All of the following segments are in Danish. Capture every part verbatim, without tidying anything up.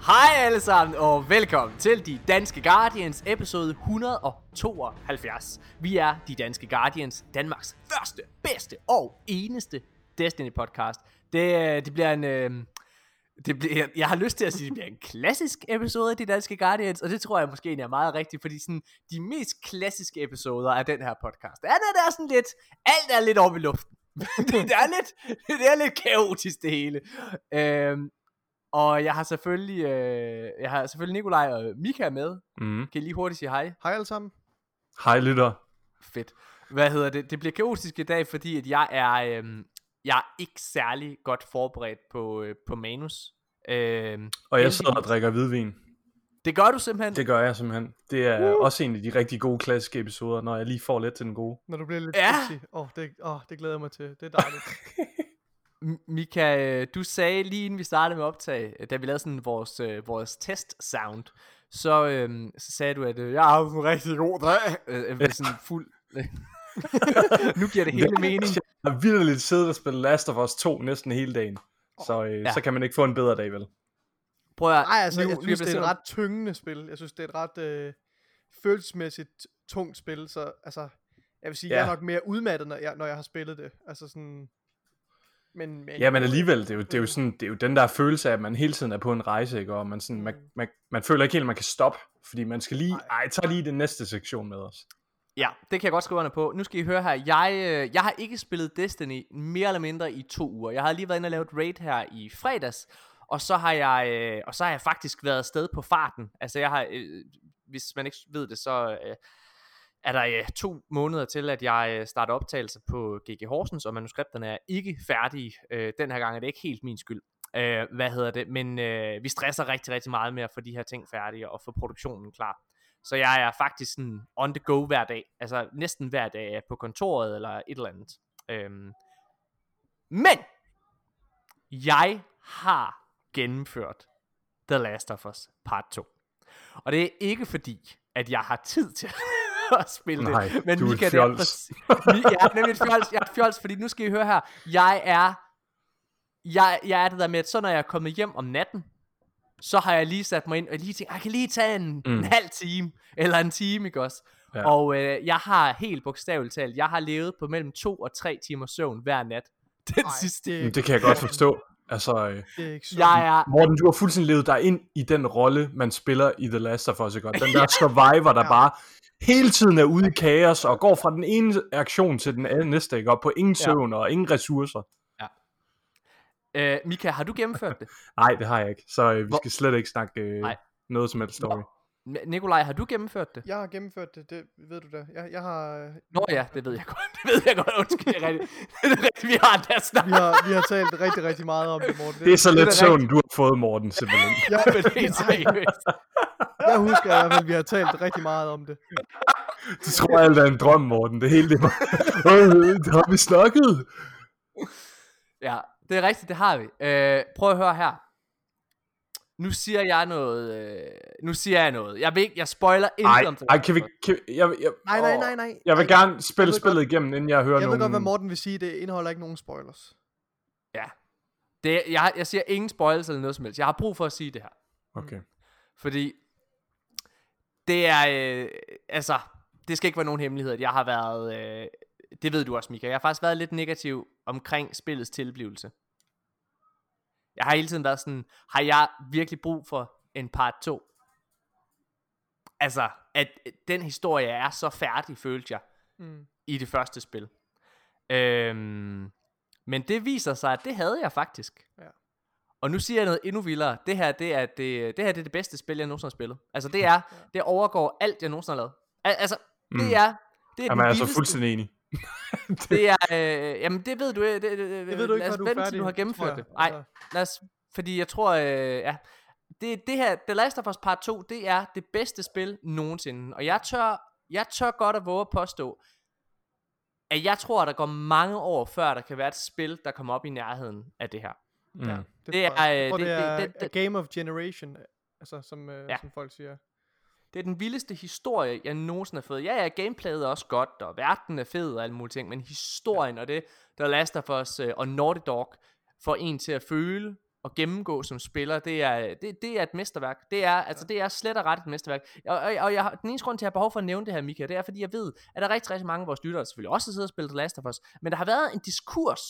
Hej alle sammen, og velkommen til De Danske Guardians episode et hundrede og tooghalvfjerds. Vi er De Danske Guardians, Danmarks første, bedste og eneste Destiny podcast. Det, det bliver en... Øh, det bliver, jeg har lyst til at sige, at det bliver en klassisk episode af De Danske Guardians, og det tror jeg måske egentlig er meget rigtigt, fordi sådan, de mest klassiske episoder af den her podcast, er det er sådan lidt, alt er lidt oppe i luften. det, det, er lidt, det er lidt kaotisk det hele. Øhm, og jeg har selvfølgelig, øh, jeg har selvfølgelig Nikolaj og Mika med. Mm. Kan I lige hurtigt sige hej? Hej alle sammen. Hej lytter. Fedt. Hvad hedder det? Det bliver kaotisk i dag, fordi at jeg er, øh, jeg er ikke særlig godt forberedt på, øh, på manus. Øh, og jeg sidder og drikker hvidvin. Det gør du simpelthen? Det gør jeg simpelthen. Det er uh. også en af de rigtig gode klassiske episoder, når jeg lige får lidt til den gode. Når du bliver lidt ja. tipsy. Åh, oh, det, oh, det glæder jeg mig til. Det er dejligt. Mika, du sagde lige inden vi startede med optag, da vi lavede sådan vores, øh, vores test sound, så, øh, så sagde du, at øh, jeg har haft en rigtig god dag. Øh, ja. Sådan fuld... Nu giver det hele mening. Jeg har virkelig siddet og spillet Last of Us to næsten hele dagen. Så, øh, ja. så kan man ikke få en bedre dag, vel? Prøv at... Nej, altså, jeg nu, synes, det er et ret tyngende spil. Jeg synes, det er et ret øh, følelsesmæssigt tungt spil. Så altså, jeg vil sige, ja. jeg er nok mere udmattet, når jeg, når jeg har spillet det. Altså sådan... Men, men, ja, men alligevel, det er, jo, det, er jo sådan, det er jo den der følelse af, at man hele tiden er på en rejse, ikke? Og man, sådan, man, man, man føler ikke helt, at man kan stoppe, fordi man skal lige, ej, tag lige den næste sektion med os. Ja, det kan jeg godt skrive under på. Nu skal I høre her, jeg, øh, jeg har ikke spillet Destiny mere eller mindre i to uger. Jeg har lige været inde og lavet et raid her i fredags, og så har jeg, øh, og så har jeg faktisk været afsted på farten. Altså jeg har, øh, hvis man ikke ved det, så... Øh, er der øh, to måneder til, at jeg øh, starter optagelse på G G Horsens, og manuskripterne er ikke færdige. Øh, den her gang er det ikke helt min skyld. Øh, hvad hedder det? Men øh, vi stresser rigtig, rigtig meget med at få de her ting færdige, og få produktionen klar. Så jeg er faktisk sådan on the go hver dag. Altså næsten hver dag på kontoret, eller et eller andet. Øh, men! Jeg har gennemført The Last of Us Part to. Og det er ikke fordi, at jeg har tid til at spille Nej, det. Men du er Mika, et fjols. Jeg er nemlig et fjols. Jeg er et fjols, fordi nu skal I høre her. Jeg er, jeg, jeg er det der med, at så når jeg er kommet hjem om natten, så har jeg lige sat mig ind, og lige tænkt, jeg kan lige tage en, mm. en halv time, eller en time, ikke også? Ja. Og øh, jeg har helt bogstaveligt talt, jeg har levet på mellem to og tre timer søvn hver nat. Den Ej, sidste. Det, det kan jeg godt forstå. Altså, øh, det er ikke jeg er... Morten, du har fuldstændig levet dig ind i den rolle, man spiller i The Last of Us, ikke? Den der survivor, der ja. bare hele tiden er ude i kaos, og går fra den ene aktion til den næste, ikke? Og på ingen søvn, ja. og ingen ressourcer. Ja. Øh, Mika, har du gennemført det? Nej, det har jeg ikke, så øh, vi Hvor... skal slet ikke snakke øh, noget som helst story. Hvor... Nikolaj, har du gennemført det? Jeg har gennemført det, det ved du da. Jeg, jeg har... Nå ja, det ved jeg godt. Det ved jeg godt. Undskyld, jeg rigtig. Vi har det snart. Vi har, vi har talt rigtig, rigtig meget om det, Morten. Det er så lidt søvn, du har fået, Morten, simpelthen. Ja, men det er seriøst. Jeg husker i hvert fald, at vi har talt rigtig meget om det. Du tror alt er en drøm, Morten. Det hele det var... det har vi snakket. Ja, det er rigtigt, det har vi. Øh, prøv at høre her. Nu siger jeg noget. Øh, nu siger jeg noget. Jeg ved ikke, jeg spoiler intet om det. Ej, kan vi... Kan vi jeg, jeg, nej, nej, nej, nej. Jeg vil nej, gerne spille spillet godt, igennem, inden jeg hører jeg nogen... Jeg ved godt, hvad Morten vil sige. Det indeholder ikke nogen spoilers. Ja. Det, jeg, jeg siger ingen spoilers eller noget som helst. Jeg har brug for at sige det her. Okay. Fordi... Det er... Øh, altså... Det skal ikke være nogen hemmelighed, at jeg har været... Øh, det ved du også, Mika. Jeg har faktisk været lidt negativ omkring spillets tilblivelse. Jeg har hele tiden været sådan, har jeg virkelig brug for en part to? Altså, at den historie er så færdig, følte jeg, mm. i det første spil. Øhm, men det viser sig, at det havde jeg faktisk. Ja. Og nu siger jeg noget endnu vildere. Det her, det er det, det her det er det bedste spil, jeg nogensinde har spillet. Altså, det er, ja. det overgår alt, jeg nogensinde har lavet. Al- altså, det mm. er... Det er Jamen, jeg er så fuldstændig enig. det er, øh, jamen det ved du, det, det, det, det ved du ikke, lad os når du er færdig, du har gennemført det. Nej, altså. lad os, fordi jeg tror, øh, ja, det, det her, The Last of Us Part to, det er det bedste spil nogensinde. Og jeg tør, jeg tør godt at våge at påstå, at jeg tror, at der går mange år før, der kan være et spil, der kommer op i nærheden af det her. Mm. Ja, det, det er, jeg tror, det, det er det, det, a game of generation, altså som, øh, ja. som folk siger. Det er den vildeste historie, jeg nogensinde har fået. Ja, ja, gameplayet er også godt, og verden er fed og alle mulige ting, men historien og det, der Last of Us og Naughty Dog får en til at føle at gennemgå som spiller. Det er, det, det er et mesterværk. Det er, altså, det er slet og ret et mesterværk. Og, og, og jeg, har- den eneste grund til, at jeg har behov for at nævne det her, Mika, det er, fordi jeg ved, at der er rigtig, rigtig mange af vores lyttere, der selvfølgelig også sidder og spiller The Last of Us, men der har været en diskurs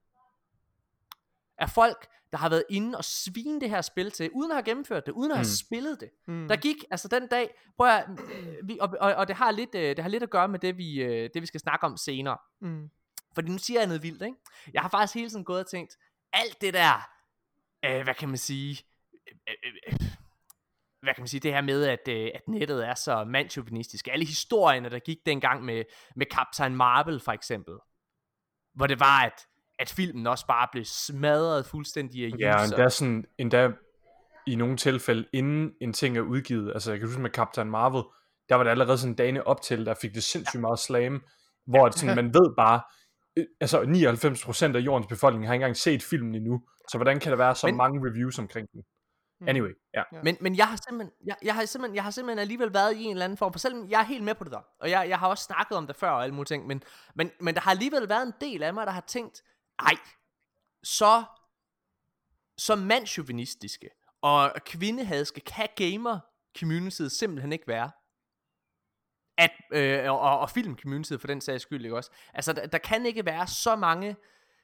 af folk, der har været inde og svine det her spil til, uden at have gennemført det, uden at have Mm. spillet det. Mm. Der gik, altså den dag, prøv at, øh, vi, og, og, og det har lidt, øh, det har lidt at gøre med det vi, øh, det vi skal snakke om senere. Mm. Fordi nu siger jeg noget vildt, ikke? Jeg har faktisk hele tiden gået og tænkt, alt det der, øh, hvad kan man sige, øh, øh, øh, hvad kan man sige, det her med, at, øh, at nettet er så mandsjuvenistisk. Alle historierne, der gik dengang med, med Captain Marvel for eksempel, hvor det var, at, at filmen også bare blev smadret fuldstændig af Ja, og user. endda, sådan, endda i nogle tilfælde, inden en ting er udgivet, altså jeg kan huske med Captain Marvel, der var det allerede sådan dagene op til, der fik det sindssygt meget slam, hvor det sådan, man ved bare, øh, altså nioghalvfems procent af jordens befolkning har ikke engang set filmen endnu, så hvordan kan der være så Men- mange reviews omkring den? Anyway, ja. Ja. Men, men jeg har simpelthen, jeg, jeg har simpelthen, jeg har simpelthen alligevel været i en eller anden form, for selvom jeg er helt med på det der, og jeg, jeg har også snakket om det før og alle mulige ting, men, men, men der har alligevel været en del af mig, der har tænkt, ej, så, så mandsjuvenistiske og kvindehadske kan gamer-communityet simpelthen ikke være. At, øh, og, og film-communityet for den sags skyld, ikke også? Altså, der, der kan ikke være så mange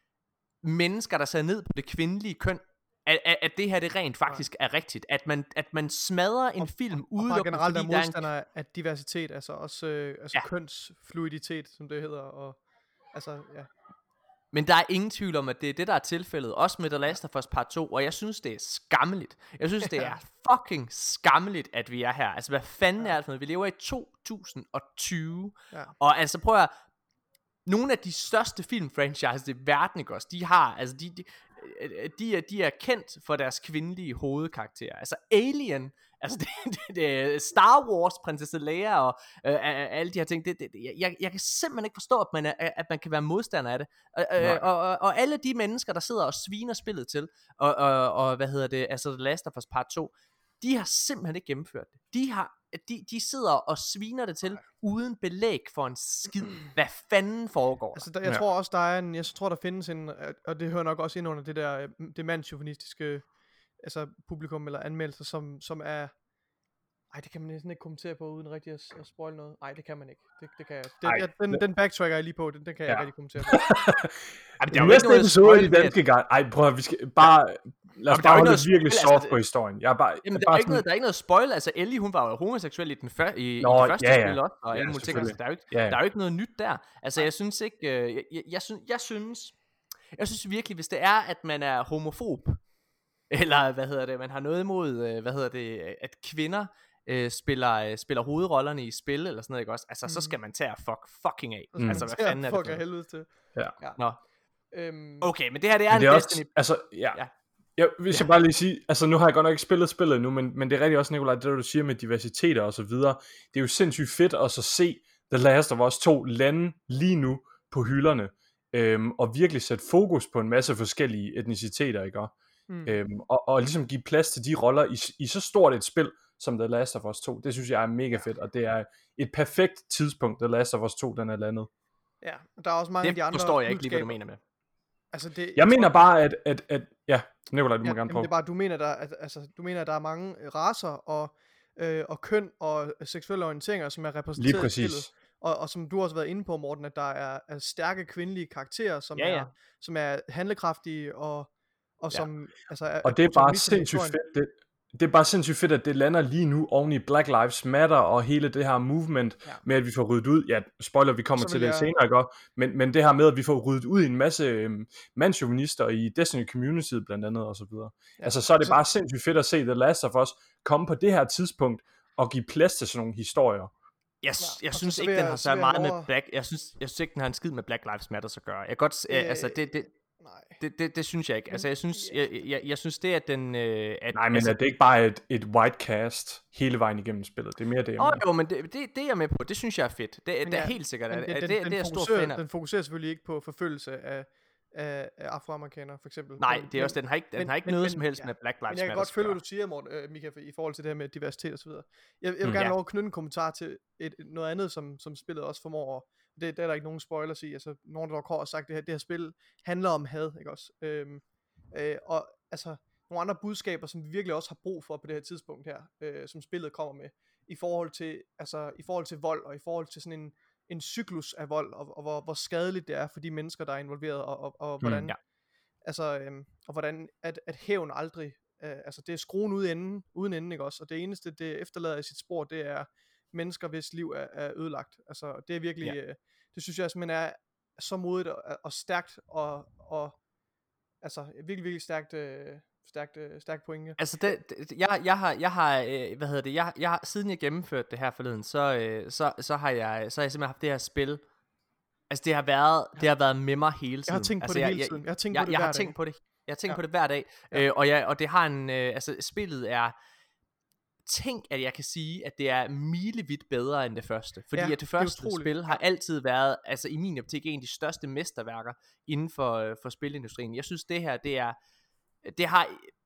mennesker, der ser ned på det kvindelige køn, at, at, at det her det rent faktisk er rigtigt. At man, at man smadrer en film Og bare udelukkende, generelt er fordi der er en... modstander af diversitet, altså også øh, altså Ja. ja. kønsfluiditet, som det hedder, og altså, ja. Men der er ingen tvivl om, at det er det, der er tilfældet. Også med The Last of Us Part to. Og jeg synes, det er skammeligt. Jeg synes, det Ja. er fucking skammeligt, at vi er her. Altså, hvad fanden Ja. er det for noget? Vi lever i to tusind og tyve. Ja. Og altså, prøv at... Nogle af de største filmfranchises i verden, ikke også? De har... Altså, de... de øh, de er, de er kendt for deres kvindelige hovedkarakterer. Altså Alien, altså det, det, det er Star Wars, Prinsesse Leia og øh, alle de her ting. Det, det, jeg, jeg kan simpelthen ikke forstå, at man, er, at man kan være modstander af det. Og, øh, og, og, og alle de mennesker, der sidder og sviner spillet til, og, og, og hvad hedder det, altså The Last of Us Part to, de har simpelthen ikke gennemført det. De har de, de sidder og sviner det til uden belæg for en skid. Hvad fanden foregår der? Altså, der, jeg Ja. tror også, der er en, jeg tror, der findes en, og det hører nok også ind under det der, øh, det mandschauvinistiske, altså publikum eller anmeldelser, som, som er, ej, det kan man næsten ikke kommentere på, uden rigtig at, at spoil noget. Nej, det kan man ikke. Det, det kan jeg. Det, Ej, jeg den, det- den backtracker jeg lige på, den, den kan jeg Ja. ikke rigtig kommentere på. Ej, men Det der er er jo næste ikke noget episode i spoil ved, danske gang. Ej, prøv at, vi skal bare... Lad os Jamen, der er jo bare ikke holde noget det virkelig spoil, soft altså, på historien. Jeg er bare... Jamen, jeg der er er, bare ikke noget, der er ikke noget spoil. Altså, Ellie, hun var jo homoseksuel i, den før, i, Nå, i det første ja, ja. spil også, og Ja, alle mulige ting. selvfølgelig. Altså, der, er jo ikke, Ja, ja. der er jo ikke noget nyt der. Altså, jeg synes ikke... Øh, jeg, jeg, jeg, synes, jeg synes... Jeg synes virkelig, hvis det er, at man er homofob, eller hvad hedder det, man har noget imod, øh, hvad hedder det, at kvinder øh, spiller, øh, spiller hovedrollerne i spil, eller sådan noget, ikke også? Altså, så skal man tage fuck fucking af. Mm. Altså, hvad fanden er det Fuck for af noget? helvede til. Nå, Øhm, okay, men det her, det er Men en det er også, Destiny... altså, ja. Ja. ja. Hvis jeg bare lige sige, altså nu har jeg godt nok ikke spillet spillet endnu, men, men det er rigtig også, Nikolaj, det der du siger med diversiteter og så videre, det er jo sindssygt fedt også at se The Last of Us to lande lige nu på hylderne, øhm, og virkelig sætte fokus på en masse forskellige etniciteter, ikke? mm. Øhm, og, og ligesom give plads til de roller i, i så stort et spil som The Last of Us to, det synes jeg er mega fedt, og det er et perfekt tidspunkt, The Last of Us to, den er landet. Ja, der er også mange af de Det andre forstår jeg ikke lige, hvad du budskaber. mener med. Altså, det, Jeg mener tror, bare, at, at, at ja, Nikolaj, du må ja, gerne jamen, prøve. det er bare, du mener, der, at, altså, du mener, at der er mange øh, racer og, øh, og køn og seksuelle orienteringer, som er repræsenteret Lige i spillet. præcis. Og, og som du også har været inde på, Morten, at der er, er stærke kvindelige karakterer, som, Ja, ja. Er, som er handlekraftige og, og Ja. som altså, er, Og det er bare protagonister i sindssygt historien. fedt, det, det er bare sindssygt fedt, at det lander lige nu oven i Black Lives Matter og hele det her movement Ja. med, at vi får ryddet ud, ja, spoiler, vi kommer Så til vil det jeg- senere, ikke? Men, men det her med, at vi får ryddet ud i en masse øhm, mandsjuvenister i Destiny Community blandt andet og så videre. Ja. Altså, så er det Så- bare sindssygt fedt at se The Last of Us komme på det her tidspunkt og give plads til sådan nogle historier. Jeg, Ja, jeg og så- synes så ikke vil den jeg- har så så vil jeg meget med over- Black jeg synes jeg synes ikke den har en skid med Black Lives Matter at gøre. Jeg kan godt øh, Øh, altså det det, Nej. det det det synes jeg ikke. Altså jeg synes jeg, jeg, jeg synes det at den øh, at Nej, men altså, er det ikke bare et, et white cast hele vejen igennem spillet? Det er mere det, jeg Åh, mener. jo, men det, det, det er jeg med på. Det synes jeg er fedt. Det, Men det er ja, helt sikkert. Men at, det, at den, det, den, det er jeg stor fokuserer, fan af. den fokuserer selvfølgelig ikke på forfølgelse af, af, af afroamerikanere, for eksempel. Nej, Men- det er også den har ikke den men- har ikke men- noget men- som helst ja. med Black Lives Men jeg kan Matter. godt at følge, gøre. hvad du siger, Morten, øh, Mika, i forhold til det her med diversitet og så videre. Jeg, jeg vil Mm, gerne ja. lov at knytte en kommentar til et, noget andet, som, som spillet også formår. Det, det er der ikke nogen spoilers i. Altså, nogen der har sagt, det her, det her spil handler om had, ikke også? Øhm, øh, og altså, nogle andre budskaber, som vi virkelig også har brug for på det her tidspunkt her, øh, som spillet kommer med, i forhold til, altså, i forhold til vold, og i forhold til sådan en, en cyklus af vold, og, og hvor, hvor skadeligt det er for de mennesker, der er involveret, og, og, og hvordan, Mm, ja. altså, øhm, og hvordan, at, at hævn aldrig, øh, altså det er skruen uden enden, uden enden, ikke også, og det eneste, det efterlader i sit spor, det er mennesker, hvis liv er, er ødelagt, altså det er virkelig, Ja. øh, det synes jeg simpelthen er så modigt og, og stærkt, og, og altså virkelig, virkelig stærkt, øh, stærkt, øh, stærkt pointe. Altså det, det jeg, jeg har jeg har øh, hvad hedder det? Jeg jeg har, siden jeg gennemførte det her forleden, så øh, så så har jeg så har jeg simpelthen haft det her spil. Altså det har været ja. det har været med mig hele tiden. Jeg har tænkt altså, på det jeg, hele jeg, tiden. Jeg har tænkt jeg, på det jeg hver har dag. tænkt på det. Jeg har tænkt Ja. på det hver dag. Ja. Øh, og jeg og det har en øh, altså spillet er tænk, at jeg kan sige, at det er milevidt bedre end det første. Fordi Ja, at det første utroligt. spil har altid været, altså i min optik, en af de største mesterværker inden for, øh, for spilindustrien. Jeg synes, det her, det er, det har,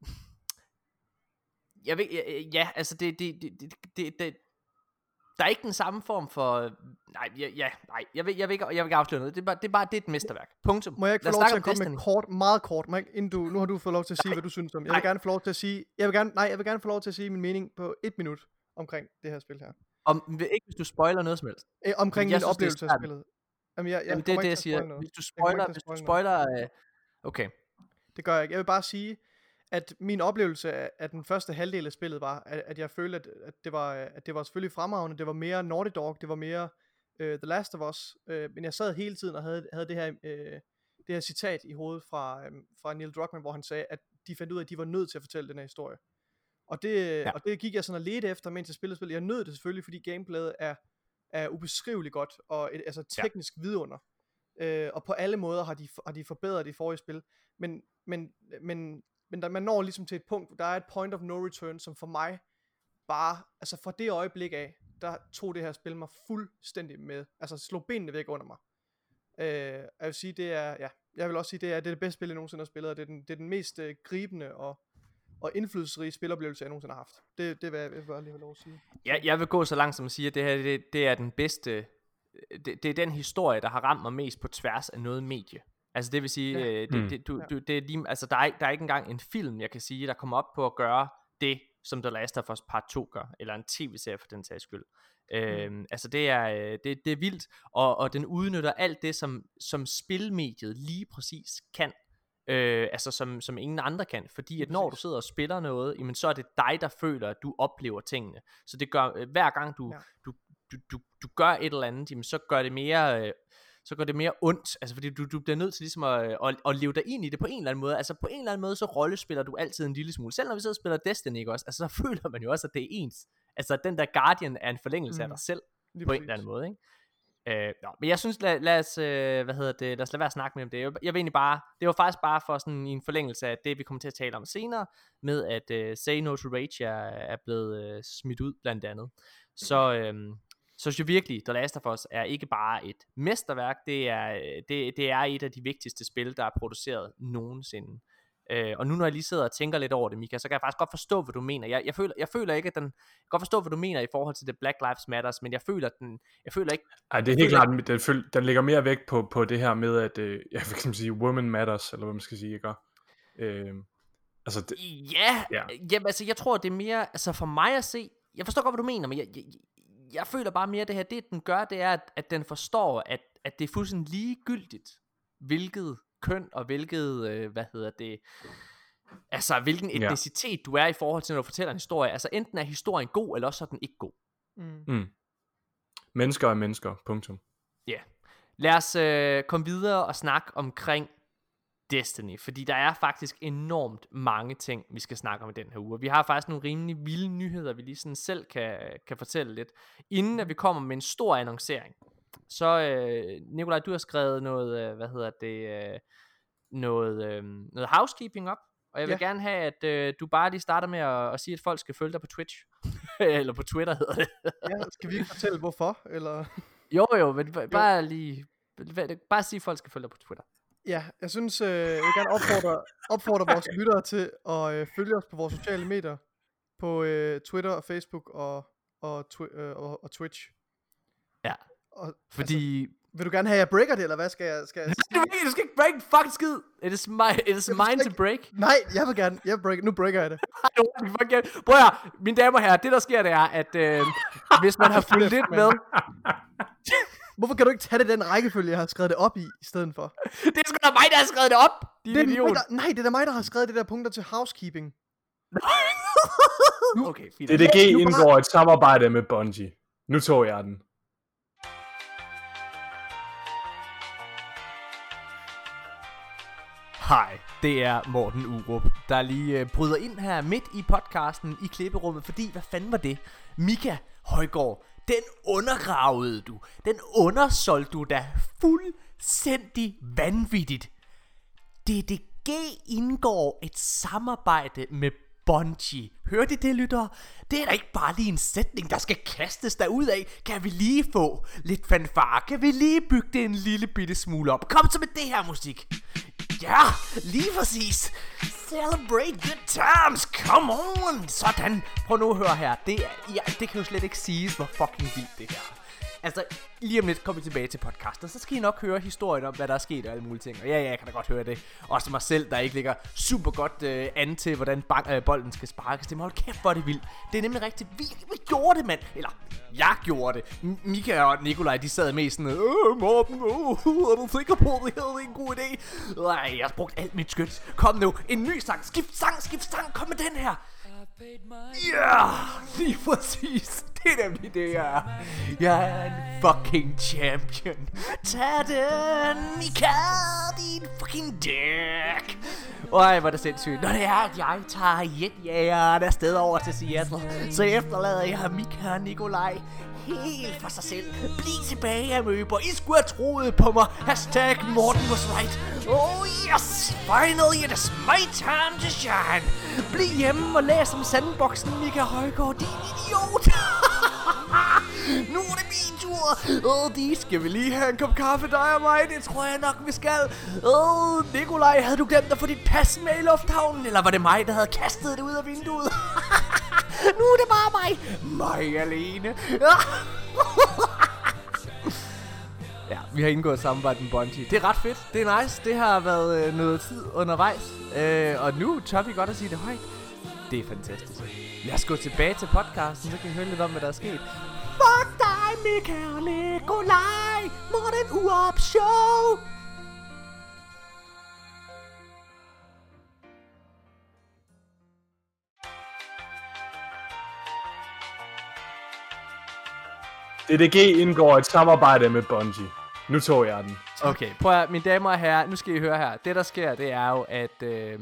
jeg ved, ja, altså det, det, det, det, det, det der er ikke den samme form for, nej, ja, ja nej, jeg vil, jeg vil ikke, jeg vil ikke afsløre noget. Det er bare, det er bare, det er et mesterværk. Punktum. Må jeg ikke få Lad os lov snakke til om at komme Destiny. med kort, meget kort, må jeg, ikke- inden du, nu har du fået lov til at sige, Nej. hvad du synes om. Jeg Nej. vil gerne få lov til at sige, jeg vil gerne, nej, jeg vil gerne få lov til at sige min mening på et minut omkring det her spil her. Om, ikke hvis du spoiler noget som helst. Æ, omkring Jeg min synes, det er oplevelse af svært. spillet. Jamen, jeg, jeg Jamen det kommer er det, ikke jeg til at siger. spoile noget. Hvis du Jeg kommer spoiler, ikke til hvis at du spoile noget. spoiler, øh, okay. Det gør jeg ikke. Jeg vil bare sige, at min oplevelse af, af den første halvdel af spillet var, at, at jeg følte, at, at, det var, at det var selvfølgelig fremragende. Det var mere Naughty Dog, det var mere uh, The Last of Us. Uh, men jeg sad hele tiden og havde, havde det, her, uh, det her citat i hovedet fra, um, fra Neil Druckmann, hvor han sagde, at de fandt ud af, at de var nødt til at fortælle den her historie. Og det, ja. og det gik jeg sådan og ledte efter, mens jeg spillede spillet. Jeg nød det selvfølgelig, fordi gameplayet er, er ubeskriveligt godt, og et, altså teknisk ja. vidunder. Uh, og på alle måder har de, har de forbedret det i forrige spil. Men, men, men Men der, man når ligesom til et punkt, der er et point of no return, som for mig bare, altså fra det øjeblik af, der tog det her spil mig fuldstændig med, altså slog benene væk under mig. Øh, jeg vil sige, det er, ja, jeg vil også sige, det er det, er det bedste spil, jeg nogensinde har spillet, og det er den, det er den mest øh, gribende og, og indflydelsesrige spiloplevelse, jeg nogensinde har haft. Det, det vil jeg, jeg vil lige have lov at sige. Jeg, jeg vil gå så langt som at sige, at det her, det, det er den bedste, det, det er den historie, der har ramt mig mest på tværs af noget medie. Altså det vil sige, ja. øh, det, Mm. det, du, du, det er lige, altså der er, der er ikke engang en film, jeg kan sige, der kommer op på at gøre det, som The Last of Us Part to gør, eller en tv-serie for den sags skyld. Mm. Øhm, altså det er, øh, det, det er vildt, og, og den udnytter alt det, som, som spilmediet lige præcis kan, øh, altså som, som ingen andre kan, fordi at når du sidder og spiller noget, jamen så er det dig, der føler, at du oplever tingene. Så det gør, øh, hver gang du, ja. du, du, du, du gør et eller andet, jamen så gør det mere... Øh, så går det mere ondt, altså fordi du, du bliver nødt til ligesom at, at, at leve dig ind i det på en eller anden måde, altså på en eller anden måde, så rollespiller du altid en lille smule, selv når vi sidder og spiller Destiny, ikke også, altså så føler man jo også, at det er ens, altså den der Guardian er en forlængelse mm. af dig selv, Lige på præcis. En eller anden måde, ikke? Øh, nå, men jeg synes, lad, lad os, øh, hvad hedder det, lad os lade være at snakke mere om det, jeg, jeg vil egentlig bare, det var faktisk bare for sådan en forlængelse af det, vi kommer til at tale om senere, med at uh, Say No To Rage er, er blevet uh, smidt ud, blandt andet, så, øh, Så synes jeg virkelig, The Last of Us er ikke bare et mesterværk, det er, det, det er et af de vigtigste spil, der er produceret nogensinde. Øh, og nu når jeg lige sidder og tænker lidt over det, Mika, så kan jeg faktisk godt forstå, hvad du mener. Jeg, jeg, føler, jeg føler ikke, at den... Jeg kan godt forstå, hvad du mener i forhold til det Black Lives Matters, men jeg føler, at den... Jeg føler ikke... Ej, det er helt klart, ikke, den, føl, den ligger mere vægt på, på det her med, at... Øh, jeg vil sige, women matters, eller hvad man skal sige, ikke? Øh, altså... Det, ja, ja. Jamen, altså, jeg tror, det er mere... Altså, for mig at se... Jeg forstår godt, hvad du mener, men jeg... jeg Jeg føler bare mere, det her, det den gør, det er, at, at den forstår, at, at det er fuldstændig ligegyldigt, hvilket køn og hvilket, øh, hvad hedder det, altså hvilken etnicitet ja. du er i forhold til, når du fortæller en historie. Altså enten er historien god, eller også er den ikke god. Mm. Mm. Mennesker er mennesker, punktum. Ja. Yeah. Lad os øh, komme videre og snakke omkring Destiny, fordi der er faktisk enormt mange ting, vi skal snakke om i den her uge. Vi har faktisk nogle rimelig vilde nyheder, vi lige sådan selv kan, kan fortælle lidt. Inden at vi kommer med en stor annoncering, så øh, Nikolaj, du har skrevet noget, øh, hvad hedder det, øh, noget, øh, noget housekeeping op, og jeg vil ja. gerne have, at øh, du bare lige starter med at, at sige, at folk skal følge dig på Twitch, eller på Twitter hedder det. Ja, skal vi ikke fortælle hvorfor, eller? Jo jo, men bare lige, bare sige, at folk skal følge dig på Twitter. Ja, jeg synes, øh, jeg vil gerne opfordre, opfordre vores lyttere til at øh, følge os på vores sociale medier, på øh, Twitter og Facebook og, og, twi- øh, og, og Twitch. Ja, og, fordi... Altså, vil du gerne have, at jeg breaker det, eller hvad skal jeg... Skal jeg Nej, ikke, du skal ikke break en fucking skid. It is, my, it is mine ikke, to break. Nej, jeg vil gerne. Jeg break, nu breaker jeg det. Prøv at høre, mine damer og herrer, det der sker, det er, at øh, hvis man har fulgt lidt med... Hvorfor kan du ikke tage det den rækkefølge, jeg har skrevet det op i, i stedet for? Det er sgu da mig, der har skrevet det op, din det er idiot. mig, der, nej, det er da mig, der har skrevet det der punkter til housekeeping. Okay, fint. D D G indgår et samarbejde med Bungie. Nu tog jeg den. Hej, det er Morten Urup, der lige øh, bryder ind her midt i podcasten i klipperummet, fordi hvad fanden var det? Mika Højgaard, den undergravede du, den undersolgte du da fuldstændig vanvittigt. D D G indgår et samarbejde med Bungie. Hørte I det, lyttere? Det er da ikke bare lige en sætning, der skal kastes derud af. Kan vi lige få lidt fanfare? Kan vi lige bygge det en lille bitte smule op? Kom så med det her musik. Ja, lige præcis. Celebrate good times. Come on. Sådan. Prøv nu at høre her. Det, er, ja, det kan jo slet ikke siges, hvor fucking vildt det her. Altså, lige om lidt kommer vi tilbage til podcasten, så skal I nok høre historien om, hvad der er sket og alle mulige ting. Og ja, ja, jeg kan da godt høre det. Også mig selv, der ikke ligger super godt øh, an til, hvordan bang, øh, bolden skal sparkes. Det må holde kæft, hvor er det vildt. Det er nemlig rigtigt. Vi, vi gjorde det, mand. Eller, jeg gjorde det. M- Mika og Nikolaj, de sad med sådan, Åh, Morten, åh, er du sikker på, det her er en god idé? Ej, jeg har brugt alt mit skyt. Kom nu, en ny sang. Skift sang, skift sang. Kom med den her. Ja, yeah, lige præcis. Det er nemlig det, jeg er. Jeg er en fucking champion. Tag den, Mika, din fucking dick. Øj, hvor er det sindssygt. Når det er, at jeg tager jetjægeren afsted over til Seattle, så efterlader jeg Mika og Nikolaj helt for sig selv. Bliv tilbage, amøber. I skulle have troet på mig. Hashtag Morten was right. Oh yes, finally it is my time to shine. Bliv hjemme og læs om sandboxen, Mika Højgaard, din idiot. Nu er det min tur. Åh, oh, de skal vi lige have en kop kaffe, dig og mig. Det tror jeg nok, vi skal. Åh, oh, Nikolaj, havde du glemt at få dit pas med i lufthavnen? Eller var det mig, der havde kastet det ud af vinduet? Nu er det bare mig. Mig alene. Ja, vi har indgået samarbejde med Bungie. Det er ret fedt. Det er nice. Det har været øh, noget tid undervejs. Øh, og nu tør vi godt at sige det højt. Det er fantastisk. Lad os gå tilbage til podcasten, så kan vi høre lidt om, hvad der er sket. Fuck dig, Mika og Nikolaj. Morten Urup Show. D D G indgår et samarbejde med Bungie. Nu tog jeg den. Okay, prøv at, mine damer og herrer, nu skal I høre her. Det der sker, det er jo, at øh,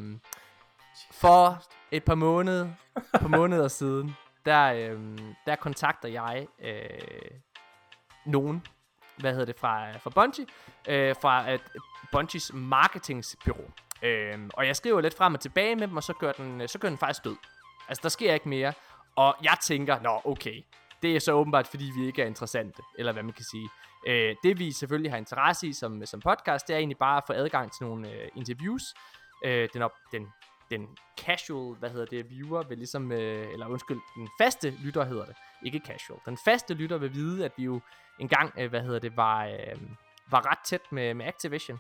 for et par måneder, par måneder siden, der, øh, der kontakter jeg øh, nogen, hvad hedder det, fra, fra Bungie, øh, fra et Bungies marketingsbureau. Øh, og jeg skriver lidt frem og tilbage med dem, og så gør den, så gør den faktisk død. Altså, der sker ikke mere. Og jeg tænker, nå, okay. Det er så åbenbart, fordi vi ikke er interessante, eller hvad man kan sige. Øh, det vi selvfølgelig har interesse i som, som podcast, det er egentlig bare at få adgang til nogle øh, interviews. Øh, den, op, den, den casual, hvad hedder det, viewer vil ligesom, øh, eller undskyld, den faste lytter hedder det, ikke casual. Den faste lytter vil vide, at vi jo engang, øh, hvad hedder det, var, øh, var ret tæt med, med Activision.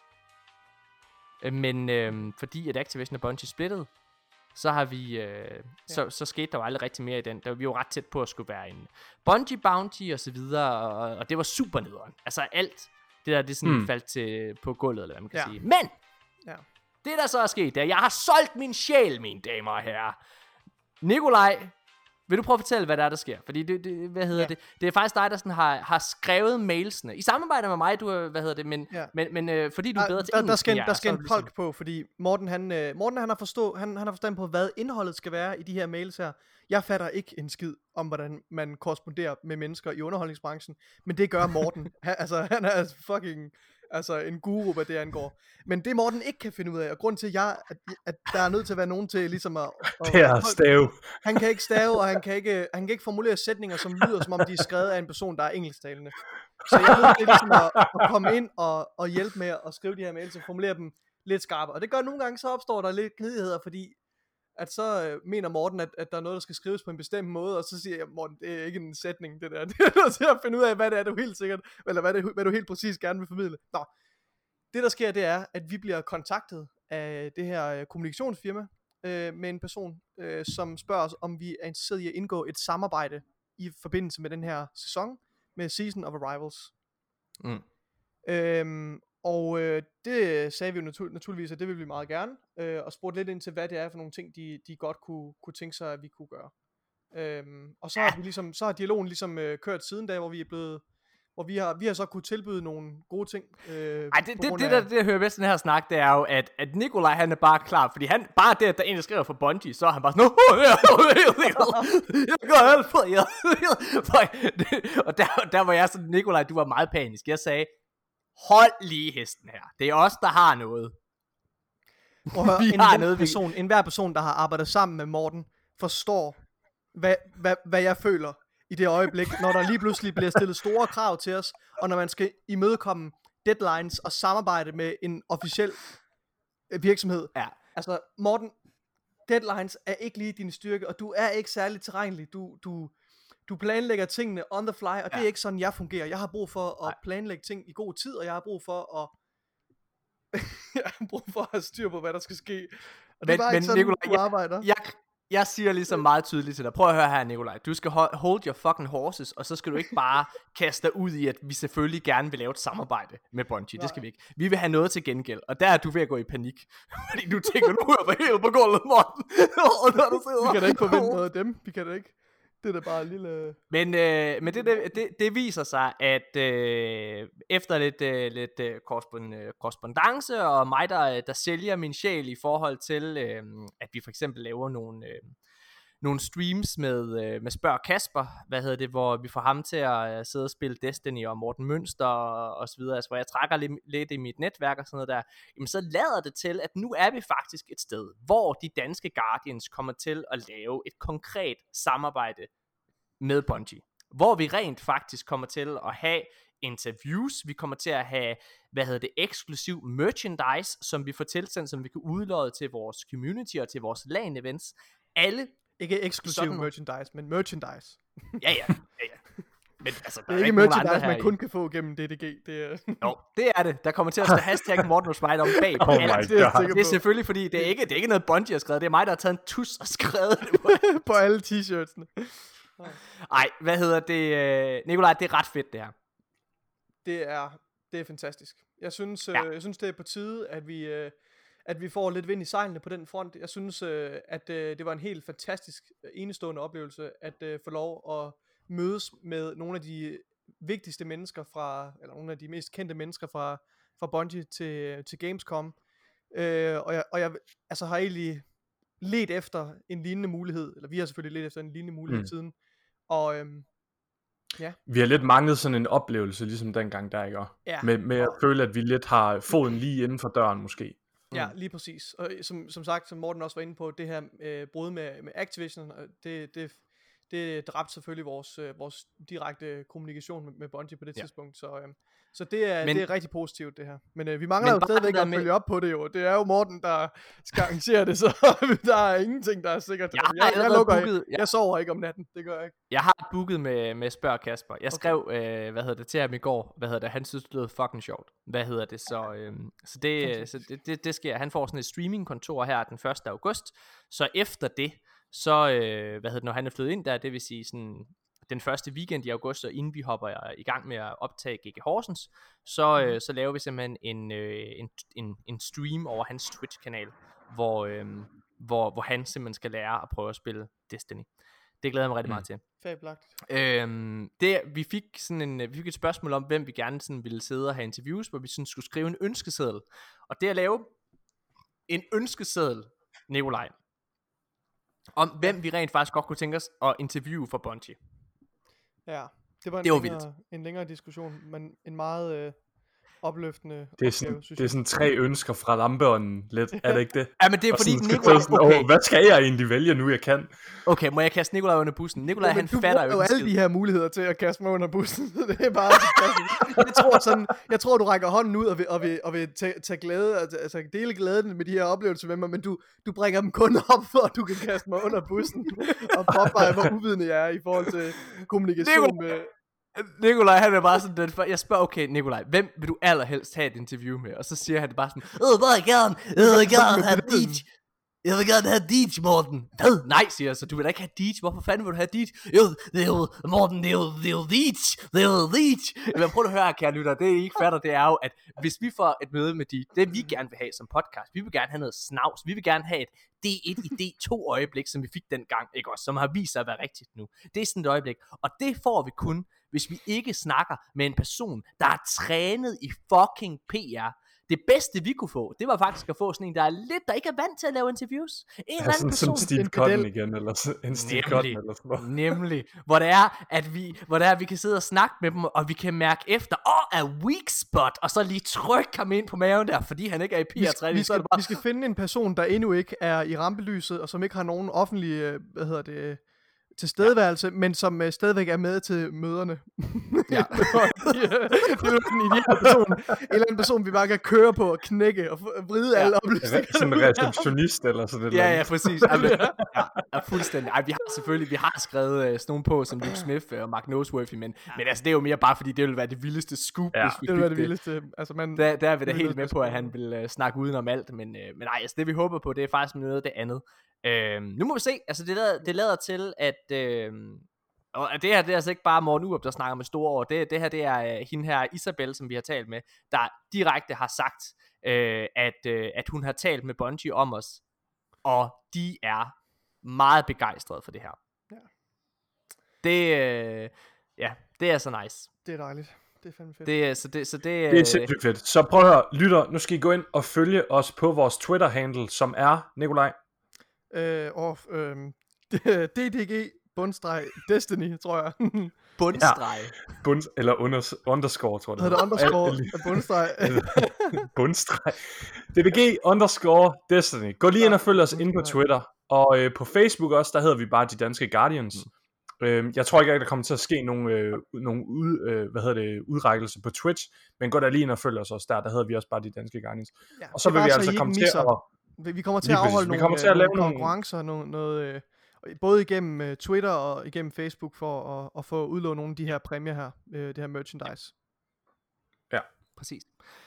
Øh, men øh, fordi at Activision og Bungie splittede, så har vi øh, ja. så, så skete der jo aldrig rigtig mere i den. Der var vi jo ret tæt på at skulle være en Bungie Bounty og så videre, og, og det var super nederen. Altså alt det der, det sådan mm. faldt til på gulvet, eller hvad man kan ja. sige. Men ja. det der så er sket, det er, jeg har solgt min sjæl, mine damer og herrer. Nikolaj, vil du prøve at fortælle, hvad der er, der sker? Fordi det, det hvad hedder ja. det? Det er faktisk dig, der sådan har, har skrevet mailsene. I samarbejde med mig, du hvad hedder det, men, ja. men, men øh, fordi du er bedre der, til der, engelsk. Der skal, der der skal en ligesom... tolk på, fordi Morten, han, øh, Morten, han har forstå, han, han har forstand på, hvad indholdet skal være i de her mails her. Jeg fatter ikke en skid om, hvordan man korresponderer med mennesker i underholdningsbranchen, men det gør Morten. han, altså, han er fucking... Altså en guru, hvad det angår. Men det Morten ikke kan finde ud af, og grund til, at, jeg, at, at der er nødt til at være nogen til ligesom at... at det er stave. Han kan ikke stave, og han kan ikke, han kan ikke formulere sætninger, som lyder, som om de er skrevet af en person, der er engelsktalende. Så jeg er nødt til ligesom at, at komme ind og, og hjælpe med at skrive de her mails, og formulere dem lidt skarpere. Og det gør nogle gange, så opstår der lidt knidigheder, fordi at så øh, mener Morten, at, at der er noget, der skal skrives på en bestemt måde, og så siger jeg, Morten, det er ikke en sætning, det der. Det er nødt til at finde ud af, hvad det er, du helt sikkert, eller hvad, det, hvad du helt præcis gerne vil formidle. Nå, det der sker, det er, at vi bliver kontaktet af det her øh, kommunikationsfirma øh, med en person, øh, som spørger os, om vi er interesseret i at indgå et samarbejde i forbindelse med den her sæson med Season of Arrivals. Mm. Øhm, og øh, det sagde vi jo natur- naturligvis, at det ville vi meget gerne, øh, og spurgte lidt ind til, hvad det er for nogle ting, de, de godt kunne, kunne tænke sig, at vi kunne gøre. Øhm, og så har vi ligesom, så har dialogen ligesom øh, kørt siden da, hvor vi er blevet, hvor vi har, vi har så kunne tilbyde nogle gode ting. Øh, Ej, det, det, det, der, det, der hører bedst den her snak, det er jo, at, at Nikolaj, han er bare klar, fordi han, bare det, at der er en, der skriver for Bungie, så er han bare sådan, jeg går alt for jer. Og der, der var jeg sådan, Nikolaj, du var meget panisk. Jeg sagde, hold lige hesten her. Det er os, der har noget. Og hør, en, har noget person, en hver person, der har arbejdet sammen med Morten, forstår, hvad, hvad, hvad jeg føler i det øjeblik, når der lige pludselig bliver stillet store krav til os, og når man skal imødekomme deadlines og samarbejde med en officiel virksomhed. Ja. Altså, Morten, deadlines er ikke lige din styrke, og du er ikke særlig tilregnelig. Du, du, du planlægger tingene on the fly, og ja. Det er ikke sådan, jeg fungerer. Jeg har brug for at planlægge ting i god tid, og jeg har brug for at jeg har brug for at have styr på, hvad der skal ske. Og men, det er bare men, ikke sådan, Nikolaj, du arbejder. Jeg, jeg, jeg siger ligesom meget tydeligt til dig, prøv at høre her, Nikolaj, du skal hold your fucking horses, og så skal du ikke bare kaste dig ud i, at vi selvfølgelig gerne vil lave et samarbejde med Bungie. Nej. Det skal vi ikke. Vi vil have noget til gengæld, og der er du ved at gå i panik. Fordi du tænker, nu er jeg helt på gulvet, Morten. Vi kan da ikke forvente noget af dem. Vi kan da ikke. Det er da bare en lille... Men, øh, men det, det, det, det viser sig, at øh, efter lidt, øh, lidt øh, korrespond- korrespondance, og mig, der, der sælger min sjæl i forhold til, øh, at vi for eksempel laver nogle, øh, nogle streams med, øh, med Spørg Kasper, hvad hedder det, hvor vi får ham til at øh, sidde og spille Destiny og Morten Mønster og, og så videre, altså hvor jeg trækker lidt, lidt i mit netværk og sådan noget der, jamen så lader det til, at nu er vi faktisk et sted, hvor de danske Guardians kommer til at lave et konkret samarbejde med Bungie, hvor vi rent faktisk kommer til at have interviews, vi kommer til at have, hvad hedder det, eksklusiv merchandise, som vi får tilsendt, som vi kan udlåde til vores community og til vores LAN events. Alle ikke eksklusiv sådan merchandise, men merchandise. Ja, ja, ja, ja. Men, altså, det er ikke merchandise, man kun kan få gennem D D G. Det er... Jo, det er det. Der kommer til at stå hashtag Morten og Smite om bag på. Oh alt. det, er det er selvfølgelig, fordi det er, ikke, det er ikke noget Bungie har skrevet. Det er mig, der har taget en tus og skrevet det på, på alle t-shirtsene. Ej, hvad hedder det? Nikolaj, det er ret fedt, det her. Det er, det er fantastisk. Jeg synes, ja. øh, jeg synes, det er på tide, at vi, øh, at vi får lidt vind i sejlene på den front. Jeg synes, øh, at øh, det var en helt fantastisk, enestående oplevelse, at øh, få lov at mødes med nogle af de vigtigste mennesker fra, eller nogle af de mest kendte mennesker fra, fra Bungie til, til Gamescom. Øh, og jeg, og jeg altså, har egentlig let efter en lignende mulighed, eller vi har selvfølgelig let efter en lignende mulighed mm. siden. Og øhm, ja. Vi har lidt manglet sådan en oplevelse, ligesom dengang der, ikke? Ja. Med, med at føle, at vi lidt har foden lige inden for døren, måske. Mm. Ja, lige præcis. Og som, som sagt, som Morten også var inde på, det her øh, brud med, med Activision, det, det, det dræbte selvfølgelig vores, øh, vores direkte kommunikation med, med Bungie på det ja. tidspunkt. Så, øh, så det, er, men, det er rigtig positivt, det her. Men øh, vi mangler jo stadigvæk at følge med... op på det jo. Det er jo Morten, der skal arrangere det, så der er ingenting, der er sikkert. Jeg, jeg, jeg, lukker booket, ikke. Jeg sover ikke om natten, det gør jeg ikke. Jeg har booket med, med Spørg Kasper. Jeg skrev, okay. øh, hvad hedder det, til ham i går. Hvad hedder det, han synes, det lød fucking sjovt. Hvad hedder det, så, øh, så, det, så det, det, det sker. Han får sådan et streamingkontor her den første august. Så efter det, så, øh, hvad hedder det, når han er flyttet ind der, det vil sige sådan den første weekend i august, og inden vi hopper i gang med at optage G G Horsens, så, øh, så laver vi simpelthen en, øh, en, en, en stream over hans Twitch-kanal, hvor, øh, hvor, hvor han simpelthen skal lære at prøve at spille Destiny. Det glæder jeg mig rigtig meget til. Fabelagt. Øhm, det, vi fik sådan en, vi fik et spørgsmål om, hvem vi gerne sådan ville sidde og have interviews, hvor vi sådan skulle skrive en ønskeseddel. Og det at lave en ønskeseddel, Nikolaj, om hvem vi rent faktisk godt kunne tænke os at interviewe for Bungie. Ja, det var en, det var længere, en længere diskussion, men en meget øh, opløftende det er, sådan, opgave, det er sådan tre ønsker fra lampeånden lidt, er det ikke det? Ja, men det er og fordi Nikolaj, okay. Hvad skal jeg egentlig vælge nu, jeg kan? Okay, må jeg kaste Nikolaj under bussen? Nikolaj, ja, han fatter jo ikke alle de her muligheder til at kaste mig under bussen. Det er bare jeg tror sådan, jeg tror du rækker hånden ud og vil, og vil, og vil tage, tage glæde, altså dele glæden med de her oplevelser med mig, men du, du bringer dem kun op, for at du kan kaste mig under bussen og påpege, hvor uvidende jeg er i forhold til kommunikation med... Nikolaj, han er bare sådan, den, jeg spørger, okay, Nikolaj, hvem vil du allerhelst have et interview med? Og så siger han det bare sådan, jeg vil bare gerne, jeg vil gerne have Deej. Jeg vil gerne have Deej, Morten. Hvad? Nej, siger jeg så, du vil da ikke have Deej. Hvorfor fanden vil du have Deej? Jo, det er jo, Morten, det er jo, det er jo Deej. Det er jo Deej. Men prøv at høre, kære lytter, det I ikke fatter, det er jo, at hvis vi får et møde med Deej, det vi gerne vil have som podcast, vi vil gerne have noget snavs, vi vil gerne have et D et i D to øjeblik, som vi fik dengang, ikke også, som har vist sig at være rigtigt nu. Det er sådan et øjeblik, og det får vi kun, hvis vi ikke snakker med en person, der er trænet i fucking P R. Det bedste vi kunne få, det var faktisk at få sådan en, der er lidt, der ikke er vant til at lave interviews. En Ja, eller anden sådan, person. som Steve Cotton igen, eller så- en Steve Cotton, eller sådan noget. Nemlig, hvor det er, at vi, hvor det er, at vi kan sidde og snakke med dem, og vi kan mærke efter, åh, oh, er weak spot, og så lige trykke ham ind på maven der, fordi han ikke er i Vi, skal, P R-træning. vi, Så er skal, det bare, vi skal finde en person, der endnu ikke er i rampelyset, og som ikke har nogen offentlig, hvad hedder det, tilstedeværelse, ja. Men som uh, stadigvæk er med til møderne. Ja. det er den ideelle person. En eller anden person, vi bare kan køre på og knække og f- vride Ja. alle oplysninger. Sådan en receptionist, eller sådan et eller Ja, ja, andet. præcis. Ej, men, ja, ja, fuldstændig. Ej, vi har selvfølgelig, vi har skrevet uh, sådan nogle på, som Luke Smith og Mark Noseworthy, men, men altså, det er jo mere bare, fordi det ville være det vildeste scoop, Ja. hvis vi Det vil være fik det det. vildeste. Altså, man, Der, der er vi da det helt lyder med så på, at spændende. han vil uh, snakke udenom alt, men, uh, men nej, altså det vi håber på, det er faktisk noget af det andet. Uh, nu må vi se, altså det lader, det lader til, at... Uh, og det her, det er altså ikke bare Morten Urup, der snakker med store ord. Det, det her, det er uh, hende her, Isabel, som vi har talt med, der direkte har sagt, uh, at, uh, at hun har talt med Bungie om os, og de er meget begejstrede for det her. Ja. Det, uh, ja, det er så nice. Det er dejligt. Det er fandme fedt. Det, er- så det, så det, Det er sindssygt fedt. Så prøv at høre, lytter, nu skal I gå ind og følge os på vores Twitter-handle, som er, Nikolaj. Øh, og øh, D D G bundstreg Destiny, tror jeg. bundstreg. Bund, eller under, underscore, tror jeg. Hedder det underscore Alt- af bundstreg? Bundstreg. D D G underscore Destiny. Gå lige ind og følg os ind på Twitter. Og øh, på Facebook også, der hedder vi bare De Danske Guardians. Mm. Øh, jeg tror ikke, at der kommer til at ske nogle, øh, nogle ud, øh, hvad hedder det, udrækkelser på Twitch. Men gå der lige ind og følg os også der. Der hedder vi også bare De Danske Guardians. Ja, Og så det vil er vi bare, altså I komme ikke til misser. at... Vi- Vi kommer til Lige at afholde præcis. Vi nogle, kommer til øh, at lave nogle nogle- konkurrencer, nogle, noget, øh, både igennem uh, Twitter og igennem Facebook, for at, at få udlånt nogle af de her præmier her, øh, det her merchandise. Præcis.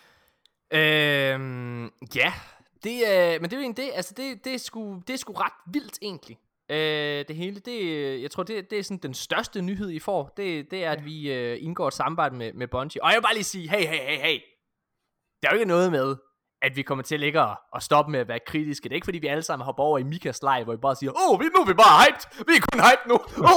Øhm, ja, det, øh, men det er jo egentlig det, altså det, det, er sgu, det er sgu ret vildt egentlig. Øh, det hele, det, jeg tror det, det er sådan den største nyhed I får, det, det er at vi øh, indgår et samarbejde med, med Bungie. Og jeg vil bare lige sige, hey, hey, hey, hey, der er jo ikke noget med, at vi kommer til at ligge og, og stoppe med at være kritiske. Det er ikke fordi vi alle sammen hopper over i Mikas live, hvor vi bare siger, åh, oh, nu er vi bare hyped, vi er kun hyped nu. Oh.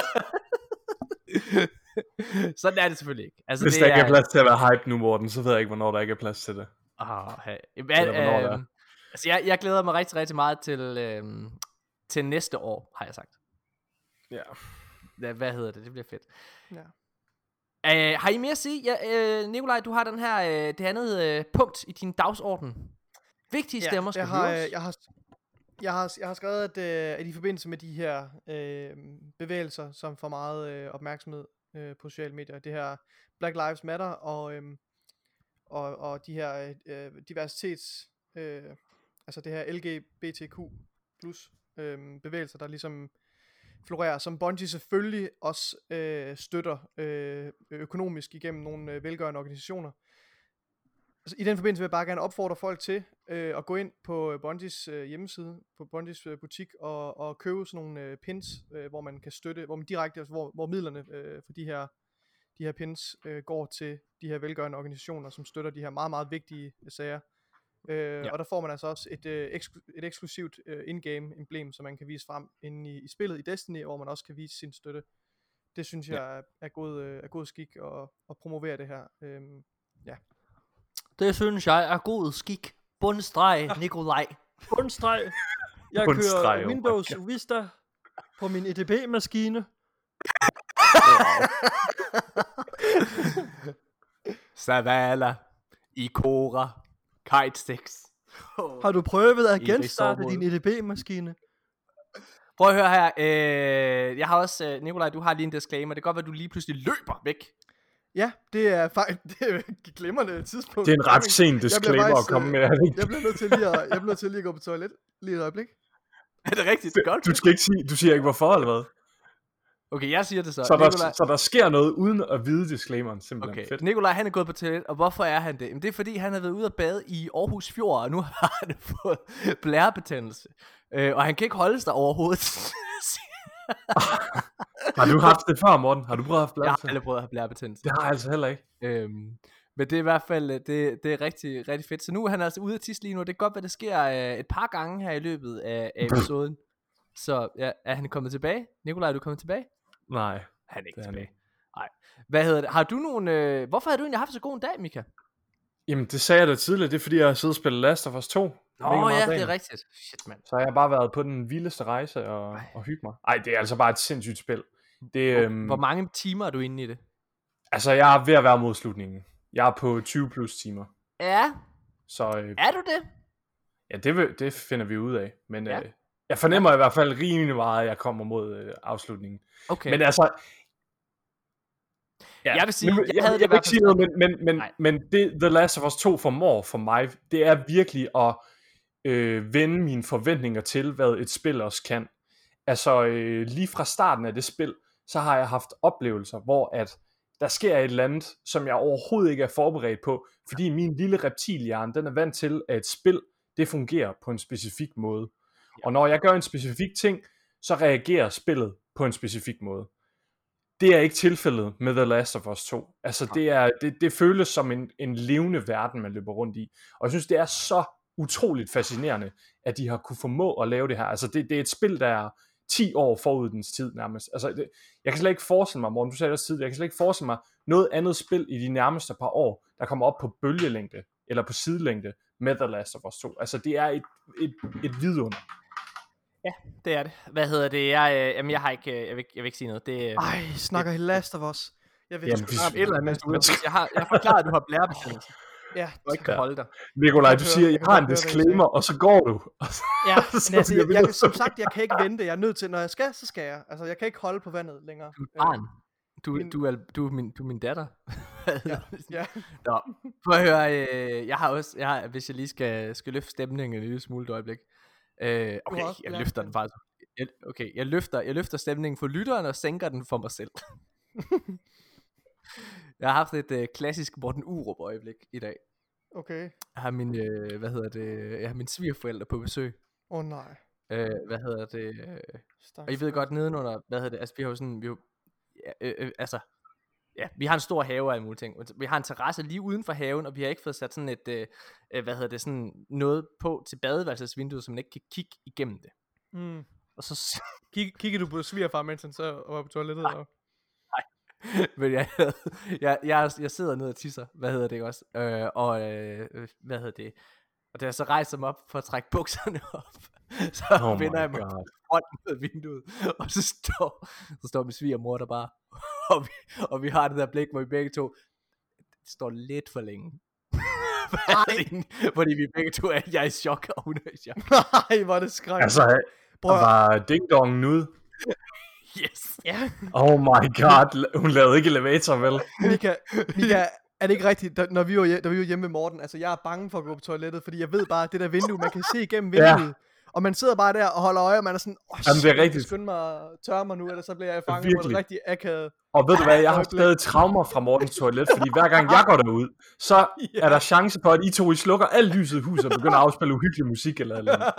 Sådan er det selvfølgelig ikke. Altså, Hvis det der ikke er er plads til at være hype nu, Morten, så ved jeg ikke, hvornår der ikke er plads til det. Oh, hey. Eller hvornår det er. øhm, altså jeg, jeg glæder mig rigtig, rigtig meget til, øhm, til næste år, har jeg sagt. Ja. Hvad, hvad hedder det? Det bliver fedt. Ja. Uh, har I mere at sige? Ja, uh, Nikolaj, du har den her, uh, det andet uh, punkt i din dagsorden. Vigtige stemmer skal jeg har, høres. øh, jeg har, jeg har, jeg har skrevet, at, øh, at i forbindelse med de her øh, bevægelser, som får meget øh, opmærksomhed øh, på sociale medier, det her Black Lives Matter og, øh, og, og de her øh, diversitets, øh, altså det her L G B T Q plus øh, bevægelser, der ligesom florerer, som Bungie selvfølgelig også øh, støtter øh, økonomisk igennem nogle øh, velgørende organisationer. Altså, i den forbindelse vil jeg bare gerne opfordre folk til øh, at gå ind på Bungies øh, hjemmeside, på Bungies øh, butik, og, og købe sådan nogle øh, pins, øh, hvor man kan støtte, hvor man direkte, altså, hvor, hvor midlerne øh, for de her, de her pins øh, går til de her velgørende organisationer, som støtter de her meget, meget vigtige øh, sager. Øh, ja. Og der får man altså også et, øh, eksklu- et eksklusivt øh, in-game emblem, som man kan vise frem inde i, i spillet i Destiny, hvor man også kan vise sin støtte. Det synes jeg Ja. er, er, god, øh, er god skik at, at promovere det her. Øh, ja. Det synes jeg er god skik. Bundstreg, Nikolaj. Bundstreg. Jeg Bundstreg, kører oh my Windows God. Vista på min E D B-maskine. Savala, Ikora, Kitesticks. Har du prøvet at I genstarte rigsområdet. din E D B-maskine? Prøv at høre her. Øh, jeg har også, øh, Nikolaj, du har lige en disclaimer. Det kan godt være, at du lige pludselig løber væk. Ja, det er faktisk det er et glimrende tidspunkt. Det er en ret sen Jeg bliver disclaimer faktisk, at komme øh, med. er det ikke? Jeg bliver nødt til lige at, jeg bliver nødt til lige at gå på toilet. Lige et øjeblik. Er det rigtigt? Godt. Du skal ikke sige, du siger ikke hvorfor, eller hvad? Okay, jeg siger det så. Så der, Nikolaj, så der sker noget uden at vide disclaimeren, simpelthen. okay. Fedt. Nikolaj, han er gået på toilet, og hvorfor er han det? Jamen, det er fordi, han har været ude at bade i Aarhus Fjord, og nu har han fået blærebetændelse. Øh, og han kan ikke holde sig overhovedet. Har du haft det før, Morten? Har du prøvet at have Jeg har blærebetændelse? aldrig prøvet at have blærebetændelse. Det har jeg altså heller ikke. Øhm, men det er i hvert fald øh, det, det er rigtig, rigtig fedt. Så nu er han altså ude at tisse lige nu. Det kan godt være, det sker øh, et par gange her i løbet af, af episoden. Så ja, er han kommet tilbage? Nikolaj, er du kommet tilbage? Nej. Han er ikke Det er han tilbage. Nej. Hvad hedder det? Har du nogen... Øh, hvorfor har du egentlig haft så god en dag, Mika? Jamen, det sagde jeg da tidligere. Det er, fordi jeg har siddet og spillet Last of Us to. Åh ja, det er rigtigt. Shit, mand. Så har jeg bare været på den vildeste rejse og, og hygge mig. Ej, det er altså bare et sindssygt spil. Det, Hvor, øhm, hvor mange timer er du inde i det? Altså, jeg er ved at være mod slutningen. Jeg er på tyve plus timer. Ja, Så øh, er du det? ja, det, vil, det finder vi ud af. Men Ja. øh, jeg fornemmer i hvert fald rimelig meget, at jeg kommer mod øh, afslutningen. Okay. Men altså... Jeg vil sige, nu, jeg jeg, havde jeg, det jeg i vil hvert ikke sige fald noget, men, men, men, Nej. men det The Last of Us to formår for mig, det er virkelig at øh, vende mine forventninger til, hvad et spil også kan. Altså øh, lige fra starten af det spil, så har jeg haft oplevelser, hvor at der sker et eller andet, som jeg overhovedet ikke er forberedt på, fordi min lille reptilhjerne, den er vant til, at et spil, det fungerer på en specifik måde. Og når jeg gør en specifik ting, så reagerer spillet på en specifik måde. Det er ikke tilfældet med The Last of Us to. Altså det, er, det, det føles som en, en levende verden, man løber rundt i. Og jeg synes, det er så utroligt fascinerende, at de har kunne formå at lave det her. Altså det, det er et spil, der er ti år forud dens tid nærmest. Altså det, jeg kan slet ikke forestille mig, Morten, du sagde det også tidligere, jeg kan slet ikke forestille mig noget andet spil i de nærmeste par år, der kommer op på bølgelængde, eller på sidelængde med The Last of Us to. Altså det er et, et, et vidunder. Ja, det er det. Hvad hedder det? Jeg, øh, jamen, jeg har ikke... Øh, jeg, vil, jeg vil ikke sige noget. Det, øh, Ej, snakker I Last of Us? Jeg ved Jamen, sgu- vi- et eller andet, du, jeg, har, jeg har forklaret, at du har blærebetændelse. Ja, Du ikke kan holde dig. Nikolaj, Jeg du kan siger, høre- jeg jeg kan har godt en høre, hvad I disclaimer, og så går du. Og så- ja, så men altså, bliver jeg, vi jeg, nødt- som sagt, jeg kan ikke vente. Jeg er nødt til, når jeg skal, så skal jeg. Altså, jeg kan ikke holde på vandet længere. Du er et barn. Du, min- du, er, du, er min, du er min datter. Ja, ja. Nå, prøv at høre. Øh, jeg har også... Jeg har, hvis jeg lige skal, skal løfte stemningen en lille smule et øjeblik. Øh, okay, også jeg lært løfter den. den faktisk. Jeg, okay, jeg løfter, jeg løfter stemningen for lytteren og sænker den for mig selv. Jeg har haft et øh, klassisk Morten Urup øjeblik i dag. Okay. Jeg har min, øh, hvad hedder det, jeg har mine svigerforældre på besøg. Åh oh, nej. Øh, hvad hedder det, øh, Stakkels og I ved godt nedenunder, hvad hedder det, altså vi har jo sådan, vi har, jo- ja, øh, øh, altså, ja, vi har en stor have og alle mulige ting. Vi har en terrasse lige uden for haven, og vi har ikke fået sat sådan et, øh, øh, hvad hedder det, sådan noget på til badeværelsesvinduet, så man ikke kan kigge igennem det. Mm. Og så, Kig, kiggede du på svigerfar, mens han så var på toilettet? Og... men jeg, jeg, jeg, jeg sidder ned og tisser, hvad hedder det også, øh, og øh, øh, hvad hedder det, og da jeg så rejser mig op for at trække bukserne op, så Oh oh my vender jeg mig God. rundt mod vinduet, og så står, så står min svigermor der bare, og vi, og vi har det der blik, hvor vi begge to, det står lidt for længe. Fordi vi begge to er, jeg er i chok, og hun er i chok. Nej, hvor er det skrækkeligt. Altså, Prøv at- var ding-dongen ude? Yes. Ja, Oh my god, hun lavede ikke elevator, vel? Mika, Mika, er det ikke rigtigt, da, når vi var, hje- da vi var hjemme med Morten, altså jeg er bange for at gå på toilettet, fordi jeg ved bare, at det der vindue, man kan se igennem Ja. vinduet, og man sidder bare der og holder øje, og man er sådan, åh, Jamen, det er shit, jeg rigtigt. skal skynde mig at tørre mig nu, eller så bliver jeg fanget på Virkelig. det rigtig akavet. Og ved du hvad, jeg har Øjeblik. stadig traumer fra Mortens toilet, fordi hver gang jeg går derud, så Ja. er der chance for, at I to I slukker alt lyset i huset og begynder at afspille uhyggelig musik eller eller andet.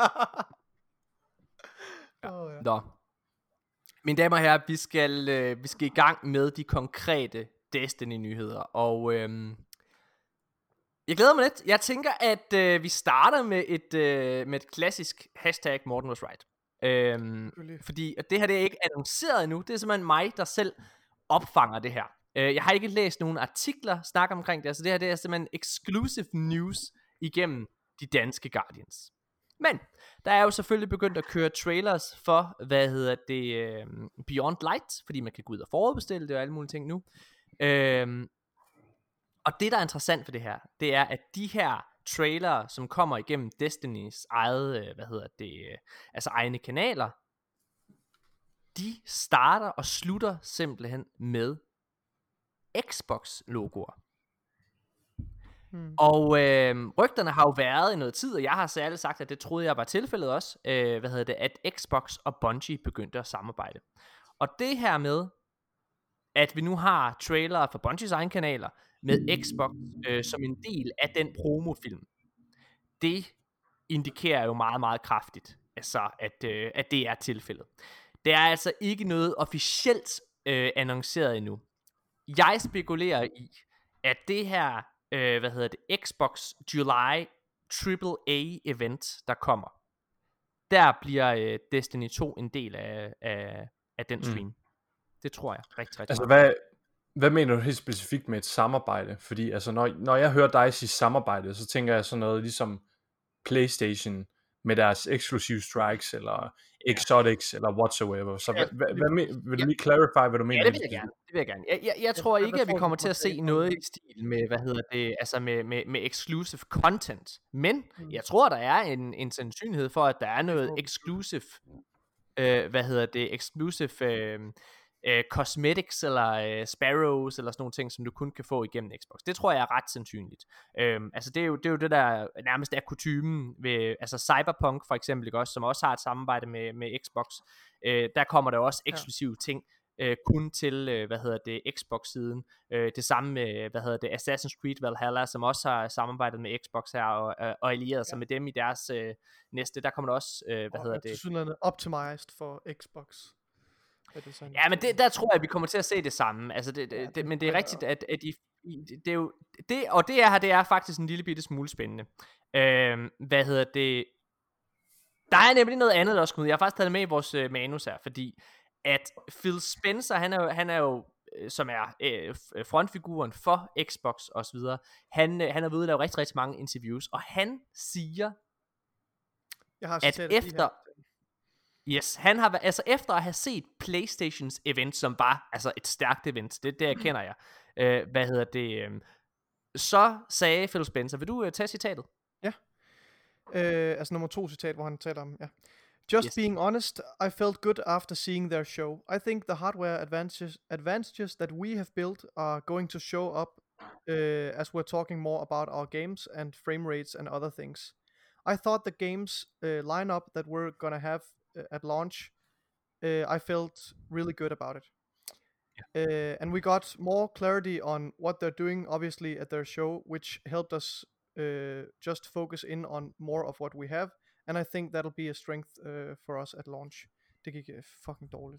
Åh, ja. Nå. Mine damer og herrer, vi skal, øh, vi skal i gang med de konkrete Destiny-nyheder. Og øhm, jeg glæder mig lidt. Jeg tænker, at øh, vi starter med et, øh, med et klassisk hashtag Morten was right. Øhm, Selvfølgelig. fordi at det her det er ikke annonceret endnu. Det er simpelthen mig, der selv opfanger det her. Øh, jeg har ikke læst nogen artikler snakke omkring det. Altså det her det er simpelthen exclusive news igennem de danske Guardians. Men der er jo selvfølgelig begyndt at køre trailers for, hvad hedder det, øh, Beyond Light, fordi man kan gå ud og forudbestille det og alle mulige ting nu. Øhm, og det, der er interessant for det her, det er, at de her trailere, som kommer igennem Destinys eget, øh, hvad hedder det, øh, altså egne kanaler, de starter og slutter simpelthen med Xbox-logoer. Hmm. Og øh, rygterne har jo været i noget tid, og jeg har særligt sagt, at det troede jeg var tilfældet også, øh, hvad hedder det, at Xbox og Bungie begyndte at samarbejde. Og det her med, at vi nu har trailere fra Bungies egen kanaler, med Xbox øh, som en del af den promofilm, det indikerer jo meget, meget kraftigt, altså, at, øh, at det er tilfældet. Det er altså ikke noget officielt øh, annonceret endnu. Jeg spekulerer i, at det her, øh, hvad hedder det, Xbox July triple A event, der kommer, der bliver øh, Destiny to en del af, af, af den stream. Mm. Det tror jeg rigtig, rigtig Altså, meget. hvad, hvad mener du helt specifikt med et samarbejde? Fordi altså, når, når jeg hører dig sige samarbejde, så tænker jeg sådan noget ligesom PlayStation med deres exclusive strikes, eller exotics, ja. eller whatsoever. Så ja, hvad, hvad, hvad men, vil du ja. lige clarify, hvad du mener? Ja, det vil jeg gerne. Det vil jeg gerne. Jeg, jeg, jeg tror ja, ikke, at vi kommer til at se noget i stil med, hvad hedder det, altså med, med, med exclusive content. Men mm. jeg tror, der er en, en sandsynlighed for, at der er noget exclusive, øh, hvad hedder det, exclusive øh, øh, cosmetics, eller øh, sparrows, eller sådan nogle ting, som du kun kan få igennem Xbox. Det tror jeg er ret sandsynligt. Øhm, altså det er, jo, det er jo det, der nærmest er kutymen ved, altså Cyberpunk for eksempel, ikke også, som også har et samarbejde med, med Xbox. Øh, der kommer der også eksklusive ja. ting, øh, kun til, øh, hvad hedder det, Xbox-siden. Øh, det samme med, hvad hedder det, Assassin's Creed Valhalla, som også har samarbejdet med Xbox her, og, øh, og allieret ja. sig med dem i deres øh, næste. Der kommer der også, øh, hvad og hedder det? Og det optimized for Xbox. Ja, men det, der tror jeg, vi kommer til at se det samme. Altså det, det, ja, det, det men det er rigtigt, at, at de, det er jo, det, og det her, det er faktisk en lille bitte smule spændende. Øhm, hvad hedder det? Der er nemlig noget andet, der også kommer ud. Jeg har faktisk taget det med i vores øh, manus her, fordi at Phil Spencer, han er jo, han er jo øh, som er øh, frontfiguren for Xbox og så videre, han, øh, han har været ude at lave rigtig, rigtig mange interviews, og han siger, jeg har at efter... Yes, han har altså efter at have set PlayStations event, som var altså et stærkt event, det det kender jeg. Øh, hvad hedder det? Øh, så sagde Phil Spencer, vil du uh, tage citatet? Ja. Øh, altså nummer to citat, hvor han taler om, ja. Just yes. being honest, I felt good after seeing their show. I think the hardware advantages advantages that we have built are going to show up uh, as we're talking more about our games and frame rates and other things. I thought the games uh, lineup that we're gonna have at launch, uh, I felt really good about it. Yeah. Uh, and we got more clarity on what they're doing, obviously, at their show, which helped us uh, just focus in on more of what we have. And I think that'll be a strength uh, for us at launch. Det gik uh, fucking dårligt.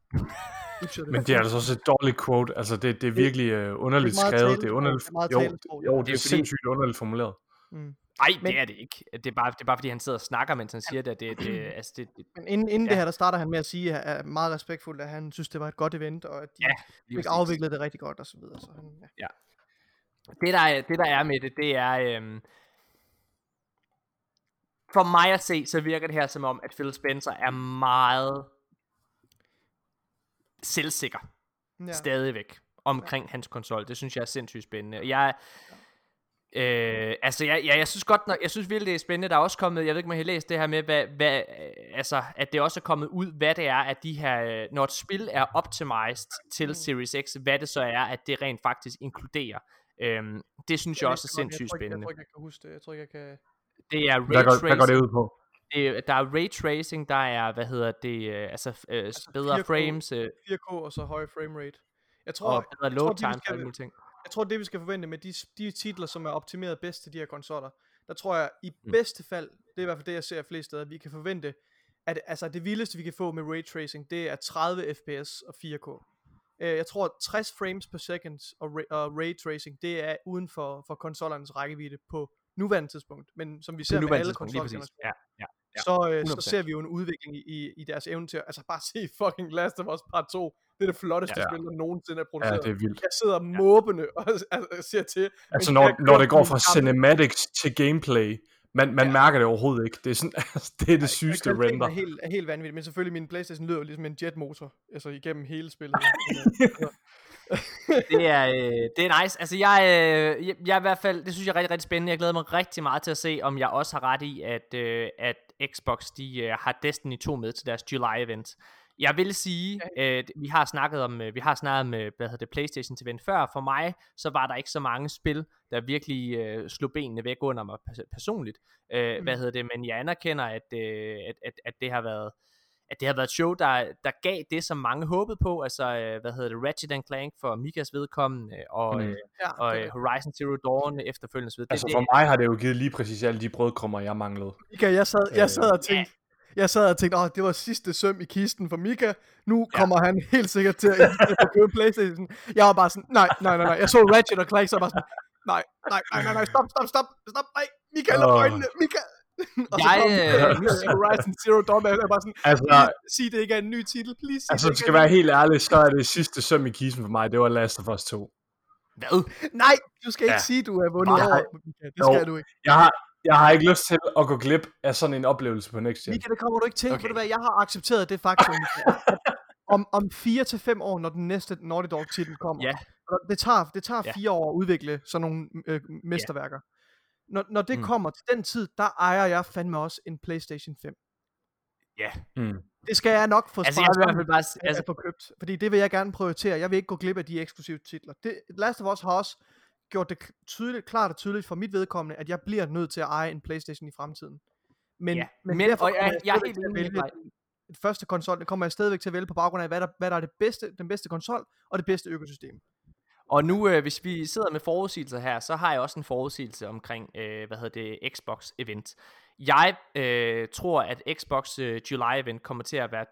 Men det er altså også et dårligt quote. Altså, det, det er virkelig uh, underligt det er skrevet. Det er underligt. Det er jo, jo, det er, det er sindssygt underligt formuleret. Mm. Nej, det er det ikke. Det er, bare, det er bare fordi han sidder og snakker, mens han siger det. det, det, altså det, det Men inden, inden ja. det her, der starter han med at sige, at er meget respektfuldt, at han synes, det var et godt event, og at de ja, fik afviklet det rigtig godt, og så videre. Så han, ja. ja. Det, der er, det, der er med det, det er... Øhm, for mig at se, så virker det her som om, at Phil Spencer er meget selvsikker. Ja. Stadigvæk. Omkring ja. hans konsol. Det synes jeg er sindssygt spændende. Jeg... Øh, altså jeg, jeg, jeg synes godt nok, jeg synes virkelig det er spændende. Der er også kommet, jeg ved ikke om jeg har læst det her med hvad, hvad, altså at det også er kommet ud, hvad det er at de her, når et spil er optimized til Series X, hvad det så er at det rent faktisk inkluderer. øhm, Det synes jeg, jeg også er sindssygt spændende. Jeg tror ikke jeg kan huske det. Jeg tror ikke jeg kan. Det er ray hvad går, tracing. Hvad går det ud på? Det, der er ray tracing, der er hvad hedder det, altså, øh, altså bedre fire K, frames, øh, fire K og så høj frame rate. Jeg tror, og bedre load time og alle mulige ting. Jeg tror, det vi skal forvente med de, de titler, som er optimeret bedst til de her konsoller, der tror jeg i mm. bedste fald, det er i hvert fald det, jeg ser flere steder, vi kan forvente, at altså, det vildeste, vi kan få med ray tracing, det er tredive F P S og fire K. Uh, jeg tror, tres frames per second og, ray, og ray tracing, det er uden for, for konsollernes rækkevidde på nuværende tidspunkt, men som vi ser med alle konsoller, ja, ja. Ja, så, øh, så ser vi jo en udvikling i, i, i deres evne til, altså bare se fucking Last of Us Part to, det er det flotteste ja, ja. spil, der nogensinde er produceret. Ja, det er vildt. Jeg sidder måbende og altså, ser til. Altså når, når det går fra cinematics til gameplay, man, man ja. mærker det overhovedet ikke. Det er, sådan, altså, det, er det sygeste render. Er helt, er helt vanvittigt, men selvfølgelig min PlayStation lyder jo ligesom en jetmotor, altså igennem hele spillet. det er øh, det er nice. Altså jeg, øh, jeg jeg i hvert fald, det synes jeg er rigtig rigtig spændende. Jeg glæder mig rigtig meget til at se, om jeg også har ret i, at øh, at Xbox de øh, har Destiny to med til deres July event. Jeg vil sige, øh, vi har snakket om, øh, vi har snakket om, øh, hvad hedder det, PlayStation event før. For mig så var der ikke så mange spil, der virkelig øh, slog benene væk under mig personligt. Øh, mm. Hvad hedder det? Men jeg anerkender, at, øh, at, at at det har været at det har været et show, der, der gav det, som mange håbede på, altså, øh, hvad hedder det, Ratchet and Clank for Mikas vedkommende, og, mm. øh, Ja, og det øh, er Horizon Zero Dawn efterfølgende. Det, Altså det, for mig har det jo givet lige præcis alle de brødkrummer, jeg manglede. Mika, jeg sad, jeg sad og tænkte, jeg sad og tænkte, åh, det var sidste søm i kisten for Mika. Nu Ja. kommer han helt sikkert til at invitere på at købe PlayStation. Jeg var bare sådan, nej, nej, nej, nej. Jeg så Ratchet og Clank, så var jeg bare sådan, nej, nej, nej, nej, nej, stop, stop, stop, stop, nej, Mika, lad Åh. øjnene, Mika. Og så Jeg, kom øh, øh, Horizon Zero Dawn, og jeg var bare sådan, Altså, please, sig det ikke er en ny titel, please, sig altså det det ikke skal er en være helt ærlig, så er det sidste søm i kisten for mig, det var Last of Us to. hvad? Nej, du skal ikke Ja. sige, du er vundet Nej. over, Mika. Det Jo. skal du ikke. Jeg har, jeg har ikke lyst til at gå glip af sådan en oplevelse på Next Gen. Mika, det kommer du ikke til. Okay. Okay. Ved du hvad, jeg har accepteret det faktum, Mika, at om, om fire til fem år, når den næste Naughty Dog-titel kommer. Ja. Og Det tager, det tager Ja. fire år at udvikle sådan nogle øh, mesterværker. Når, når det Mm. mm. kommer til den tid, der ejer jeg fandme også en PlayStation fem. Ja. Mm. Det skal jeg nok få Altså, jeg vil i hvert fald bare... s- altså, Altså, få købt. Fordi det vil jeg gerne prioritere. Jeg vil ikke gå glip af de eksklusive titler. Det, Last of Us har også gjort det tydeligt, klart og tydeligt for mit vedkommende, at jeg bliver nødt til at eje en PlayStation i fremtiden. Men, Ja, men, men- derfor og jeg- kommer jeg er stadigvæk helt til at enig med vælge dig. den- den første konsol, det kommer jeg stadigvæk til at vælge på baggrund af, hvad der, hvad der er det bedste, den bedste konsol, og det bedste økosystem. Og nu, øh, hvis vi sidder med forudsigelser her, så har jeg også en forudsigelse omkring, øh, hvad hedder det, Xbox event. Jeg øh, tror, at Xbox øh, July event kommer til at være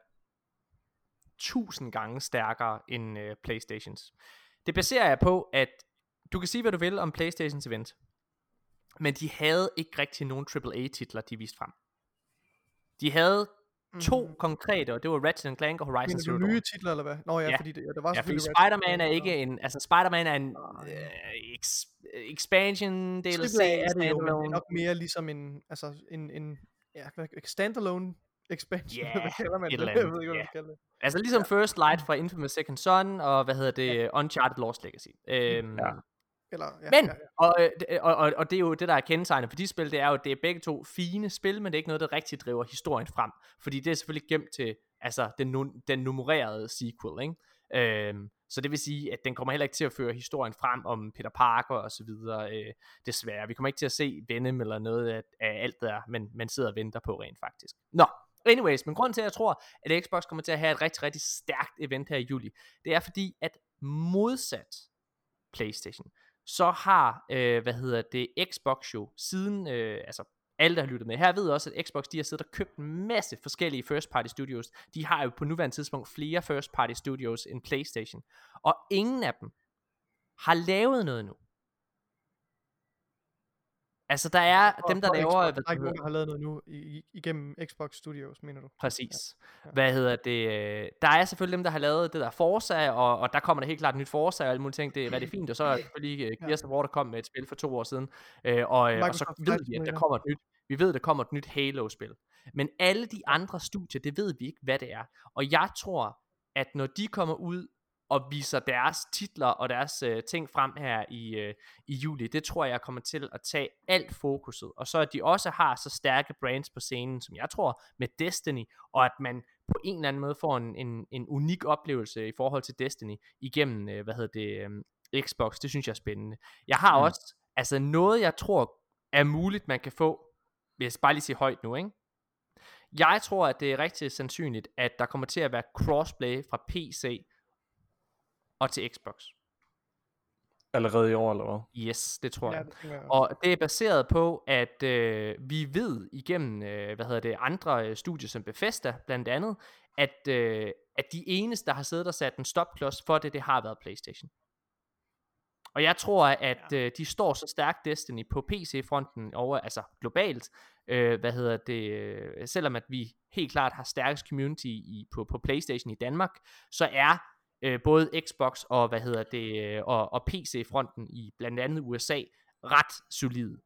tusind gange stærkere end øh, PlayStations. Det baserer jeg på, at du kan sige, hvad du vil om PlayStations event, men de havde ikke rigtig nogen triple A titler, de viste frem. De havde to Mhm. konkrete, og det var Ratchet and Clank og Horizon Mener Zero du Dawn. nye titler, eller hvad? Nå ja, Ja. fordi det, ja, der var Ja, fordi selvfølgelig Spider-Man er Ratchet ikke en, altså Spider-Man er en Nej. øh, ex- expansion D L C, Triple A er det jo, men det er standalone. nok mere ligesom en, altså en, en ja, hvad, standalone expansion, Ja, eller hvad kalder man et det? eller Jeg andet, ved ikke, hvad ja. man kalder det. Altså ligesom First Light fra Infamous Second Son, og hvad hedder det, Uncharted Lost Legacy. Øhm, Ja. Eller, ja, Men, ja, ja. og, øh, det- og, og, og det er jo det, der er kendetegnet for de spil, det er jo, at det er begge to fine spil, men det er ikke noget, der rigtig driver historien frem. Fordi det er selvfølgelig gemt til altså, den, nu- den nummererede sequel, ikke? Øhm, så det vil sige, at den kommer heller ikke til at føre historien frem om Peter Parker og så videre, øh, desværre. Vi kommer ikke til at se Venom eller noget af, af alt der, men man sidder og venter på rent faktisk. Nå, anyways, men grunden til, at jeg tror, at Xbox kommer til at have et rigtig, rigtig stærkt event her i juli, det er fordi, at modsat PlayStation, så har, øh, hvad hedder det, Xbox jo siden, øh, altså alle der har lyttet med her ved også, at Xbox de har siddet og købt en masse forskellige first party studios. De har jo på nuværende tidspunkt flere first party studios end PlayStation, og ingen af dem har lavet noget nu. Altså der er Og- dem der og laver, Xbox, hvad der er det ikke nogen, hedder- der har lavet noget nu i, i, igennem Xbox Studios, mener du? Præcis. Ja. Hvad hedder det? øh, Der er selvfølgelig dem, der har lavet det der Forza, og, og der kommer der helt klart et nyt Forza og alle mulige ting. Det er rigtig fint. Og så er selvfølgelig uh, Gears of War, der kom med et spil for to år siden. Øh, og, øh, og så Microsoft ved Flight vi, at der Simulator. kommer et nyt. Vi ved, at der kommer et nyt Halo-spil. Men alle de andre studier, det ved vi ikke, hvad det er. Og jeg tror, at når de kommer ud og viser deres titler og deres øh, ting frem her i, øh, i juli, det tror jeg kommer til at tage alt fokuset. Og så at de også har så stærke brands på scenen, som jeg tror, med Destiny, og at man på en eller anden måde får en, en, en unik oplevelse i forhold til Destiny igennem, øh, hvad hedder det, øh, Xbox. Det synes jeg er spændende. Jeg har Mm. også, altså noget jeg tror er muligt, man kan få, vil jeg bare lige sige højt nu, ikke? Jeg tror, at det er rigtig sandsynligt, at der kommer til at være crossplay fra P C og til Xbox. Allerede i år, eller hvad? Yes, det tror Ja, jeg. det tænker jeg også. Og det er baseret på, at øh, vi ved igennem, øh, hvad hedder det, andre øh, studier som Bethesda blandt andet, at, øh, at de eneste, der har siddet og sat en stopklods for det, det har været PlayStation. Og jeg tror, at øh, de står så stærkt Destiny på P C-fronten over, altså globalt, øh, hvad hedder det, øh, selvom at vi helt klart har stærkest community i, på, på PlayStation i Danmark, så er øh, både Xbox og, hvad hedder det, øh, og, og P C-fronten i blandt andet U S A ret solid.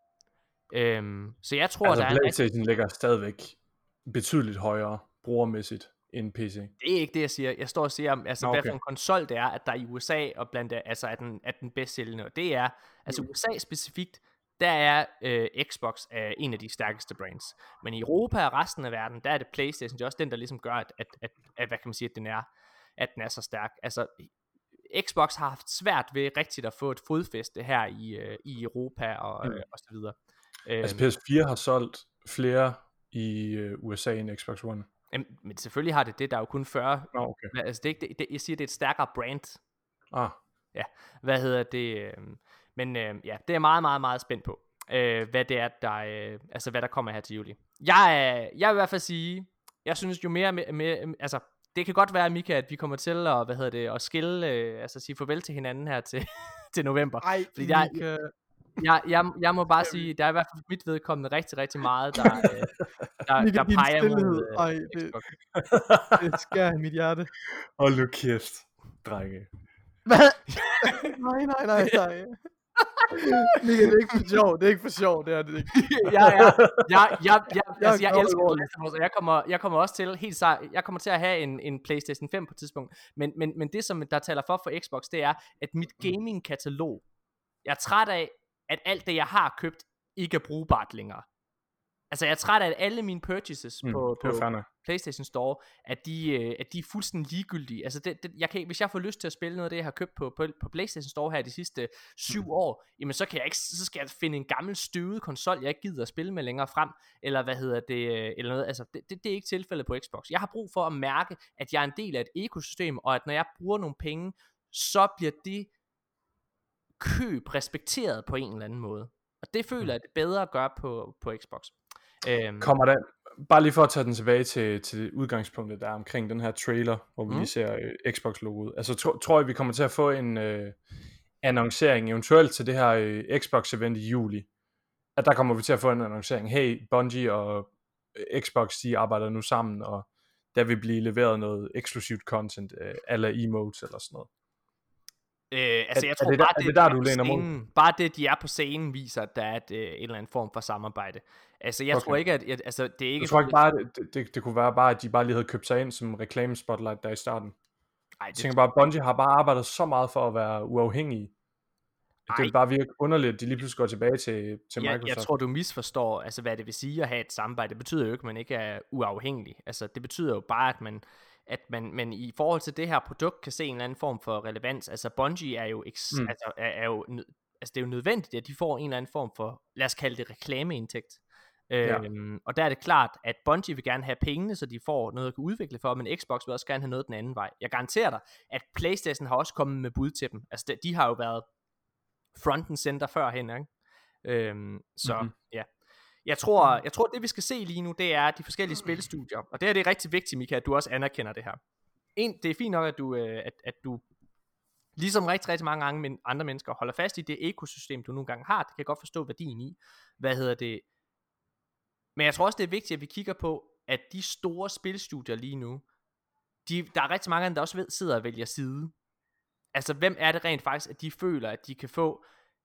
Øhm, så jeg tror, Altså der er en rigtig, PlayStation ligger stadigvæk betydeligt højere brugermæssigt end P C. det er ikke det, jeg siger. Jeg står og siger, om, altså, Nå, hvad okay. for en konsol det er, at der i U S A og blandt altså, er den, er den bedst sælgende. Og det er, altså U S A specifikt, der er øh, Xbox er en af de stærkeste brands. Men i Europa og resten af verden, der er det PlayStation, det er også den, der ligesom gør, at, at, at, at hvad kan man sige, at den er, at den er så stærk. Altså, Xbox har haft svært ved rigtigt at få et fodfæste her i, øh, i Europa og, Mm. øh, og så videre. Altså Øhm, P S fire har solgt flere i øh, U S A end Xbox One. Jamen, men selvfølgelig har det det, der er jo kun fyrre. Nå, okay. Hva- Altså, det er ikke, det, det, jeg siger, det er et stærkere brand. Ah, Ja, hvad hedder det? Øh, men øh, ja, det er jeg meget, meget, meget spændt på, øh, hvad det er, der, øh, altså hvad der kommer her til juli. Jeg, er, jeg vil i hvert fald sige, jeg synes jo mere, mere, mere altså, det kan godt være, Mika, at vi kommer til at, hvad hedder det, at skille, øh, altså sige farvel til hinanden her til, til november. Ej, Fordi jeg, Mika. jeg, jeg, jeg må bare sige, der er i hvert fald mit vedkommende rigtig, rigtig meget, der, øh, der, Mika, der din peger stillhed. mod øh, Ej, det, Xbox. det skærer i mit hjerte. hold nu kæft, drenge. Hvad? nej, nej, nej, nej. Mika, det er ikke for sjov. Det er ikke for sjov, det er det ikke. ja, ja, jeg, jeg, jeg, Jeg altså, jeg er elsker alvorlig. Last of Us, og jeg kommer, jeg kommer også til helt sej, jeg kommer til at have en, en PlayStation fem på et tidspunkt, men, men, men det som der taler for for Xbox, det er, at mit gaming-katalog, jeg er træt af, at alt det jeg har købt, ikke er brugbart længere. Altså jeg er træt af, at alle mine purchases Mm, på, det på er fair nok. PlayStation Store, at de, øh, at de er fuldstændig ligegyldige. Altså det, det, jeg kan, hvis jeg får lyst til at spille noget af det, jeg har købt på, på, på PlayStation Store her de sidste syv mm. år, jamen så kan jeg ikke, så skal jeg finde en gammel støvet konsol, jeg ikke gider at spille med længere frem, eller hvad hedder det, øh, eller noget. Altså det, det, det er ikke tilfældet på Xbox. Jeg har brug for at mærke, at jeg er en del af et ekosystem, og at når jeg bruger nogle penge, så bliver det køb respekteret på en eller anden måde. Og det føler jeg, det er bedre at gøre på, på Xbox. Øhm, Kommer der, bare lige for at tage den tilbage til, til udgangspunktet der omkring den her trailer, hvor vi Mm. lige ser øh, Xbox-logoet. Altså tro, tror jeg, vi kommer til at få en øh, annoncering eventuelt til det her øh, Xbox-event i juli. At der kommer vi til at få en annoncering. Hey, Bungie og øh, Xbox, de arbejder nu sammen, og der vil blive leveret noget eksklusivt content, øh, eller emotes eller sådan noget. Øh, altså Er- jeg er tror det der- bare er det, det der, de er du på læner mod? scenen, bare det de er på scenen viser at der er et, øh, en eller anden form for samarbejde. Altså jeg Okay. tror ikke at jeg, altså det er ikke Jeg tror ikke bare, det, det, det kunne være bare, at de bare lige havde købt sig ind som reklame spotlight der i starten. Ej, Jeg det, tænker bare, at Bungie har bare arbejdet så meget for at være uafhængige. Det Ej. vil bare virke underligt, at de lige pludselig går tilbage til, til jeg, Microsoft. jeg tror du misforstår altså hvad det vil sige at have et samarbejde. Det betyder jo ikke at man ikke er uafhængig. Altså det betyder jo bare at man at man, man i forhold til det her produkt kan se en eller anden form for relevans. Altså Bungie er jo eks, Mm. altså, er, er jo nød- altså det er jo nødvendigt at de får en eller anden form for, lad os kalde det reklameindtægt. Ja. Øhm, og der er det klart, at Bungie vil gerne have pengene, så de får noget at kunne udvikle for, men Xbox vil også gerne have noget den anden vej. Jeg garanterer dig, at PlayStation har også kommet med bud til dem. Altså de, de har jo været front and center førhen, ikke? Øhm, så Mhm. mm-hmm. ja. Jeg tror, jeg tror, det vi skal se lige nu, det er de forskellige spilstudier. Og det er det er rigtig vigtigt, Mika, at du også anerkender det her. En, det er fint nok, at du, øh, at, at du ligesom rigtig, rigtig mange andre, men andre mennesker holder fast i det ekosystem, du nogle gange har. Det kan jeg godt forstå værdien i. Hvad hedder det? Men jeg tror også, det er vigtigt, at vi kigger på, at de store spilstudier lige nu, de, der er rigtig mange af dem, der også ved, sidder og vælger side. Altså, hvem er det rent faktisk, at de føler, at de kan få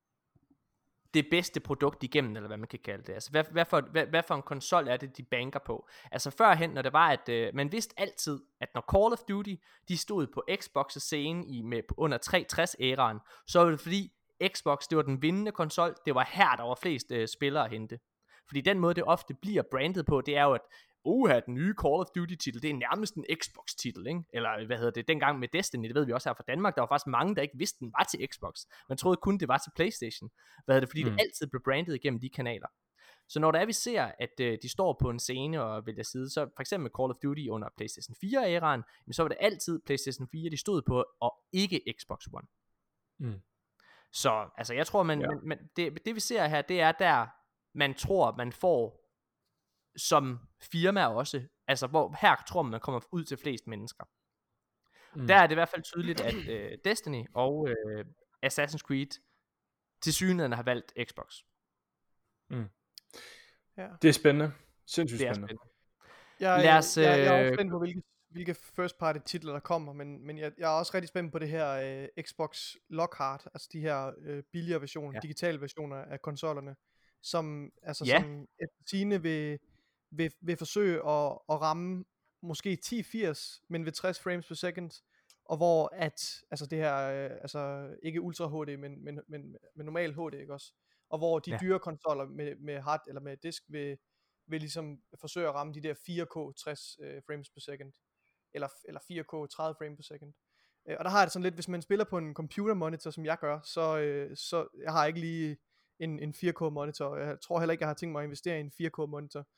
det bedste produkt igennem, eller hvad man kan kalde det. Altså, hvad, hvad, for, hvad, hvad for en konsol er det, de banker på? Altså, førhen, når det var, at øh, man vidste altid, at når Call of Duty, de stod på Xbox' scene i, med, under tre tres-æraen, så var det fordi, Xbox, det var den vindende konsol, det var her, der var flest øh, spillere at hente. Fordi den måde, det ofte bliver brandet på, det er jo, at uha, den nye Call of Duty titel, det er nærmest en Xbox titel, ikke? Eller hvad hedder det, dengang med Destiny, det ved vi også her fra Danmark, der var faktisk mange, der ikke vidste, den var til Xbox. Man troede kun, det var til PlayStation. Hvad hedder det, fordi mm. det altid blev brandet igennem de kanaler. Så når der er, vi ser, at øh, de står på en scene og vælger side, så for eksempel med Call of Duty under PlayStation fire-æraen, så var det altid PlayStation fire, de stod på, og ikke Xbox One. Mm. Så altså, jeg tror, man, Ja. man, man det, det vi ser her, det er der, man tror, man får som firma også, altså hvor her tror man, man kommer ud til flest mennesker. Mm. Der er det i hvert fald tydeligt, at øh, Destiny og øh, Assassin's Creed til synligheden har valgt Xbox. Mm. Ja. Det er spændende. Sindssygt Det er spændende. spændende. Jeg, Lad os, jeg, jeg er øh, også spændt på, hvilke, hvilke first party titler der kommer, men, men jeg, jeg er også rigtig spændt på det her øh, Xbox Lockhart, altså de her øh, billigere versioner, Ja. ja. digitale versioner af konsollerne, som altså Ja. som efter sigende vil, vil, vil forsøge at, at ramme måske ti firs, men ved tres frames per second, og hvor at, altså det her, øh, altså ikke Ultra H D, men, men, men, men normal H D, ikke også? Og hvor de Ja. ja. dyre konsoller med, med hard eller med disk vil, vil ligesom forsøge at ramme de der fire K tres øh, frames per second, eller, eller fire K tredive frames per second. Øh, og der har jeg det sådan lidt, hvis man spiller på en computer monitor, som jeg gør, så, øh, så jeg har ikke lige en, en fire K monitor. Jeg tror heller ikke, jeg har tænkt mig at investere i en fire K monitor.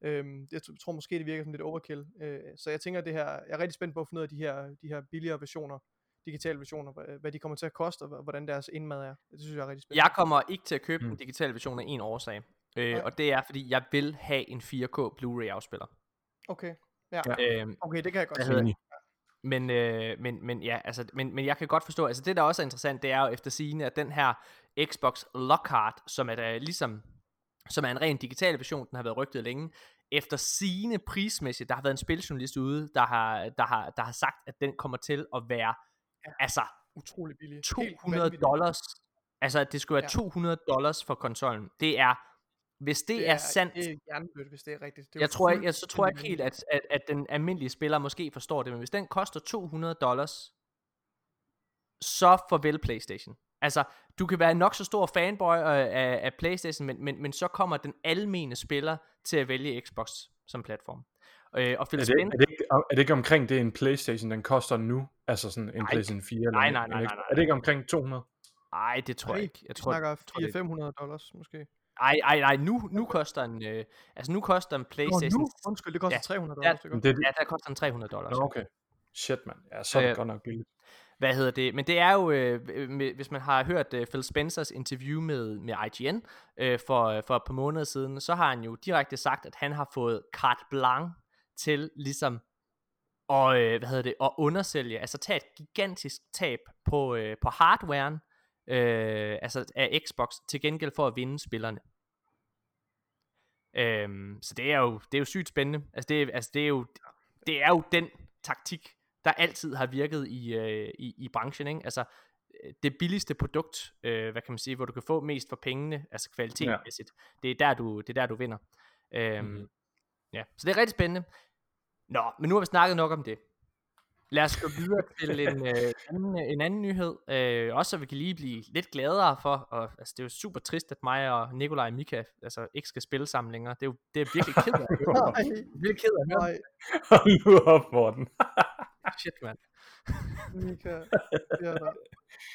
Øhm, jeg tror måske, det virker som lidt overkill. Øh, så jeg tænker, det her, jeg er rigtig spændt på at finde ud af de her, de her billigere versioner, digitale versioner, hvad, hvad de kommer til at koste, og hvordan deres indmad er. Det synes jeg er rigtig spændende. Jeg kommer ikke til at købe Mm. den digitale version af en årsag. Øh, Nej. og det er, fordi jeg vil have en fire K Blu-ray afspiller. Okay, ja. Ja. Øhm, Okay, det kan jeg godt Hvad se. hedder Men, øh, men, men ja, altså, men, men jeg kan godt forstå, altså det der også er interessant, det er jo efter sigende, at den her Xbox Lockhart, som er der, ligesom, som er en ren digital version, den har været rygtet længe, efter sigende prismæssigt, der har været en spiljournalist ude, der har, der har, der har sagt, at den kommer til at være, ja. altså, Utrolig billig. Helt to hundrede vanvittigt. dollars, altså at det skulle være Ja. to hundrede dollars for konsollen. Det er, hvis det, det er, er sandt, det er hjernedødt, hvis det er rigtigt. Det er jeg jo tror ikke, jeg, så tror jeg ikke fuldstændig helt, at, at, at den almindelige spiller måske forstår det, men hvis den koster to hundrede dollars, så farvel PlayStation. Altså, du kan være nok så stor fanboy af, af, af PlayStation, men, men, men så kommer den almene spiller til at vælge Xbox som platform. Øh, og Phil Er det, Spencer, er, det ikke, er det ikke omkring det, en PlayStation, den koster nu? Altså sådan en Nej. PlayStation fire? Eller Nej, en- nej, en nej, nej, Xbox? nej, Er det ikke omkring to hundrede? nej, det tror jeg Nej, ikke. Jeg vi tror, snakker jeg tror, fire det- til fem hundrede dollars, måske. Ej, ej, nej, nu, nu koster en, øh, altså nu koster en Nå, PlayStation, nu? Undskyld, det koster Ja. tre hundrede Ja, dollars. det er godt. Det, ja, der koster en tre hundrede dollars. Nå, okay. Shit, mand. Ja, så er det Øh, godt nok billigt. Hvad hedder det? Men det er jo, øh, med, hvis man har hørt øh, Phil Spencers interview med, med I G N øh, for, øh, for et par måneder siden, så har han jo direkte sagt, at han har fået carte blanche til ligesom at, øh, hvad hedder det, at undersælge, altså tage et gigantisk tab på, øh, på hardwaren, øh, altså af Xbox, til gengæld for at vinde spillerne. Øhm, så det er jo, det er jo sygt spændende. Altså det, er- altså det er jo, det er jo den taktik, der altid har virket i, øh, i, i branchen, ikke? Altså øh, det billigste produkt, øh, hvad kan man sige, hvor du kan få mest for pengene, altså kvalitetsmæssigt, ja. det er der du, det er der du vinder. Øhm, Mhm. Ja, så det er rigtig spændende. Nå, men nu har vi snakket nok om det. Lad os gå videre til en, øh, anden, en anden nyhed, øh, også så vi kan lige blive lidt gladere for, og altså, det er jo super trist, at mig og Nikolaj og Mika altså, ikke skal spille sammen længere. Det er jo det er virkelig ked af at høre. Nej, Virkelig ked af at høre. nej, Hold nu op, Morten. Shit, mand. Mika. Det er der.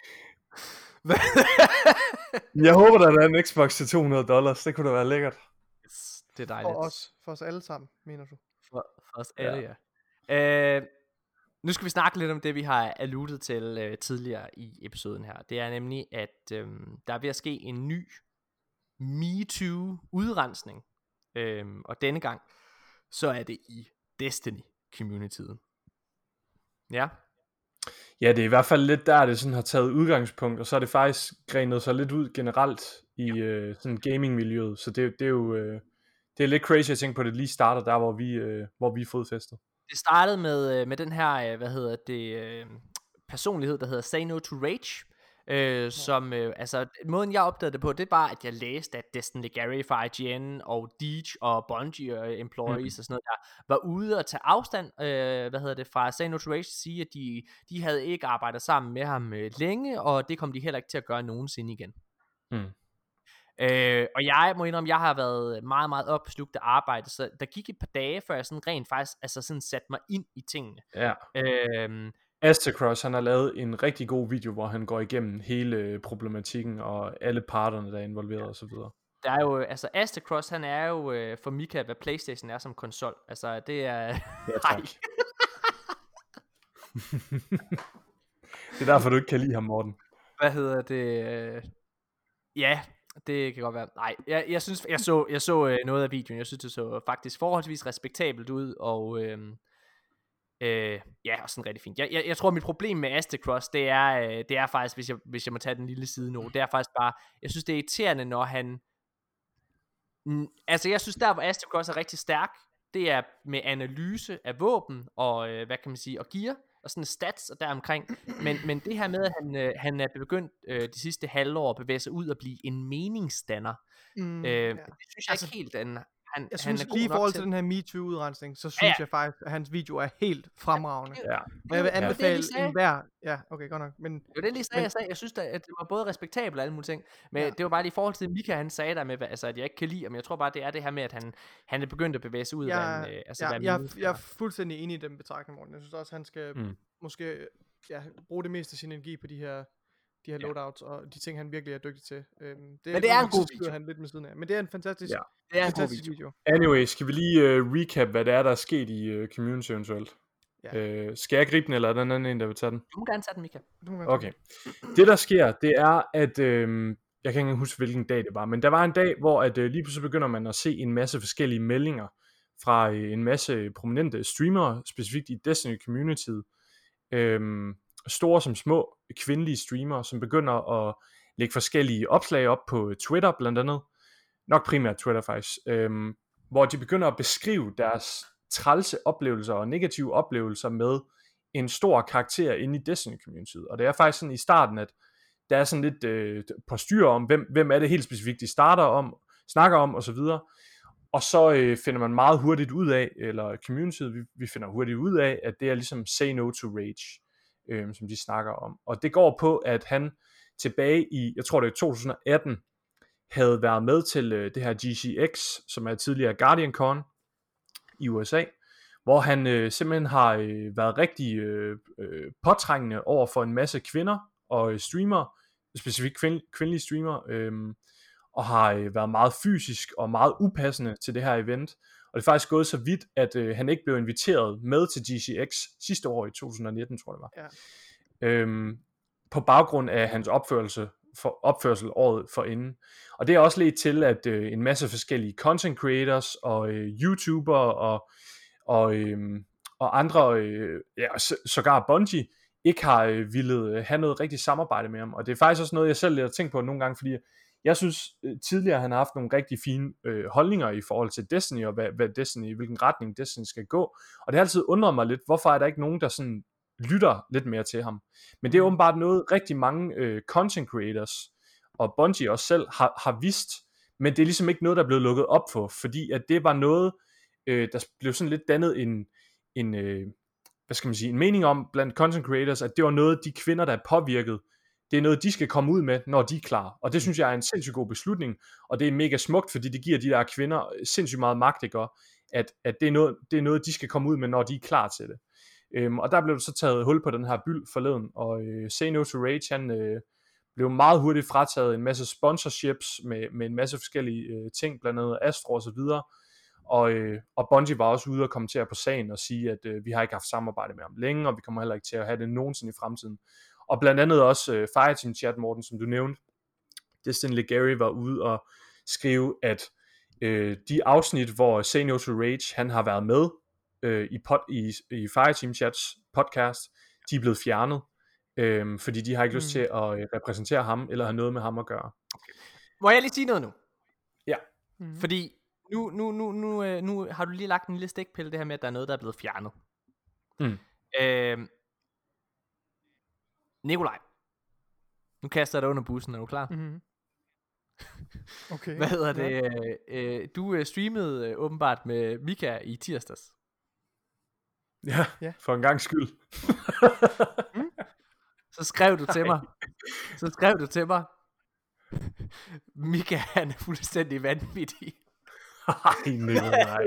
Jeg håber, der er en Xbox til to hundrede dollars. Det kunne da være lækkert. Yes, det er dejligt. For os, for os alle sammen, mener du? For, for os alle, ja. Øh, nu skal vi snakke lidt om det, vi har alluderet til øh, tidligere i episoden her. Det er nemlig, at øh, der er ved at ske en ny MeToo-udrensning. Øh, og denne gang, så er det i Destiny-communityet. Ja. Ja, det er i hvert fald lidt der, det sådan har taget udgangspunkt, og så er det faktisk grenet sig lidt ud generelt i øh, sådan gaming-miljøet. Så det, det er jo øh, det er lidt crazy at tænke på, at det lige starter der, hvor vi, øh, hvor vi er fodfæstet. Det startede med, øh, med den her, øh, hvad hedder det, øh, personlighed, der hedder Say No To Rage, øh, ja. som, øh, altså, måden jeg opdagede det på, det var, at jeg læste, at Destin Legary fra I G N, og Deej, og Bungie, og Employees, mm. og sådan noget der, var ude og tage afstand, øh, hvad hedder det, fra Say No To Rage, sige, at de, de havde ikke arbejdet sammen med ham øh, længe, og det kom de heller ikke til at gøre nogensinde igen. Mm. Øh, og jeg må indrømme, jeg har været meget, meget opslugt af arbejde, så der gik et par dage, før jeg sådan rent faktisk altså sådan satte mig ind i tingene. Ja. Øh, Astacross, han har lavet en rigtig god video, hvor han går igennem hele problematikken, og alle parterne, der er involveret, og så videre. Der er jo, altså Astacross, han er jo øh, for Mika, hvad PlayStation er som konsol. Altså, det er... Ja, tak. Det er derfor, du ikke kan lide ham, Morten. Hvad hedder det? Øh... Ja, det kan godt være. Nej, jeg, jeg synes, jeg så, jeg så øh, noget af videoen. Jeg synes, det så faktisk forholdsvis respektabelt ud, og... Øh... Øh, ja, og sådan rigtig fint. Jeg, jeg, jeg tror, mit problem med Astacross, det er, øh, det er faktisk, hvis jeg, hvis jeg må tage den lille side nu, det er faktisk bare, jeg synes, det er irriterende, når han... Mm, altså, jeg synes, der hvor Astacross er rigtig stærk, det er med analyse af våben, og øh, hvad kan man sige, og gear, og sådan stats og deromkring. Men, men det her med, at han, øh, han er begyndt øh, de sidste halvår at bevæge sig ud og blive en meningsdanner, Mm, øh, ja. det synes jeg Altså, ikke helt, han, han, Jeg han synes er god lige i nok forhold til. til den her MeToo-udrensning, så synes Ja, ja. jeg faktisk, at hans video er helt fremragende. Ja. Og jeg vil det var det, jeg anbefale lige sagde. en hver... Ja, okay, godt nok. Men Det var det, jeg lige sagde, Men- jeg sagde. Jeg synes, da, at det var både respektabelt og alle mulige ting. Men Ja. det var bare lige i forhold til Mika, han sagde der med, hvad- altså, at jeg ikke kan lide ham. Jeg tror bare, det er det her med, at han, han er begyndt at bevæge sig ud af, jeg, hvad en, øh, altså, ja, hvad en jeg, meningsdanner. jeg er fuldstændig enig i den betragtning, Morten. Jeg synes også, han skal Mm. måske ja, bruge det meste af sin energi på de her, de her Ja. loadouts, og de ting, han virkelig er dygtig til. Øhm, det, Men det er en god så skyder video. han lidt med siden af. Men det er en fantastisk, Ja. Det er en god fantastisk video. video. Anyway, skal vi lige uh, recap, hvad det er, der er sket i uh, community eventuelt? Ja. Uh, skal jeg gribe den, eller er der en anden en, der vil tage den? Du må gerne tage den, Mika. Du må gerne tage Okay. Det, der sker, det er, at... Øh, jeg kan ikke huske, hvilken dag det var, men der var en dag, hvor at, øh, lige pludselig begynder man at se en masse forskellige meldinger fra øh, en masse prominente streamere, specifikt i Destiny-communityet. Øhm, store som små kvindelige streamere, som begynder at lægge forskellige opslag op på Twitter blandt andet. Nok primært Twitter faktisk. Øhm, hvor de begynder at beskrive deres trælse oplevelser og negative oplevelser med en stor karakter inde i Destiny-communityet. Og det er faktisk sådan i starten, at der er sådan lidt øh, på styr om, hvem, hvem er det helt specifikt, de starter om, snakker om, og så videre. Og så øh, finder man meget hurtigt ud af, eller communityet, vi, vi finder hurtigt ud af, at det er ligesom Say No to Rage, øh, som de snakker om. Og det går på, at han tilbage i, jeg tror det er to tusind og atten, havde været med til øh, det her G C X, som er tidligere GuardianCon i U S A, hvor han øh, simpelthen har øh, været rigtig øh, øh, påtrængende over for en masse kvinder og øh, streamere, specifikt kvind, kvindelige streamere, øh, og har øh, været meget fysisk og meget upassende til det her event. Og det er faktisk gået så vidt, at øh, han ikke blev inviteret med til G C X sidste år i to tusind og nitten, tror jeg det var. Ja. Øhm, på baggrund af hans opførelse, for, opførsel året forinden. Og det er også ledt til, at øh, en masse forskellige content creators og øh, YouTubere og, og, øh, og andre, øh, ja, så, sågar Bungie, ikke har øh, ville have noget rigtigt samarbejde med ham. Og det er faktisk også noget, jeg selv har tænkt på nogle gange, fordi jeg synes øh, tidligere, han har haft nogle rigtig fine øh, holdninger i forhold til Destiny, og hvad, hvad Destiny, hvilken retning Destiny skal gå. Og det har altid undret mig lidt, hvorfor er der ikke nogen, der sådan lytter lidt mere til ham. Men det er åbenbart noget, rigtig mange øh, content creators, og Bungie også selv, har, har vidst, men det er ligesom ikke noget, der er blevet lukket op for, fordi at det var noget, øh, der blev sådan lidt dannet en, en øh, hvad skal man sige, en mening om blandt content creators, at det var noget, de kvinder, der er påvirket, det er noget, de skal komme ud med, når de er klar. Og det synes jeg er en sindssygt god beslutning, og det er mega smukt, fordi det giver de der kvinder sindssygt meget magt, ikke? At, at det, er noget, det er noget, de skal komme ud med, når de er klar til det. Øhm, og der blev så taget hul på den her byld forleden, og øh, Say No to Rage, han øh, blev meget hurtigt frataget en masse sponsorships med, med en masse forskellige øh, ting, blandt andet Astro og så videre. Og, øh, og Bungie var også ude og kommentere på sagen og sige, at øh, vi har ikke haft samarbejde med ham længe, og vi kommer heller ikke til at have det nogensinde i fremtiden. Og blandt andet også øh, Fireteam Chat, Morten, som du nævnte, Destiny Legary var ude og skrive, at øh, de afsnit, hvor Say No to Rage, han har været med øh, i, pod, i, i Fireteam Chats podcast, de er blevet fjernet, øh, fordi de har ikke mm. lyst til at øh, repræsentere ham, eller have noget med ham at gøre. Må jeg lige sige noget nu? Ja. Mm. Fordi nu, nu, nu, nu, øh, nu har du lige lagt en lille stikpille, det her med, at der er noget, der er blevet fjernet. Mm. Øh, Nikolaj, nu kaster jeg dig under bussen, er du klar? Mm-hmm. Okay. Hvad hedder det? Ja. Øh, du øh, streamede øh, åbenbart med Mika i tirsdags. Ja, ja, for en gang skyld. mm. Så skrev du til mig. Så skrev du til mig. Mika, han er fuldstændig vanvittig. Ej, nej.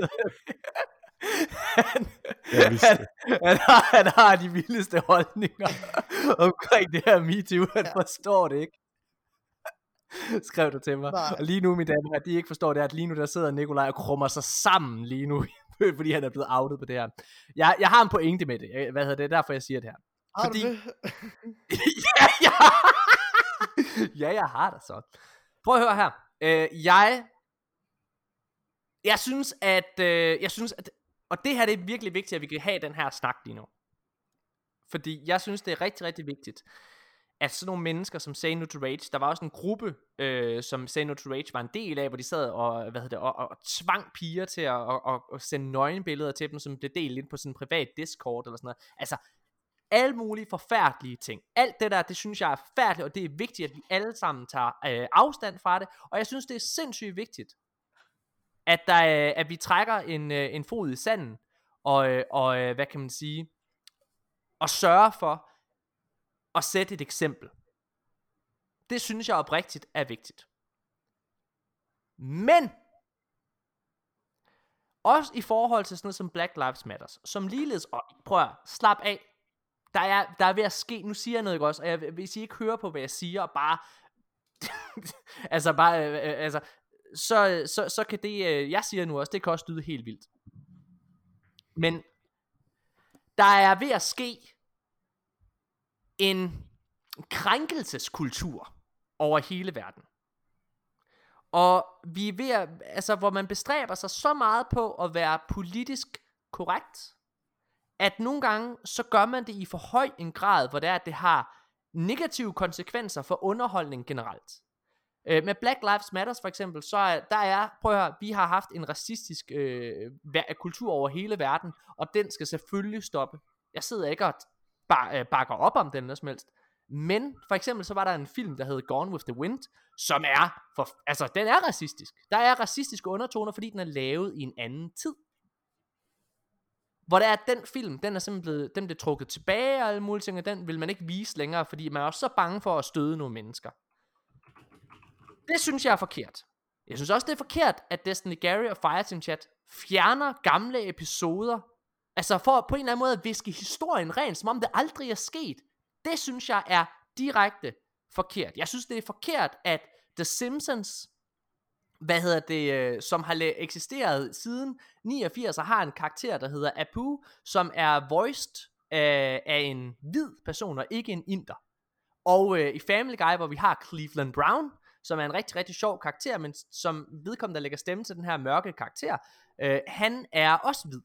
Han, han, han, har, han har de vildeste holdninger omkring det her MeToo. Han ja. forstår det ikke. Skrev du til mig. Nej. Og lige nu, mine damer, at de ikke forstår det, at lige nu der sidder Nikolaj og krummer sig sammen lige nu, fordi han er blevet outet på det her. Jeg, jeg har en pointe med det. Hvad hedder det? Derfor jeg siger det her. Har fordi... du det? ja, ja. ja, jeg har det så. Prøv at høre her. Øh, jeg Jeg synes, at øh, jeg synes, at og det her det er virkelig vigtigt, at vi kan have den her snak lige nu. Fordi jeg synes, det er rigtig, rigtig vigtigt, at sådan nogle mennesker som Say No to Rage, der var også en gruppe, øh, som Say No to Rage var en del af, hvor de sad og, hvad hedder det, og, og, og tvang piger til at og, og, og sende nøgenbilleder til dem, som blev delt ind på sådan en privat Discord eller sådan noget. Altså, alle mulige forfærdelige ting. Alt det der, det synes jeg er forfærdeligt, og det er vigtigt, at vi alle sammen tager øh, afstand fra det. Og jeg synes, det er sindssygt vigtigt, at, der, at vi trækker en, en fod i sanden, og, og hvad kan man sige, og sørger for at sætte et eksempel. Det synes jeg oprigtigt er vigtigt. Men, også i forhold til sådan noget som Black Lives Matter, som ligeledes, og prøv at slap af, der er, der er ved at ske, nu siger jeg noget, ikke også, og jeg, hvis I ikke hører på, hvad jeg siger, og bare, altså bare, øh, øh, altså, så, så, så kan det, øh, jeg siger nu også, det kan også lyde helt vildt. Men, der er ved at ske, en krænkelseskultur over hele verden. Og vi er ved at, altså hvor man bestræber sig så meget på at være politisk korrekt, at nogle gange så gør man det i for høj en grad, hvor det er, at det har negative konsekvenser for underholdning generelt. Øh, med Black Lives Matter for eksempel, så er, der er, prøv at høre, vi har haft en racistisk øh, kultur over hele verden, og den skal selvfølgelig stoppe. Jeg sidder ikke og bar, øh, bakker op om den eller som helst. Men for eksempel så var der en film, der hed Gone with the Wind, som er, for, altså den er racistisk. Der er racistiske undertoner, fordi den er lavet i en anden tid. Hvor der er den film, den er simpelthen blevet, den blev trukket tilbage og alle mulige ting, og den vil man ikke vise længere, fordi man er også så bange for at støde nogle mennesker. Det synes jeg er forkert. Jeg synes også det er forkert, at Destiny Gary og Fireteam Chat fjerner gamle episoder, altså for på en eller anden måde at viske historien ren, som om det aldrig er sket. Det synes jeg er direkte forkert. Jeg synes det er forkert, at The Simpsons, hvad hedder det, øh, som har eksisteret siden niogfirs, og har en karakter, der hedder Apu, som er voiced af, af en hvid person, og ikke en inder. Og øh, i Family Guy, hvor vi har Cleveland Brown, som er en rigtig, rigtig sjov karakter, men som vedkommende, der lægger stemme til den her mørke karakter, øh, han er også hvid.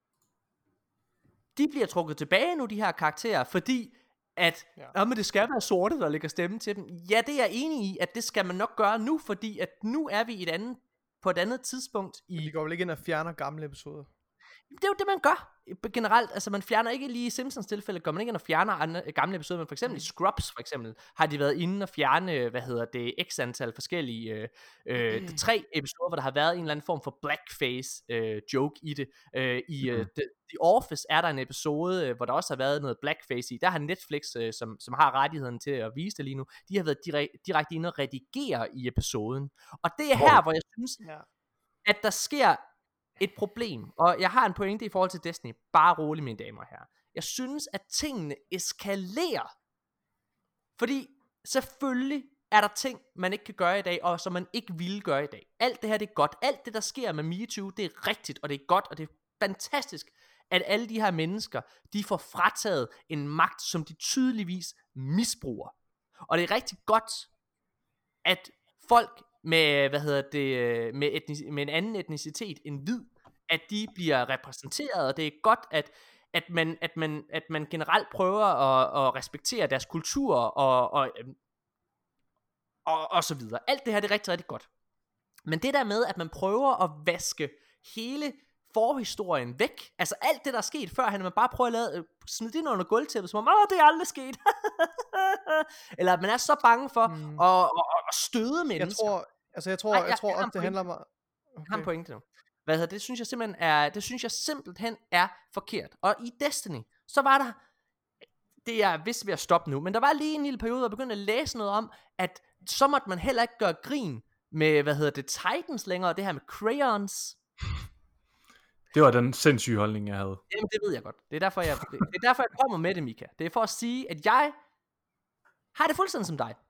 De bliver trukket tilbage nu, de her karakterer, fordi at ja. Ja, men det skal være sorte, der lægger stemme til dem. Ja, det er jeg enig i, at det skal man nok gøre nu, fordi at nu er vi i et andet, på et andet tidspunkt i... Vi går vel ikke ind og fjerner gamle episoder? Det er jo det, man gør generelt. Altså man fjerner ikke lige i Simpsons tilfælde, går man ikke ind og fjerner andre, gamle episoder, men for eksempel mm. i Scrubs for eksempel, har de været inde og fjerne, hvad hedder det, x antal forskellige øh, øh, mm. tre episoder, hvor der har været en eller anden form for blackface øh, joke i det. Øh, I øh, The, The Office er der en episode, øh, hvor der også har været noget blackface i. Der har Netflix, øh, som, som har rettigheden til at vise det lige nu, de har været dire- direkte inde og redigere i episoden. Og det er her, hvor jeg synes, ja. at der sker et problem, og jeg har en pointe i forhold til Destiny. Bare rolig, mine damer og herrer. Jeg synes, at tingene eskalerer. Fordi selvfølgelig er der ting, man ikke kan gøre i dag, og som man ikke ville gøre i dag. Alt det her, det er godt. Alt det, der sker med MeToo, det er rigtigt, og det er godt, og det er fantastisk, at alle de her mennesker, de får frataget en magt, som de tydeligvis misbruger. Og det er rigtig godt, at folk med, hvad hedder det, med, etnic, med en anden etnicitet end hvid, at de bliver repræsenteret, og det er godt, at, at, man, at, man, at man generelt prøver at, at respektere deres kultur, og, og, og, og så videre. Alt det her, det er rigtig, rigtig godt. Men det der med, at man prøver at vaske hele forhistorien væk, altså alt det, der er sket før, han man bare prøver at lade, smide det ind under gulvtæppet, som om, åh, det er aldrig sket. Eller at man er så bange for mm. at, at, at støde mennesker. Jeg tror, altså jeg tror, Ej, jeg, jeg tror jeg, også, det handler om... Okay. Jeg har en pointe nu. Hvad hedder det? synes jeg simpelthen er, det synes jeg simpelthen er forkert. Og i Destiny, så var der, det er vist ved at stoppe nu, men der var lige en lille periode, hvor jeg begyndte at læse noget om, at så måtte man heller ikke gøre grin med, hvad hedder det, Titans længere, og det her med crayons. Det var den sindssyge holdning, jeg havde. Jamen, det ved jeg godt. Det er derfor, jeg, det, det er derfor, jeg kommer med det, Mika. Det er for at sige, at jeg har det fuldstændig som dig.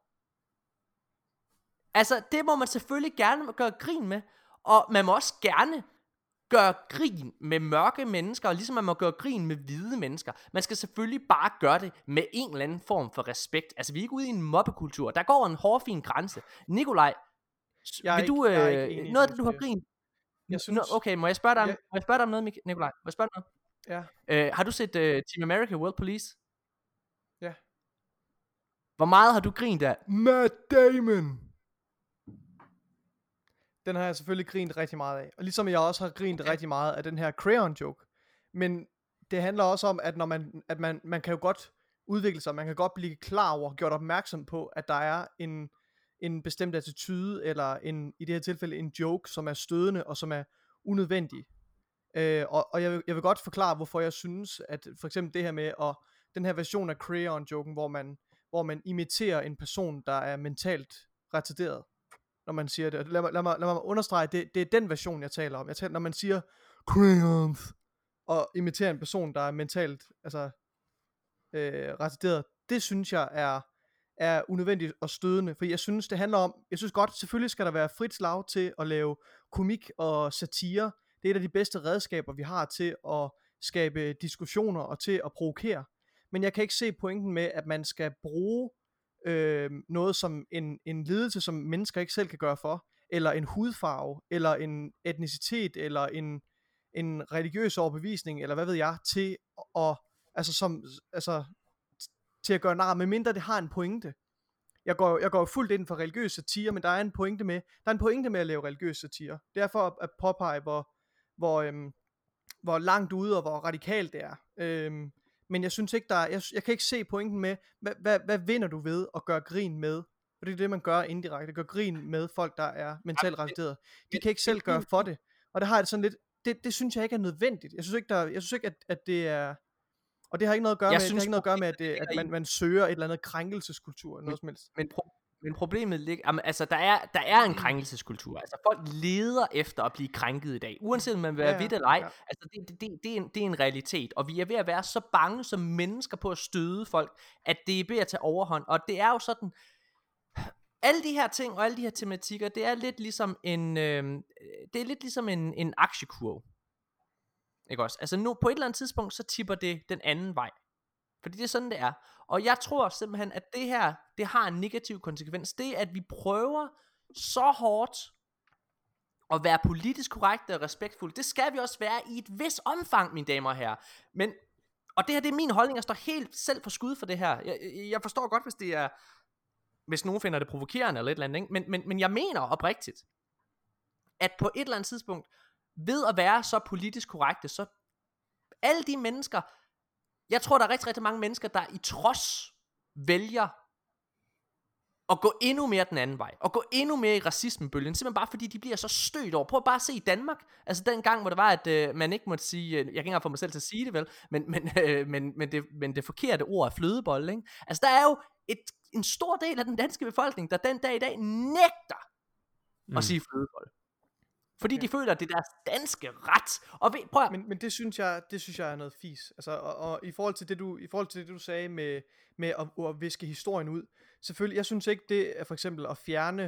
Altså, det må man selvfølgelig gerne gøre grin med, og man må også gerne gøre grin med mørke mennesker, og ligesom man må gøre grin med hvide mennesker. Man skal selvfølgelig bare gøre det med en eller anden form for respekt. Altså, vi er ikke ude i en mobbekultur. Der går en hårfin grænse. Nikolaj, jeg vil ikke, du, øh, noget af det, du har grin? Jeg synes... Nå, okay, må jeg spørge dig om, ja. må jeg spørge dig om noget, Nikolaj? Må jeg spørge dig om noget? Ja. Øh, har du set uh, Team America World Police? Ja. Hvor meget har du grint af Matt Damon? Den har jeg selvfølgelig grint rigtig meget af. Og ligesom jeg også har grint rigtig meget af den her crayon joke. Men det handler også om, at når man, at man, man kan jo godt udvikle sig, man kan godt blive klar over, gjort opmærksom på, at der er en, en bestemt attitude, eller en, i det her tilfælde en joke, som er stødende, og som er unødvendig. Øh, og og jeg, vil, jeg vil godt forklare, hvorfor jeg synes, at for eksempel det her med, at den her version af crayon-joken, hvor man, hvor man imiterer en person, der er mentalt retarderet, når man siger det. Lad mig, lad mig, lad mig understrege, det, det er den version, jeg taler om. Jeg taler, når man siger crayons, og imiterer en person, der er mentalt, altså, øh, retarderet, det synes jeg er, er unødvendigt og stødende, for jeg synes, det handler om, jeg synes godt, selvfølgelig skal der være frit slag til at lave komik og satire. Det er et af de bedste redskaber, vi har til at skabe diskussioner og til at provokere. Men jeg kan ikke se pointen med, at man skal bruge øh, noget som en, en lidelse, som mennesker ikke selv kan gøre for, eller en hudfarve, eller en etnicitet, eller en, en religiøs overbevisning, eller hvad ved jeg, til at, altså som, altså, til at gøre nar, medmindre det har en pointe. Jeg går, jeg går fuldt ind for religiøs satire, men der er en pointe med, der er en pointe med at lave religiøs satire. Det er for at påpege, hvor, hvor, øhm, hvor langt ude og hvor radikalt det er. Øhm, men jeg synes ikke, der er, jeg, jeg kan ikke se pointen med, hvad, hvad, hvad vinder du ved at gøre grin med? For det er det, man gør indirekte. Gør grin med folk, der er mentalt retarderede. De kan ikke selv gøre for det. Og det har jeg sådan lidt, det, det synes jeg ikke er nødvendigt. Jeg synes ikke, der, jeg synes ikke at, at det er, og det har ikke noget at gøre Jeg med, det synes, har ikke noget at gøre med, at, det, problemet at man, man søger et eller andet krænkelseskultur, eller noget som helst. Men, pro- men problemet ligger, jamen, altså der er, der er en krænkelseskultur. Altså folk leder efter at blive krænket i dag, uanset om man vil være Ja, ja, vidt eller ej. ja. Altså det, det, det, det, er en, det er en realitet, og vi er ved at være så bange som mennesker på at støde folk, at det er ved at tage overhånd. Og det er jo sådan, alle de her ting og alle de her tematikker, det er lidt ligesom en, øh, det er lidt ligesom en, en aktiekurve. Ikke også? Altså nu på et eller andet tidspunkt, så tipper det den anden vej. Fordi det er sådan det er. Og jeg tror simpelthen at det her, det har en negativ konsekvens. Det at vi prøver så hårdt at være politisk korrekte og respektfulde, det skal vi også være i et vis omfang, mine damer og herrer. Men, og det her, det er min holdning, jeg står helt selv for skud for det her. Jeg, jeg forstår godt, hvis det er, hvis nogen finder det provokerende eller et eller andet, ikke? Men, men, men jeg mener oprigtigt, at på et eller andet tidspunkt, ved at være så politisk korrekte, så alle de mennesker, jeg tror der er rigtig, rigtig mange mennesker, der i trods vælger at gå endnu mere den anden vej, og gå endnu mere i racismebølgen, simpelthen bare fordi de bliver så stødt over. Prøv bare at se i Danmark, altså den gang, hvor det var, at øh, man ikke måtte sige, øh, jeg kan ikke engang få mig selv til at sige det vel, men, men, øh, men, men, det, men det forkerte ord er flødebolle, ikke? Altså der er jo et, en stor del af den danske befolkning, der den dag i dag nægter mm. at sige flødebolle. Fordi okay. de føler, at det er deres danske ret. Og ved, prøv at... Men, men det synes jeg, det synes jeg er noget fis. Altså, og, og i forhold til det du, i forhold til det du sagde med med at, at viske historien ud. Selvfølgelig, jeg synes ikke det er for eksempel at fjerne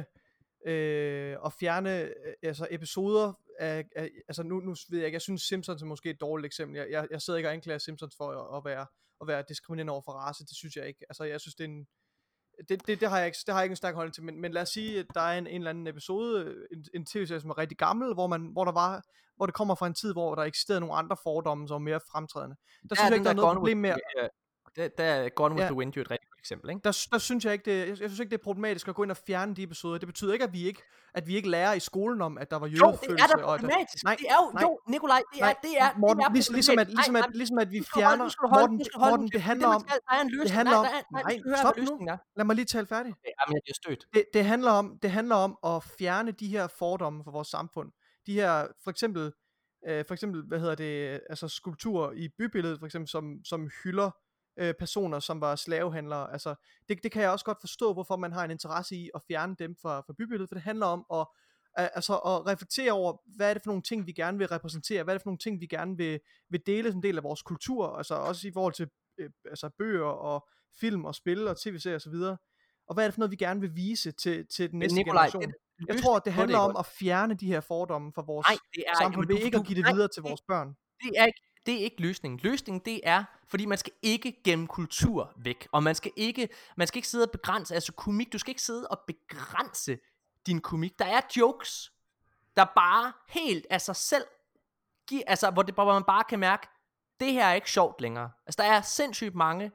øh, at fjerne øh, altså episoder af, af altså nu, nu ved jeg ikke, jeg synes Simpsons er måske et dårligt eksempel. Jeg, jeg, jeg sidder ikke og anklager Simpsons for at, at være at være diskriminerende over for race. Det synes jeg ikke. Altså jeg synes det er en Det, det, det, har jeg ikke, det har jeg ikke en stærk holdning til, men, men lad os sige, at der er en, en eller anden episode, en, en tv-serie, som er rigtig gammel, hvor, man, hvor, der var, hvor det kommer fra en tid, hvor der eksisterede nogle andre fordomme, som var mere fremtrædende. Der ja, synes jeg ikke, der er noget problem med... Der, der er Gone with ja. the Wind jo et rigtig godt eksempel, ikke? Der, der synes jeg ikke, det, jeg, jeg synes ikke, det er problematisk at gå ind og fjerne de episoder. Det betyder ikke, at vi ikke, at vi ikke lærer i skolen om, at der var jødefølelse. Jo, det er da problematisk. Nej, det er jo, nej, jo, Nikolaj, det er, nej, det er, Morten, det er ligesom, ligesom, at, ligesom, at, ligesom at vi fjerner... Morten, Morten, det handler om... Det handler om... Nej, stop nu. Lad mig lige tale færdig. Jamen, jeg bliver stødt. Det, det, handler om, det handler om at fjerne de her fordomme fra vores samfund. De her, for eksempel, øh, for eksempel, hvad hedder det, altså skulpturer i bybilledet, for eksempel, som, som hylder personer, som var slavehandlere. Altså, det, det kan jeg også godt forstå, hvorfor man har en interesse i at fjerne dem fra, fra bybilledet, for det handler om at, altså, at reflektere over, hvad er det for nogle ting, vi gerne vil repræsentere, hvad er det for nogle ting, vi gerne vil, vil dele som del af vores kultur, altså også i forhold til øh, altså bøger og film og spil og tv-serier og så videre, og hvad er det for noget, vi gerne vil vise til, til den næste Nikolaj, generation. Det, jeg tror, det handler om at fjerne de her fordomme fra vores nej, det er, samfund, ved ikke du, at give det nej, videre til vores børn. Det er ikke Det er ikke løsningen. Løsningen det er, fordi man skal ikke gemme kultur væk, og man skal ikke, man skal ikke sidde og begrænse, altså komik, du skal ikke sidde og begrænse din komik. Der er jokes, der bare helt af sig selv, giver, altså hvor, det, hvor man bare kan mærke, det her er ikke sjovt længere. Altså der er sindssygt mange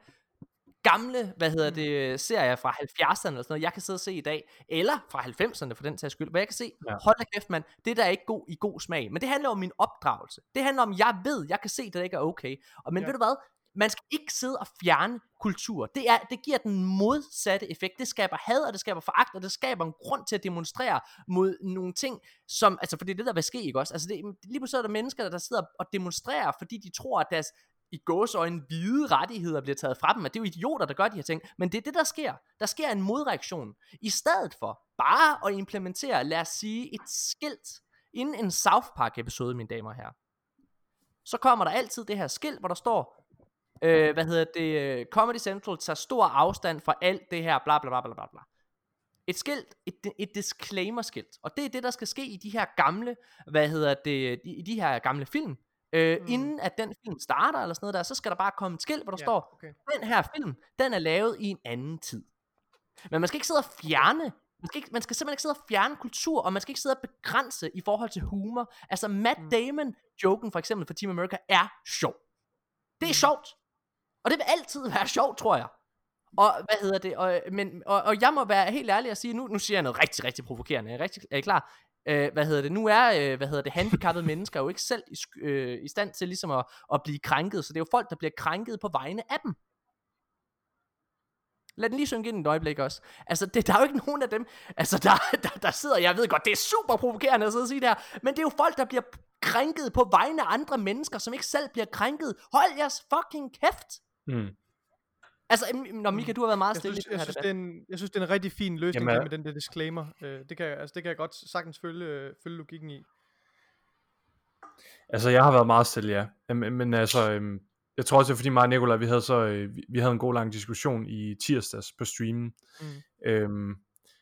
gamle, hvad hedder det, serier fra halvfjerdserne eller sådan noget, jeg kan sidde og se i dag, eller fra halvfemserne for den sags skyld, hvor jeg kan se, ja. hold da kæft mand, det der er ikke god, i god smag, men det handler om min opdragelse, det handler om, jeg ved, jeg kan se, det ikke er okay, og men ja. ved du hvad, man skal ikke sidde og fjerne kultur, det, er, det giver den modsatte effekt, det skaber had, og det skaber foragt, og det skaber en grund til at demonstrere mod nogle ting, som, altså for det er det der vil ske, ikke også, altså det, lige pludselig er der mennesker, der sidder og demonstrerer, fordi de tror, at deres i gåseøjne hvide rettigheder bliver taget fra dem, at det er jo idioter, der gør de her ting, men det er det, der sker. Der sker en modreaktion, i stedet for bare at implementere, lad os sige, et skilt, inden en South Park episode, mine damer og herrer. Så kommer der altid det her skilt, hvor der står, øh, hvad hedder det, Comedy Central tager stor afstand fra alt det her, bla bla bla bla bla bla. Et skilt, et, et disclaimer skilt, og det er det der skal ske i de her gamle, hvad hedder det, i de her gamle film. Øh, mm. Inden at den film starter eller sådan noget der, så skal der bare komme et skilt, hvor der yeah, står, okay. Den her film, den er lavet i en anden tid. Men man skal ikke sidde og fjerne, man skal, ikke, man skal simpelthen ikke sidde og fjerne kultur, og man skal ikke sidde og begrænse i forhold til humor. Altså Matt mm. Damon joken for eksempel for Team America er sjov. Det er mm. sjovt, og det vil altid være sjovt, tror jeg. Og hvad hedder det, og, men, og, og jeg må være helt ærlig at sige, nu, nu siger jeg noget rigtig, rigtig provokerende, er I, rigtig, er I klar? Uh, hvad hedder det, nu er, uh, hvad hedder det, handicappede mennesker jo ikke selv i, uh, i stand til ligesom at, at blive krænket, så det er jo folk, der bliver krænket på vegne af dem. Lad den lige synge ind et øjeblik også. Altså, det, der er jo ikke nogen af dem, altså, der, der, der sidder, jeg ved godt, det er super provokerende at sidde og sige det her, men det er jo folk, der bliver krænket på vegne af andre mennesker, som ikke selv bliver krænket. Hold jeres fucking kæft! Mm. Altså, når Mika, du har været meget stille. Jeg synes, jeg, synes, det er en, jeg synes, det er en rigtig fin løsning med den der disclaimer. Uh, det, kan, altså, det kan jeg godt sagtens følge, uh, følge logikken i. Altså, jeg har været meget stille, ja. Men, men altså, øhm, jeg tror også, det er fordi mig og Nicolaj, vi havde, så, øh, vi, vi havde en god lang diskussion i tirsdags på streamen. Mm. Øhm,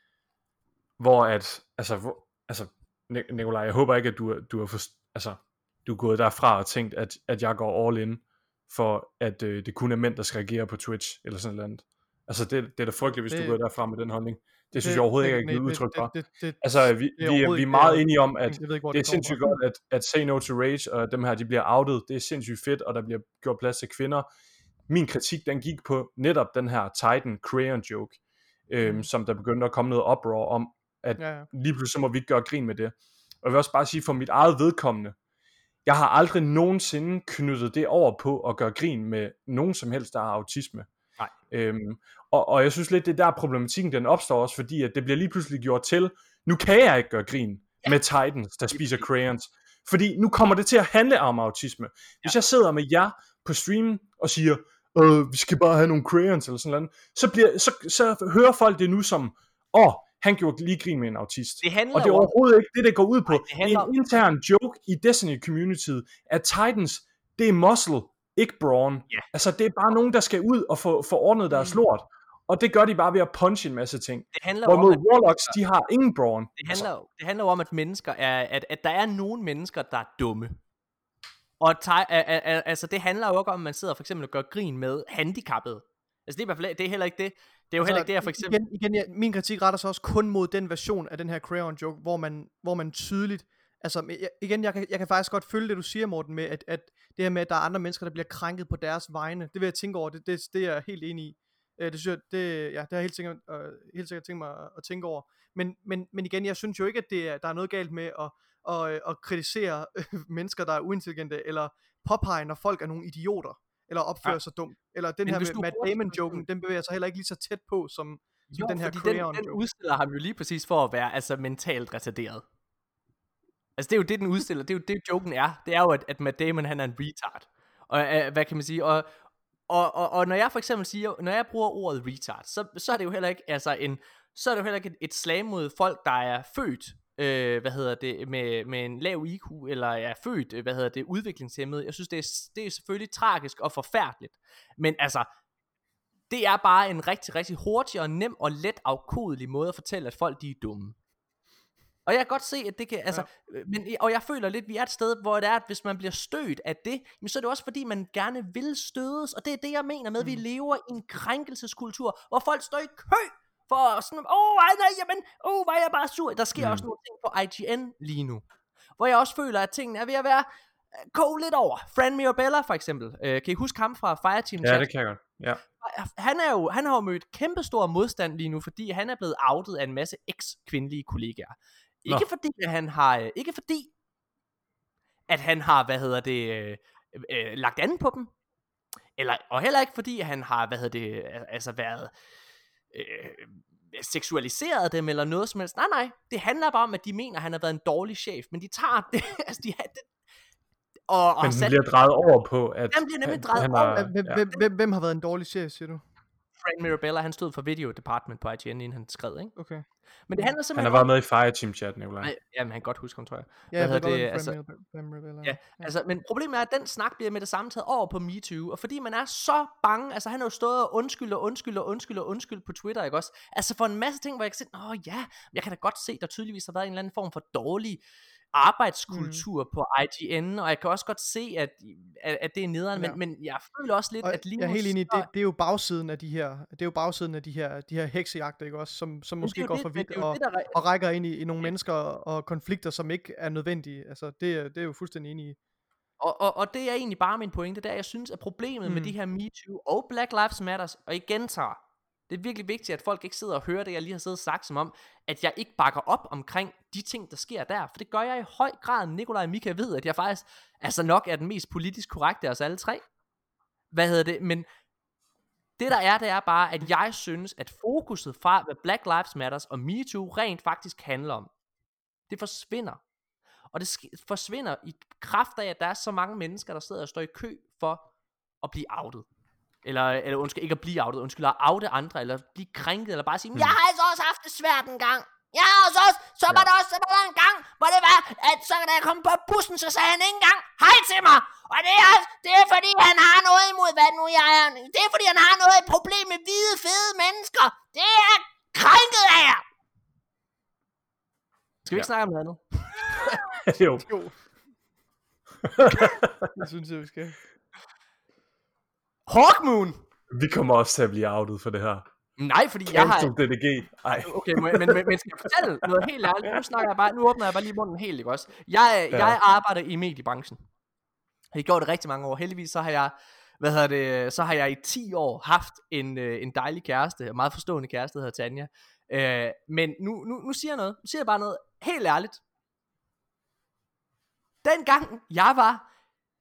hvor at, altså, hvor, altså Nicolaj, jeg håber ikke, at du, du, har for, altså, du er gået derfra og tænkt, at, at jeg går all in for at øh, det kun er mænd, der skal reagere på Twitch, eller sådan noget. Altså, det, det er da frygteligt, hvis det, du går derfra med den holdning. Det synes det, jeg overhovedet det, ikke er et udtryk for. Det, det, det, altså, vi, det er vi, vi er meget enige om, at ikke, det er sindssygt godt, at, at Say No to Rage, og dem her, de bliver outet. Det er sindssygt fedt, og der bliver gjort plads til kvinder. Min kritik, den gik på netop den her Titan Crayon joke, øhm, mm. som der begyndte at komme noget uproar om, at ja, ja. Lige pludselig så må vi ikke gøre grin med det. Og jeg vil også bare sige, for mit eget vedkommende, jeg har aldrig nogensinde knyttet det over på at gøre grin med nogen som helst, der har autisme. Nej. Øhm, og, og jeg synes lidt, det er der problematikken, den opstår også, fordi at det bliver lige pludselig gjort til, nu kan jeg ikke gøre grin ja. Med Titans, der spiser crayons. Fordi nu kommer det til at handle om autisme. Hvis ja. Jeg sidder med jer på streamen og siger, øh, vi skal bare have nogle crayons eller sådan noget, så, bliver, så, så hører folk det nu som, åh, oh, han gjorde lige grin med en autist. Det og det er overhovedet ikke det, det går ud på. Nej, det, det er en intern joke i Destiny-communityet, at Titans, det er muscle, ikke brawn. Yeah. Altså, det er bare nogen, der skal ud og få, få ordnet deres mm. lort. Og det gør de bare ved at punche en masse ting. Det handler Hvorimod om, at Warlocks, de har ingen brawn. Det handler, altså. det handler om, at mennesker er, at, at der er nogle mennesker, der er dumme. Og te- altså, det handler jo ikke om, at man sidder for eksempel og gør grin med handicappede. Altså, det er i hvert fald, det er heller ikke det. Det er jo altså, heller ikke det, jeg for eksempel... Igen, igen ja, min kritik retter sig også kun mod den version af den her crayon joke, hvor man, hvor man tydeligt... Altså, igen, jeg kan, jeg kan faktisk godt følge det, du siger, Morten, med, at, at det her med, at der er andre mennesker, der bliver krænket på deres vegne, det vil jeg tænke over, det, det, det er jeg helt enig i. Det synes jeg, det, ja, det har jeg helt sikkert, uh, helt sikkert tænkt mig at, at tænke over. Men, men, men igen, jeg synes jo ikke, at det er, der er noget galt med at, at, at kritisere mennesker, der er uintelligente, eller påpege, når folk er nogle idioter, eller opfører ja. Sig dumt. Eller den men her med Matt Damon-joken, den bevæger sig heller ikke lige så tæt på, som, som jo, den her crayon den, den udstiller ham jo lige præcis for at være altså mentalt retarderet. Altså det er jo det, den udstiller, det er jo det, joken er. Det er jo, at, at Matt Damon, han er en retard. Og uh, hvad kan man sige, og Og, og, og når jeg for eksempel siger, når jeg bruger ordet retard, så, så er det jo heller ikke, altså en, så er det jo heller ikke et, et slag mod folk, der er født, øh, hvad hedder det, med, med en lav I Q, eller er født, hvad hedder det, udviklingshæmmet. Jeg synes, det er, det er selvfølgelig tragisk og forfærdeligt. Men altså, det er bare en rigtig, rigtig hurtig og nem og let afkodelig måde at fortælle, at folk de er dumme. Og jeg kan godt se, at det kan, altså, ja. men, og jeg føler lidt, vi er et sted, hvor det er, at hvis man bliver stødt af det, men så er det også fordi, man gerne vil stødes, og det er det, jeg mener med, at vi lever i en krænkelseskultur, hvor folk står i kø, for sådan, åh, oh, nej, jamen, åh, oh, var jeg bare sur. Der sker mm. også nogle ting på I G N lige nu, hvor jeg også føler, at tingene er ved at være koge lidt over. Friend Mirabella for eksempel, øh, kan I huske ham fra Fireteam Chat? Ja, det kan jeg godt, ja. Han, er jo, han har jo mødt kæmpestor modstand lige nu, fordi han er blevet outet af en masse eks-kvindelige kollegaer. Ikke Nå. fordi at han har ikke fordi at han har hvad hedder det øh, øh, lagt an på dem, eller og heller ikke fordi at han har hvad hedder det altså været øh, seksualiseret dem eller noget som helst. Nej nej, det handler bare om at de mener at han har været en dårlig chef, men de tager det altså de har det og, og men den bliver drejet over på at den bliver nemlig drejet han over. Har, hvem, ja. hvem, hvem, hvem har været en dårlig chef, siger du? Frank Mirabella, han stod for video department på I G N, inden han skrev, ikke? Okay. Men det handler Han simpelthen har været med i Fireteam-chat, Nikolaj. Nej, jamen, han kan godt huske ham, tror jeg. Ja, jeg Hvad ved godt, hedder hvem det, Fran altså- Mirabella- Fran Mirabella er. Ja, altså, men problemet er, at den snak bliver med det samme taget over på MeToo, og fordi man er så bange, altså han har jo stået og undskyld og undskyld og undskyld og undskyld på Twitter, ikke også? Altså for en masse ting, hvor jeg kan sige, åh ja, jeg kan da godt se, der tydeligvis har været en eller anden form for dårlig arbejdskultur mm. på I G N, og jeg kan også godt se, at, at, at det er nederen, Ja. men, men jeg føler også lidt, Og at lige jeg er nu helt enig, så- det, det er jo bagsiden af de her, det er jo bagsiden af de her, de her heksejagter, ikke også, som, som Men måske det er jo går det- for men vidt det er jo og, det, der er- og rækker ind i, i nogle mennesker og konflikter, som ikke er nødvendige. Altså, det, er- det er jo fuldstændig enig i. Og, og, og det er egentlig bare min pointe, det er, at jeg synes, at problemet mm. med Mm. de her MeToo og Black Lives Matters, og jeg gentager, det er virkelig vigtigt, at folk ikke sidder og hører det, jeg lige har siddet og sagt, som om, at jeg ikke bakker op omkring de ting, der sker der. For det gør jeg i høj grad. Nikolaj og Mika ved, at jeg faktisk altså nok er den mest politisk korrekte af os alle tre. Hvad hedder det? Men det der er, det er bare, at jeg synes, at fokuset fra, hvad Black Lives Matters og MeToo rent faktisk handler om, det forsvinder. Og det sk- forsvinder i kraft af, at der er så mange mennesker, der sidder og står i kø for at blive outet. Eller, eller undskyld, ikke at blive outet, undskyld, at oute andre, eller blive krænket, eller bare sige, jeg har altså også haft det svært en gang. Jeg har altså også, så var der også så var der en gang, hvor det var, at så da jeg kom på bussen, så sagde han ikke engang hej til mig. Og det er, det er fordi, han har noget imod, hvad nu jeg er. Det er fordi, han har noget problem med hvide, fede mennesker. Det er krænket af jer. Skal vi ikke Ja. snakke om noget andet? jo. Jo. Det synes jeg, vi skal. Hawkmoon! Vi kommer også til at blive outet for det her. Nej, fordi jeg har... Cancel D D G. Ej. Okay, men, men, men, men skal jeg fortælle noget helt ærligt? Nu snakker jeg bare, nu åbner jeg bare lige munden helt, ikke også? Jeg, Ja. jeg arbejder i mediebranchen. Jeg har gjort det rigtig mange år. Heldigvis så har jeg, hvad hedder det, så har jeg i ti år haft en, øh, en dejlig kæreste, en meget forstående kæreste, der hedder Tanja. Øh, men nu, nu, nu siger jeg noget. Nu siger jeg bare noget helt ærligt. Dengang jeg var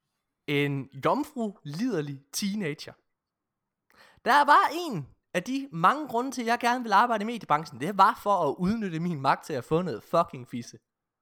en jomfru liderlig teenager, der var en af de mange grunde til, at jeg gerne ville arbejde i mediebranchen. Det var for at udnytte min magt til at få noget fucking fisse.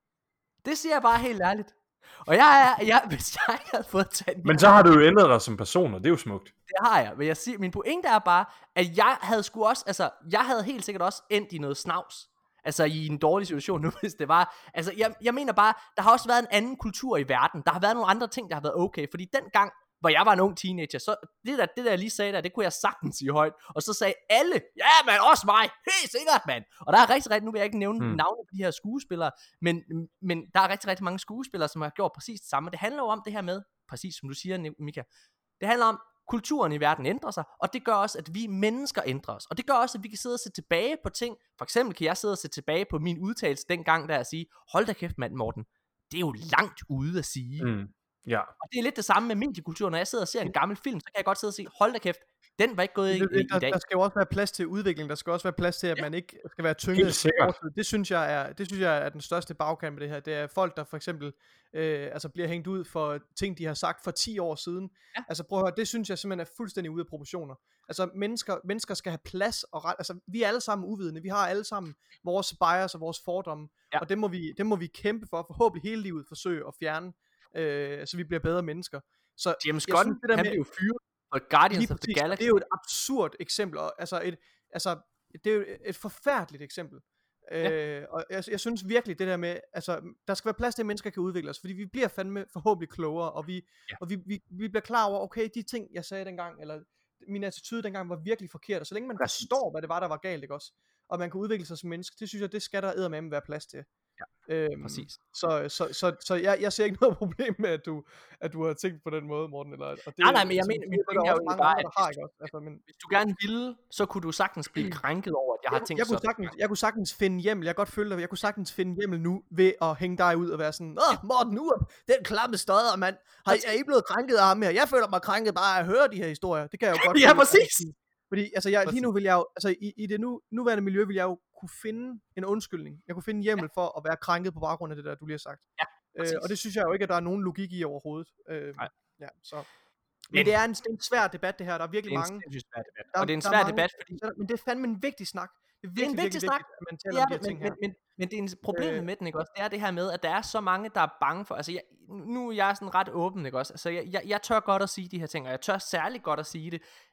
Det siger jeg bare helt ærligt. Og jeg er, jeg, hvis jeg ikke havde fået Tanja, Men så har du jo ændret dig som person, og det er jo smukt. det har jeg. Men jeg siger, min pointe er bare, at jeg havde sgu også, altså, jeg havde helt sikkert også endt i noget snavs. Altså i en dårlig situation nu, hvis det var. Altså jeg, jeg mener bare, der har også været en anden kultur i verden. Der har været nogle andre ting, der har været okay. Fordi dengang, hvor jeg var en ung teenager, så det der, det der jeg lige sagde der, det kunne jeg sagtens sige højt. Og så sagde alle, ja man, også mig, helt sikkert mand. Og der er rigtig, rigtig, nu vil jeg ikke nævne Hmm. hmm. navne på de her skuespillere, men, men der er rigtig, rigtig mange skuespillere, som har gjort præcis det samme. Det handler jo om det her med, præcis som du siger, Mika, det handler om, kulturen i verden ændrer sig, og det gør også, at vi mennesker ændrer os. Og det gør også, at vi kan sidde og se tilbage på ting. For eksempel kan jeg sidde og se tilbage på min udtalelse dengang, der at sige, hold da kæft mand Morten, det er jo langt ude at sige. Mm. Mm. Ja. Og det er lidt det samme med mediekultur. Når jeg sidder og ser en gammel film, så kan jeg godt sidde og sige, hold da kæft, den var ikke gået i, Det, i, det, i der, dag. der skal jo også være plads til udvikling. Der skal også være plads til, at Ja. man ikke skal være tynget. Helt af sikkert. fortid. Det synes jeg er, det synes jeg er den største bagkant med det her. Det er folk, der for eksempel øh, altså bliver hængt ud for ting, de har sagt for ti år siden. Ja. Altså prøv at høre, det synes jeg simpelthen er fuldstændig ude af proportioner. Altså mennesker, mennesker skal have plads og ret. Altså vi er alle sammen uvidende. Vi har alle sammen vores bias og vores fordomme. Ja. Og det må vi, det må vi kæmpe for. Forhåbentlig hele livet forsøge at fjerne, øh, så vi bliver bedre mennesker. Så James jeg Gunn, synes, det der han med- blev fyret for Guardians Lige of the præcis, og Galaxy. det er jo et absurd eksempel, og, altså, et, altså det er jo et forfærdeligt eksempel. Ja. Øh, og jeg, jeg synes virkelig det der med, altså der skal være plads til, at mennesker kan udvikle os, fordi vi bliver fandme forhåbentlig klogere, og vi, Ja. og vi, vi, vi bliver klar over, okay, de ting jeg sagde dengang, eller min attitude dengang var virkelig forkert, og så længe man Præcis. forstår, hvad det var, der var galt, ikke også, og man kan udvikle sig som menneske, det synes jeg, det skal der eddermame være plads til. Ja, øhm, præcis. Så, så, så, så jeg, jeg ser ikke noget problem med, at du, at du har tænkt på den måde, Morten. Eller, og det, Nej, nej, men jeg altså, mener- det min er der pointe er også jo mange bare, andre, at der har, hvis ikke også? Altså, men, Hvis du gerne ville, så kunne du sagtens blive krænket over, at jeg har tænkt jeg, kunne så. sagtens, jeg kunne sagtens finde hjemmel, jeg kan godt følge dig, jeg kunne sagtens finde hjemmel nu, ved at hænge dig ud og være sådan, åh, Morten Urup, den klamme stodder, mand, har I, er I blevet krænket af ham her? Jeg føler mig krænket bare af at høre de her historier, det kan jeg jo godt Ja, føle. præcis. Fordi altså, jeg, lige nu vil jeg jo, altså i, i det nu, nuværende miljø, vil jeg jo kunne finde en undskyldning. Jeg kunne finde hjemmel ja. for at være krænket på baggrund af det der, du lige har sagt. Ja, øh, præcis. og det synes jeg jo ikke, at der er nogen logik i overhovedet. Øh, Nej. Ja, så. Men, Men- det er en, det er en svær debat, det her. Der er Det virkelig er en mange. sindssygt svær debat. Der- Og det er en der er svær mange- debat, fordi Men det er fandme en vigtig snak. Det er det er virkelig, en vigtig virkelig snak. vigtigt, at man Det taler er om de her det, ting men, her. men, men, men det er en problemet Øh. med den, ikke også? Det er det her med, at der er så mange, der er bange for. Altså, jeg, nu er jeg sådan ret åben, ikke også? Altså, jeg, jeg, jeg tør godt at sige de her ting, og jeg tør særligt godt at sige det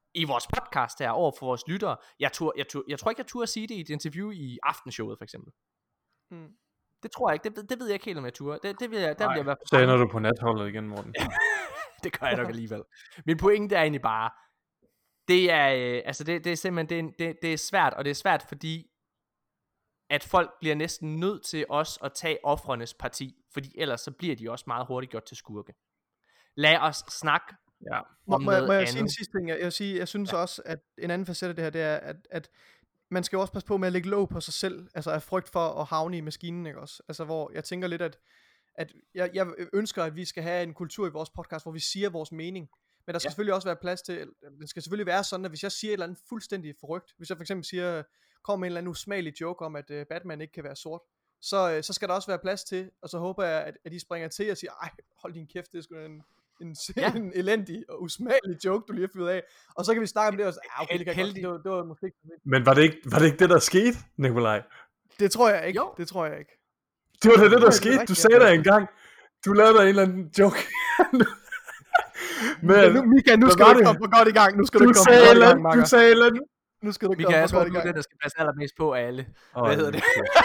i vores podcast her over for vores lyttere. Jeg, tur, jeg, tur, jeg tror ikke, jeg turde sige det i et interview i Aftenshowet, for eksempel. Mm. Det tror jeg ikke. Det, det ved jeg ikke helt, om jeg turde. Det, det vil jeg, der vil jeg være så ender du på natholdet igen, Morten. Det gør jeg nok alligevel. Min pointe er egentlig bare, det er, øh, altså det, det er simpelthen, det er, det, det er svært, og det er svært, fordi at folk bliver næsten nødt til os at tage ofrenes parti, fordi ellers så bliver de også meget hurtigt gjort til skurke. Lad os snakke Ja. Må, om må, jeg, noget må jeg andet. sige en sidste ting? Jeg, jeg, vil sige, jeg synes ja. også, at en anden facet af det her, det er, at, at man skal jo også passe på med at lægge låg på sig selv, altså af frygt for at havne i maskinen, ikke også? Altså hvor jeg tænker lidt, at, at jeg, jeg ønsker, at vi skal have en kultur i vores podcast, hvor vi siger vores mening. Men der skal ja. selvfølgelig også være plads til, det skal selvfølgelig være sådan, at hvis jeg siger et eller andet fuldstændig forrygt, hvis jeg for eksempel siger, kommer med en eller anden usmagelig joke om, at uh, Batman ikke kan være sort, så, uh, så skal der også være plads til, og så håber jeg, at, at de springer til og siger, ej, hold din kæft, det er sgu en, en, ja. en elendig og usmagelig joke, du lige har fyret af, og så kan vi snakke om det, og så, ah, okay, det, kan godt, det, var, det var måske ikke så. Men var det ikke, var det ikke det, der skete, Nikolaj? Det tror jeg ikke, Jo. det tror jeg ikke. Det var det, det der det skete. rigtigt, Du sagde der engang, du lavede der en eller anden joke. Men, Men nu, Mika, nu skal du ikke komme for godt i gang. Nu skal du, du ikke komme sagde for godt i eller gang, du Marker. sagde eller andet. Nu skal du ikke Mika, komme jeg for tror, godt i du er gang. den, der skal passe allermest på af alle. Oh, Hvad hedder det?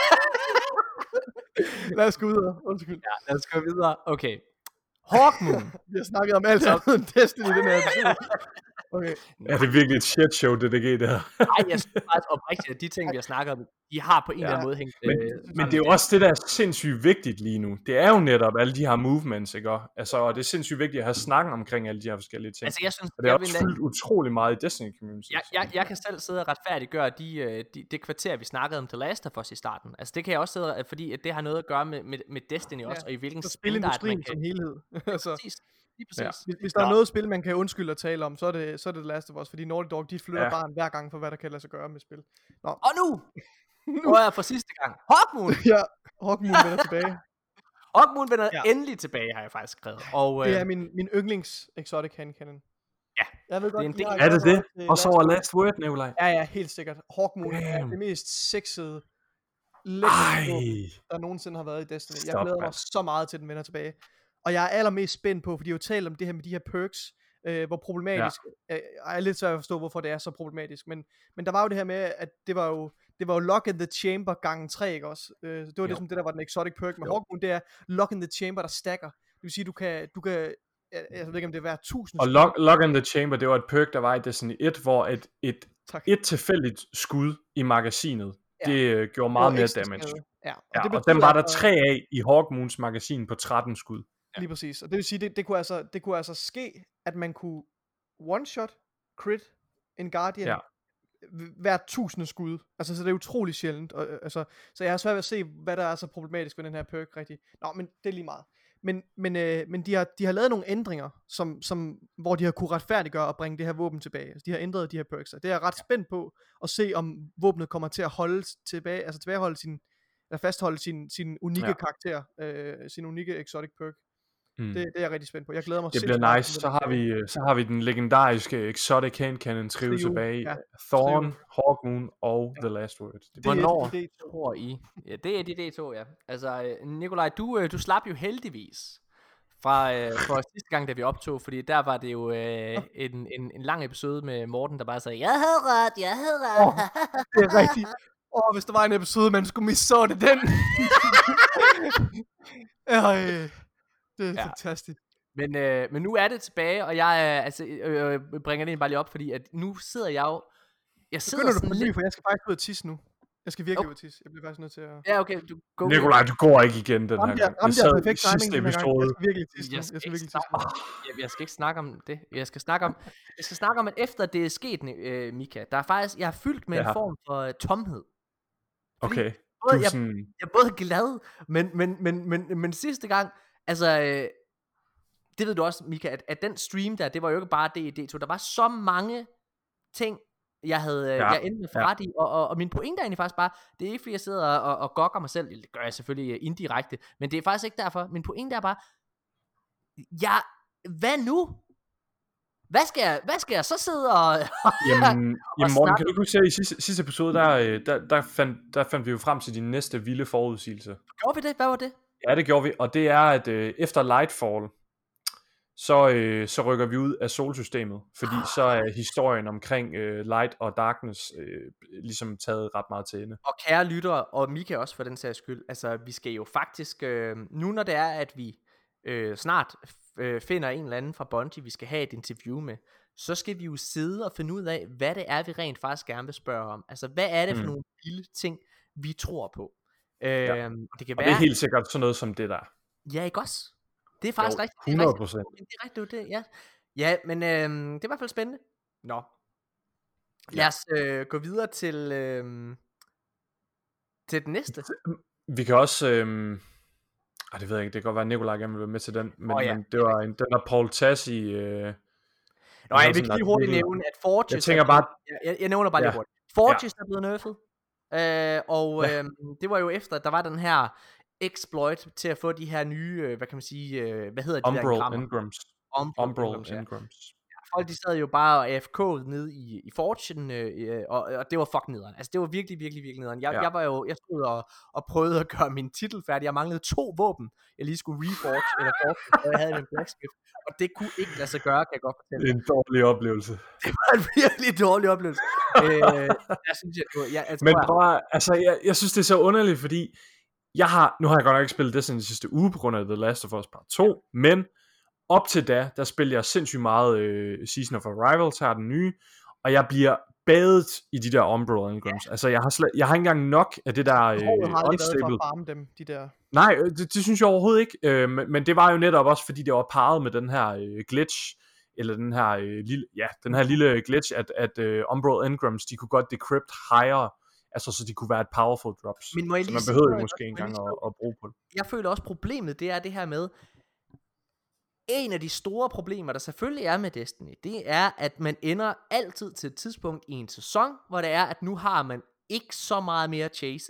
Lad os gå videre. Undskyld. Ja, lad os gå videre. Okay. Hawkmoon. Vi har snakket om alt andet end Destiny i den her episode. Okay. Er det virkelig et shit show, D D G der? Nej, jeg synes faktisk oprigtigt, at de ting, vi har snakket om, de har på en eller Ja. anden måde hængt. Men, øh, men det er jo også det, der er sindssygt vigtigt lige nu. Det er jo netop alle de her movements, ikke? Altså, og det er sindssygt vigtigt at have snakken omkring alle de her forskellige ting. Altså, jeg synes, og det er jeg også vil, fyldt utrolig meget i Destiny Community. jeg, jeg, jeg kan selv sidde og retfærdiggøre de, øh, de, det kvarter, vi snakkede om The Last of Us i starten. Altså, det kan jeg også sidde, fordi at det har noget at gøre med, med, med Destiny Ja. også, og i hvilken Så standard man spilindustrien kan... som helhed. altså, Præcis. Lige præcis. Ja. hvis, hvis der Nå. er noget spil, man kan undskylde at tale om, så er det, så er det The Last of Us, fordi Naughty Dog, de flytter Ja. barn hver gang for, hvad der kan lade sig gøre med spil. Nå. Og nu! Nu er jeg for sidste gang. Hawkmoon! Ja, Hawkmoon vender tilbage. Hawkmoon vender Ja. endelig tilbage, har jeg faktisk skrevet. Og, Det øh, er min, min yndlings exotic hand cannon. Ja. Jeg ved godt, Det er en de del- har Er det gjort det? noget til Og så Last over of Us. Last Word, Nikolaj. Ja, ja, helt sikkert. Hawkmoon er Damn. det mest sexede, Ej. lækre våben, der nogensinde har været i Destiny. Jeg Stop, glæder mig mand. så meget til, den vender tilbage. Og jeg er allermest spændt på, fordi jeg har jo talt om det her med de her perks, øh, hvor problematisk, ja. øh, jeg er lidt svært at forstå, hvorfor det er så problematisk, men, men der var jo det her med, at det var jo, det var jo Lock in the Chamber gangen tre, ikke også? Øh, det var ligesom det, der var den exotic perk med Jo. Hawkmoon, det er Lock in the Chamber, der stacker. Det vil sige, du kan, du kan, jeg, jeg ved ikke, om det er hver tusind Og skud. Lock, Lock in the Chamber, det var et perk, der var i Destiny et, hvor et, et, Tak. et tilfældigt skud i magasinet, Ja. det øh, gjorde Det var meget mere ekstra damage. skade. Ja, og, Ja, det og betyder den var der altså- tre af i Hawkmoons magasin på tretten skud. Lige præcis. Og det vil sige, det, det, kunne altså, det kunne altså ske, at man kunne one-shot, crit, en Guardian, Ja. h- hver tusinde skud. Altså, så det er utrolig sjældent. Og, øh, altså, så jeg har svært ved at se, hvad der er så problematisk ved den her perk, rigtig. Nå, men det er lige meget. Men, men, øh, men de, har, de har lavet nogle ændringer, som, som, hvor de har kunne retfærdiggøre og bringe det her våben tilbage. Altså, de har ændret de her perks. Og det er jeg ret spændt på at se, om våbnet kommer til at holde tilbage, altså tilbageholde sin, eller fastholde sin, sin unikke Ja. karakter, øh, sin unikke exotic perk. Mm. Det, det er jeg rigtig spændt på. Jeg glæder mig Det sindssygt bliver meget nice. til Så den har tilbage. vi, øh, så har vi den legendariske Exotic Hand Cannon trio Trio, tilbage. ja. Thorn, Trio. Hawkmoon og Ja. The Last Word. Det Det bliver er Hvornår et idé, to. tror I? Ja, det er de D to, ja. Altså, øh, Nikolaj, du, øh, du slap jo heldigvis fra øh, for sidste gang, da vi optog, fordi der var det jo øh, en, en, en lang episode med Morten, der bare sagde, jeg havde ret, jeg havde ret. Åh, det er rigtigt. Åh, oh, hvis der var en episode, man skulle misse, så var det den. øh, det er Ja. ja. fantastisk. Men, øh, men nu er det tilbage, og jeg øh, altså, øh, øh, bringer det ind bare lige op, fordi at nu sidder jeg jo, jeg sidder Begynder du sådan på ny, lidt... for jeg skal faktisk ud og tisse nu. Jeg skal virkelig Oh. ud og tisse. Jeg bliver faktisk nødt til at... Ja, okay, du go. Nikolaj, du går ikke igen den her Ramte jeg, gang. ramte Det jeg sad perfekt i sidste timing den her gang. episode. Jeg skal virkelig tisse nu. Jeg Jeg skal, skal ikke virkelig tisse nu. snakke, jeg, jeg skal ikke snakke om det. Jeg skal snakke om, jeg skal snakke om, at efter det er sket, øh, Mika, der er faktisk, jeg er fyldt med ja. Ja. en form for uh, tomhed. Okay. Både, Du er jeg, sådan, jeg er både glad, men, men, men, men, men sidste gang, altså, øh, det ved du også, Mika, at, at den stream der, det var jo ikke bare D E D to, der var så mange ting, jeg havde, ja. Ja, jeg endte med ja. ret i, og, og, og min pointe er egentlig faktisk bare, det er ikke fordi jeg sidder og, og, og gokker mig selv, det gør jeg selvfølgelig øh, indirekte, men det er faktisk ikke derfor, min pointe er bare, ja, hvad nu? Hvad skal jeg, hvad skal jeg så sidde og... jamen, jamen Morten, snakke- kan du ikke huske, at i sidste, sidste episode, der, øh, der, der, fandt, der fandt vi jo frem til din næste vilde forudsigelse. Gjorde vi det? Hvad var det? Ja, det gjorde vi, og det er, at øh, efter Lightfall, så, øh, så rykker vi ud af solsystemet, fordi så er historien omkring øh, Light og Darkness øh, ligesom taget ret meget til ende. Og kære lyttere, og Mika også for den sags skyld, altså vi skal jo faktisk, øh, nu når det er, at vi øh, snart øh, finder en eller anden fra Bungie, vi skal have et interview med, så skal vi jo sidde og finde ud af, hvad det er, vi rent faktisk gerne vil spørge om. Altså, hvad er det for mm. nogle vilde ting, vi tror på? Øh, ja. det kan og være, det er helt sikkert sådan noget som det der. Ja, ikke også? Det er faktisk jo, rigtigt. hundrede procent. Det er rigtigt, det er rigtigt, det, ja. Ja, men øh, det er i hvert fald spændende. Nå. Lad Ja. os øh, gå videre til, øh, til den næste. Vi kan også... Øh... Ej, det ved jeg ikke. Det kan godt være, at Nikolaj gerne vil være med til den. Men, oh, ja. men det var en, den der Paul Tassi... Øh... Nå, jeg vil lige hurtigt nævne, at Forges... Jeg tænker bare... Jeg, jeg, jeg nævner bare ja. lige hurtigt. Forges ja. er blevet nerfed. Øh, og ja. øh, det var jo efter, at der var den her exploit til at få de her nye, øh, hvad kan man sige, øh, hvad hedder de Umbral der grammer? Engrams. Umbral, Umbral Engrams, ja. Engrams. Folk de sad jo bare A F K'd nede i, i Fortune, øh, og, og det var fucking nederen. Altså det var virkelig, virkelig, virkelig nederen. Jeg, ja. jeg var jo, jeg stod og, og prøvede at gøre min titel færdig. Jeg manglede to våben, jeg lige skulle reforge, eller forge, og jeg havde min blacksmith. Og det kunne ikke lade sig gøre, kan jeg godt fortælle. Det er en dårlig oplevelse. Det var en virkelig dårlig oplevelse. øh, jeg synes, jeg, jeg, jeg, Men jeg, bare, altså, jeg, jeg synes, det er så underligt, fordi jeg har, nu har jeg godt nok ikke spillet Destiny den sidste uge, på grund af The Last of Us Part to, men op til da, der spiller jeg sindssygt meget øh, Season of Arrival, tager den nye, og jeg bliver badet i de der Umbral Engrams. Ja. Altså, jeg har, slet, jeg har ikke engang nok af det der øh, unstable. For at farme dem, de der. Nej, det, det synes jeg overhovedet ikke, øh, men, men det var jo netop også, fordi det var parret med den her øh, glitch, eller den her øh, lille, ja, den her lille glitch, at, at øh, Umbral Engrams, de kunne godt decrypt higher, altså så de kunne være et powerful drops. Men må jeg så lige man sige, behøver jo jeg måske engang at, at bruge på det. Jeg føler også problemet, det er det her med, en af de store problemer, der selvfølgelig er med Destiny, det er, at man ender altid til et tidspunkt i en sæson, hvor det er, at nu har man ikke så meget mere at chase.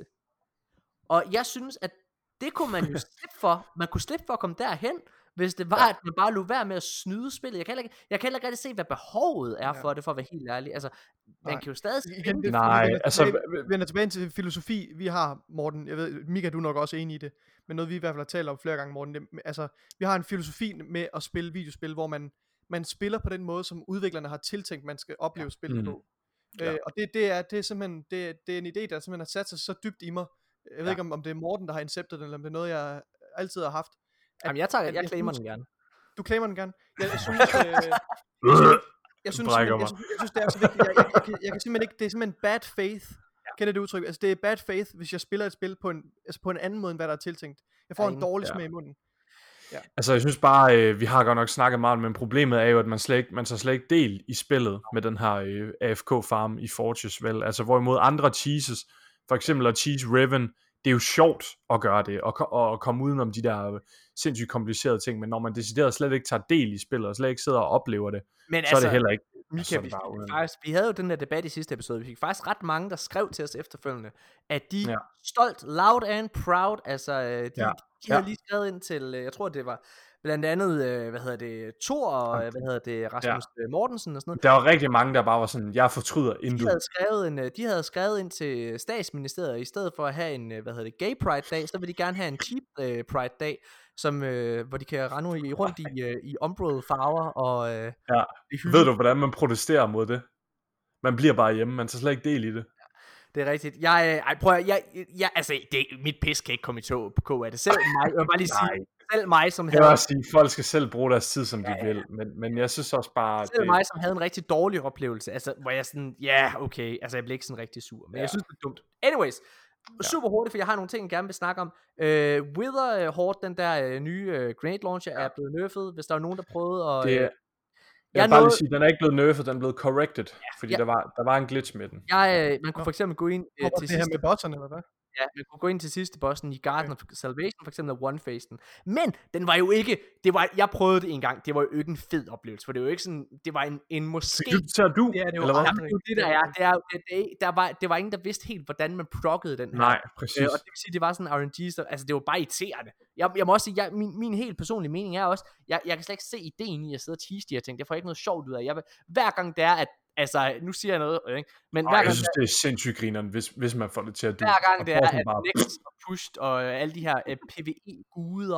Og jeg synes, at det kunne man jo slippe for. Man kunne slippe for at komme derhen, hvis det var, ja. at man bare lå være med at snyde spillet. Jeg kan heller ikke, jeg kan heller ikke rigtig se, hvad behovet er for ja. det, for at være helt ærlig. Altså, man Nej. kan jo stadig... Igen, det, Nej, vi vender altså... Tilbage, vi vender tilbage til filosofi, vi har, Morten. Jeg ved, Mika, du er nok også enig i det. Men noget, vi i hvert fald har talt om flere gange, Morten. Det, altså, vi har en filosofi med at spille videospil, hvor man, man spiller på den måde, som udviklerne har tiltænkt, man skal opleve ja. spillet mm. på. Ja. Øh, og det, det, er, det er simpelthen det, det er en idé, der simpelthen har sat sig så dybt i mig. Jeg ved ja. ikke, om, om det er Morten, der har inceptet den, eller om det er noget, jeg altid har haft. At, Jamen, jeg tager, jeg, jeg claimer den gerne. Du claimer den gerne. Jeg, jeg synes, øh, jeg synes, jeg synes, jeg, jeg, synes, jeg synes, det er så vigtigt. Jeg, jeg, jeg, jeg, jeg kan simpelthen ikke, det er simpelthen bad faith. Ja. Kender det udtryk? Altså det er bad faith, hvis jeg spiller et spil på en, altså på en anden måde, end hvad der er tiltænkt. Jeg får ja, en dårlig ja. smag i munden. Ja. Altså jeg synes bare, øh, vi har godt nok snakket meget, men problemet er jo, at man, slet ikke, man tager slet ikke del i spillet med den her øh, A F K-farm i Forges, vel? Altså hvorimod andre cheeses, for eksempel at cheese Riven, det er jo sjovt at gøre det, og, og komme udenom de der sindssygt komplicerede ting, men når man decideret slet ikke tager del i spillet, og slet ikke sidder og oplever det, men så altså, er det heller ikke Mika, sådan vi, bare, faktisk, vi havde jo den der debat i sidste episode, vi fik faktisk ret mange, der skrev til os efterfølgende, at de ja. stolt, loud and proud, altså de, ja. de ja. havde lige skrevet ind til, jeg tror det var blandt andet, hvad hedder det, Thor og hvad hedder det, Rasmus ja. Mortensen og sådan noget. Der var rigtig mange, der bare var sådan, jeg fortryder intet. De havde skrevet, en, de havde skrevet ind til statsministeriet, i stedet for at have en, hvad hedder det, gay pride dag, så vil de gerne have en cheap uh, pride dag, som, uh, hvor de kan rende rundt i, uh, i Umbral farver. Og, uh, ja. Ved du, hvordan man protesterer mod det? Man bliver bare hjemme, man tager slet ikke del i det. Det er rigtigt. Jeg, ej, prøv at, jeg, jeg, altså, det, mit pis kan ikke komme i tog på K. Er det selv mig? Jeg vil bare lige sige, selv mig, som havde... Jeg vil også sige, folk skal selv bruge deres tid, som ja, de vil, men, men jeg synes også bare... Selv det... mig, som havde en rigtig dårlig oplevelse, altså, hvor jeg sådan, ja, yeah, okay, altså, jeg blev ikke sådan rigtig sur, men ja. jeg synes, det er dumt. Anyways, super hurtigt, for jeg har nogle ting, jeg gerne vil snakke om. Uh, Wither Horde, den der uh, nye uh, grenade launcher, ja. er blevet nerfed, hvis der er nogen, der prøvede at... Det... Jeg vil bare nåede... lige sige, den er ikke blevet nerfed, den er blevet corrected, ja, fordi ja. Der, var, der var en glitch med den. Jeg, man kunne for eksempel gå ind øh, til det sidste... her med bosserne, eller hvad? Ja, man kunne gå ind til sidste bossen i Garden okay. of Salvation, for eksempel One-Face'en. Men den var jo ikke, det var, jeg prøvede det en gang, det var jo ikke en fed oplevelse, for det var jo ikke sådan, det var en, en måske... Det er du, det er det jo, eller hvad? Jamen, det der er, det er, det, det, der var, det var ingen, der vidste helt, hvordan man proggede den her. Nej, præcis. Øh, og det vil sige, det var sådan en R N G, så, altså det var bare irriterende. Jeg, jeg må også sige, jeg, min, min helt personlige mening er også, jeg, jeg kan slet ikke se ideen i at sidde og tease de her ting, jeg får ikke noget sjovt ud af. Jeg, hver gang det er, at altså, nu siger jeg noget, ikke? Men Ej, hver jeg gang synes, det er sindssygt grineren, hvis, hvis man får det til at du. Hver gang det er, at bare... Next og Pushed og alle de her uh, PvE-guder,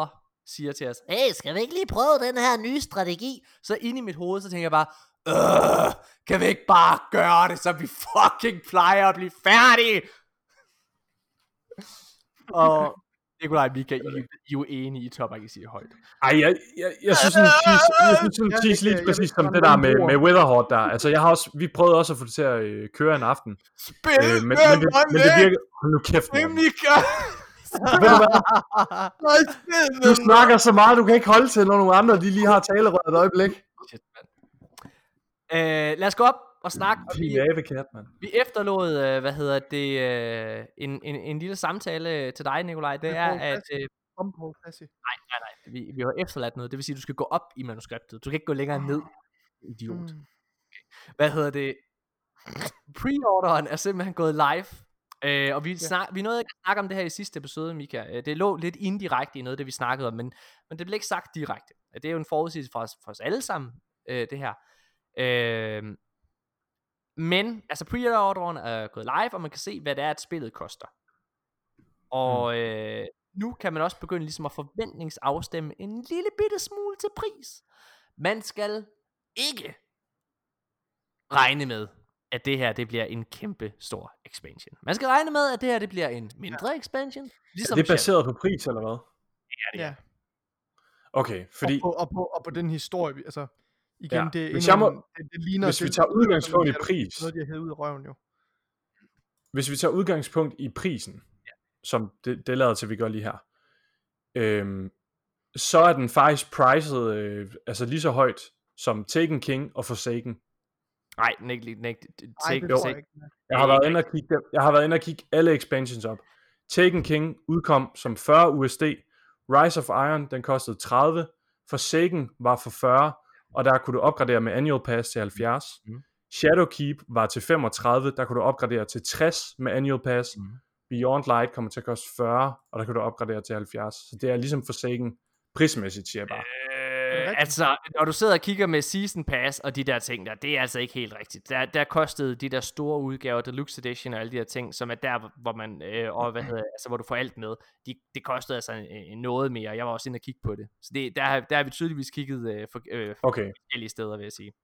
siger til os, hey, skal vi ikke lige prøve den her nye strategi? Så inde i mit hoved, så tænker jeg bare, øh, kan vi ikke bare gøre det, så vi fucking plejer at blive færdige? Og Nikolaj og Mika, I, I er jo enige, I tør bare ikke sige højt. Ej, jeg, jeg, jeg synes sådan cheese, jeg synes sådan cheese lige præcis som det der med, med Witherhoard der. Altså, jeg har også, vi prøvede også at få det til at øh, køre en aften. Spil øh, men, men, det, men det virker... Hold nu kæft, man. Mika! Ved du hvad? Du snakker så meget, du kan ikke holde til, når nogle andre de lige har talerøret et øjeblik. Shit, man. Øh, lad os gå op og snakke. Vi, kat, man. vi efterlod, øh, hvad hedder det, øh, en, en, en lille samtale til dig, Nikolaj. Det er, at... Øh, Om på Classic. nej, nej, nej. Vi, vi har efterladt noget. Det vil sige, at du skal gå op i manuskriptet. Du kan ikke gå længere ned, idiot. Mm. Okay. Hvad hedder det? Pre-orderen er simpelthen gået live. Øh, og vi, Ja. snak, vi nåede ikke at snakke om det her i sidste episode, Mika. Øh, Det lå lidt indirekte i noget, det vi snakkede om, men, men det blev ikke sagt direkte. Det er jo en forudsigelse for os, for os alle sammen, øh, det her. Øh, men, altså pre-orderen er gået live, og man kan se, hvad det er, at spillet koster. Og mm. øh, nu kan man også begynde ligesom at forventningsafstemme en lille bitte smule til pris. Man skal ikke regne med, at det her det bliver en kæmpe stor expansion. Man skal regne med, at det her det bliver en mindre ja. expansion. Ligesom er det baseret på pris, eller hvad? Ja, det er. Ja. Okay, fordi... Og på, og på, og på den historie, vi- altså... Igen, Ja. det, er Hvis endnu jeg må- en- det, det ligner... hvis vi det- tager det- udgangspunkt i det- pris. Noget, de har hævet ud af røven, jo. Hvis vi tager udgangspunkt i prisen, ja. som det, det lader til, vi gør lige her, øhm, så er den faktisk priced øh, altså lige så højt som Taken King og Forsaken. Nej, den er ikke lige... den er ikke- Ej, take- det tror take- jeg ikke. Jeg har været inde og kigge, dem- jeg har været inde og kigge alle expansions op. Taken King udkom som fyrre U S D. Rise of Iron, den kostede tredive. Forsaken var for fyrre, og der kunne du opgradere med Annual Pass til halvfjerds. Mm. Shadowkeep var til femogtredive, der kunne du opgradere til tres med Annual Pass. Mm. Beyond Light kommer til at koste fyrre, og der kan du opgradere til halvfjerds. Så det er ligesom Forsaken prismæssigt, siger jeg bare. Øh, altså, når du sidder og kigger med Season Pass og de der ting der, det er altså ikke helt rigtigt. Der, der kostede de der store udgaver, Deluxe Edition og alle de der ting, som er der, hvor man, øh, og hvad hedder, altså, hvor du får alt med, de, det kostede altså en, en noget mere. Jeg var også inde og kigge på det. Så det, der, har- der har vi tydeligvis kigget øh, for, øh, for Okay, forskellige steder, vil jeg sige.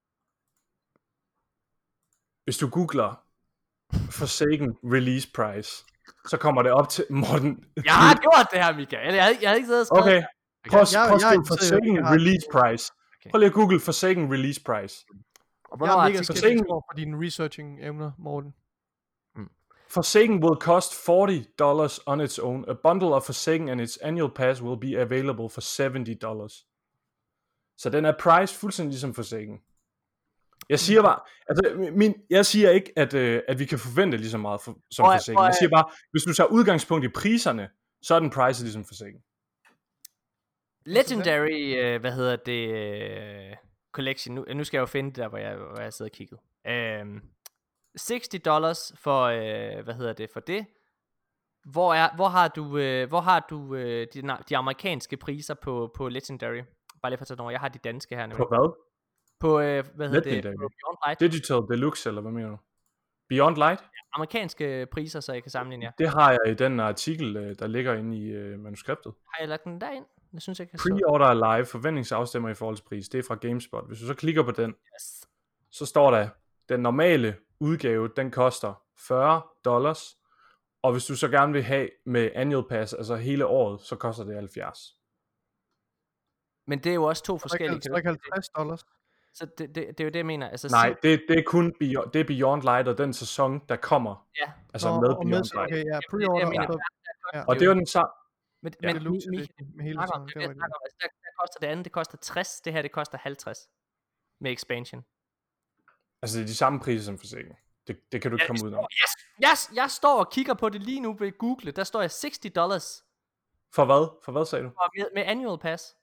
hvis du googler Forsaken release price, så kommer det op til Morten. Jeg har gjort det her, Michael. Jeg havde, jeg havde ikke siddet og skrevet. Okay, prøv, at- Jeg- prøv at jeg er skrive interesseret i, Forsaken hvad jeg har. release price. Okay. Prøv lige at google Forsaken release price. Og Jeg hvornår er er mega artiklen- skeptisk over for dine researching-emner, Morten. Forsaken will cost forty dollars on its own. A bundle of Forsaken and its annual pass will be available for seventy dollars. Så den er priced fuldstændig ligesom Forsaken. Jeg siger bare, altså, min, jeg siger ikke, at, øh, at vi kan forvente lige så meget for, som Prøv at- Forsaken. prøv Jeg at- siger bare, hvis du tager udgangspunkt i priserne, så er den priced ligesom Forsaken. Legendary, øh, hvad hedder det, øh, collection, nu, nu skal jeg jo finde det der, hvor jeg, hvor jeg sidder og kigget. Øhm, sixty dollars for, øh, hvad hedder det, for det. Hvor, er, hvor har du, øh, hvor har du øh, de, na- de amerikanske priser på, på Legendary? Bare lige for at tage nogle, jeg har de danske her nu. På hvad? På, øh, hvad hedder det, Legendary. på Beyond Light. Digital Deluxe, eller hvad mener du? Beyond Light? Amerikanske priser, så jeg kan sammenligne jer. Det har jeg i den artikel, øh, der ligger inde i øh, manuskriptet. Har jeg lagt den derind? Jeg synes, jeg kan så. Pre-order er live, forventningsafstemmer i forhold til pris. Det er fra GameSpot. Hvis du så klikker på den, Yes. så står der, den normale udgave, den koster fyrre dollars. Og hvis du så gerne vil have med annual pass, altså hele året, så koster det halvfjerds. Men det er jo også to Så ikke, forskellige. så ikke halvtreds dollars. Så det, det, det er jo det, jeg mener. Altså, Nej, sig- det, det er kun Beyond, det er Beyond Light og den sæson, der kommer. Ja. Altså Nå, med og Beyond med, Light. okay, ja, det er det, pre-order, jeg mener. og så Ja. Og det er jo den samme. Men, Ja, men Deluxe Mi- edition Mi- med hele snakker om, sæsonen, det, det det, var snakker om, altså, der, der koster det andet, det koster tres, det her det koster halvtreds med expansion. Altså det er de samme priser som Forsaken. Det, det kan du ikke Jeg, komme ud af. yes, yes, jeg står og kigger på det lige nu ved Google, der står jeg sixty dollars For hvad? For hvad sagde du? med, med annual pass.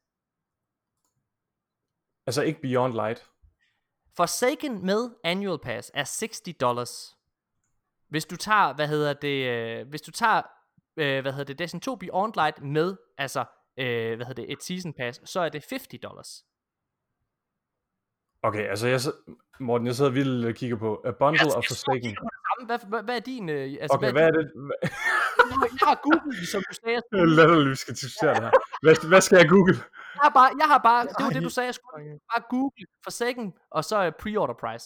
Altså ikke Beyond Light. Forsaken med annual pass er sixty dollars. Hvis du tager, hvad hedder det, øh, hvis du tager, øh, hvad hedder det, Destiny to Beyond Light med, altså, øh, hvad hedder det, et season pass, så er det fifty dollars. Okay, altså jeg, sid- Morten, jeg sidder vildt og kigger på A Bundle of Forsaken. samme. Hvad, hvad, hvad er din... Øh, altså, Okay, hvad, hvad er det? Jeg har googlet, som du sagde. Det er latterligt, vi skal diskutere det her. Hvad, hvad skal jeg google? Jeg har bare, jeg har bare, det var Ej. det, du sagde, jeg skulle bare google Forsaken, og så uh, pre-order price.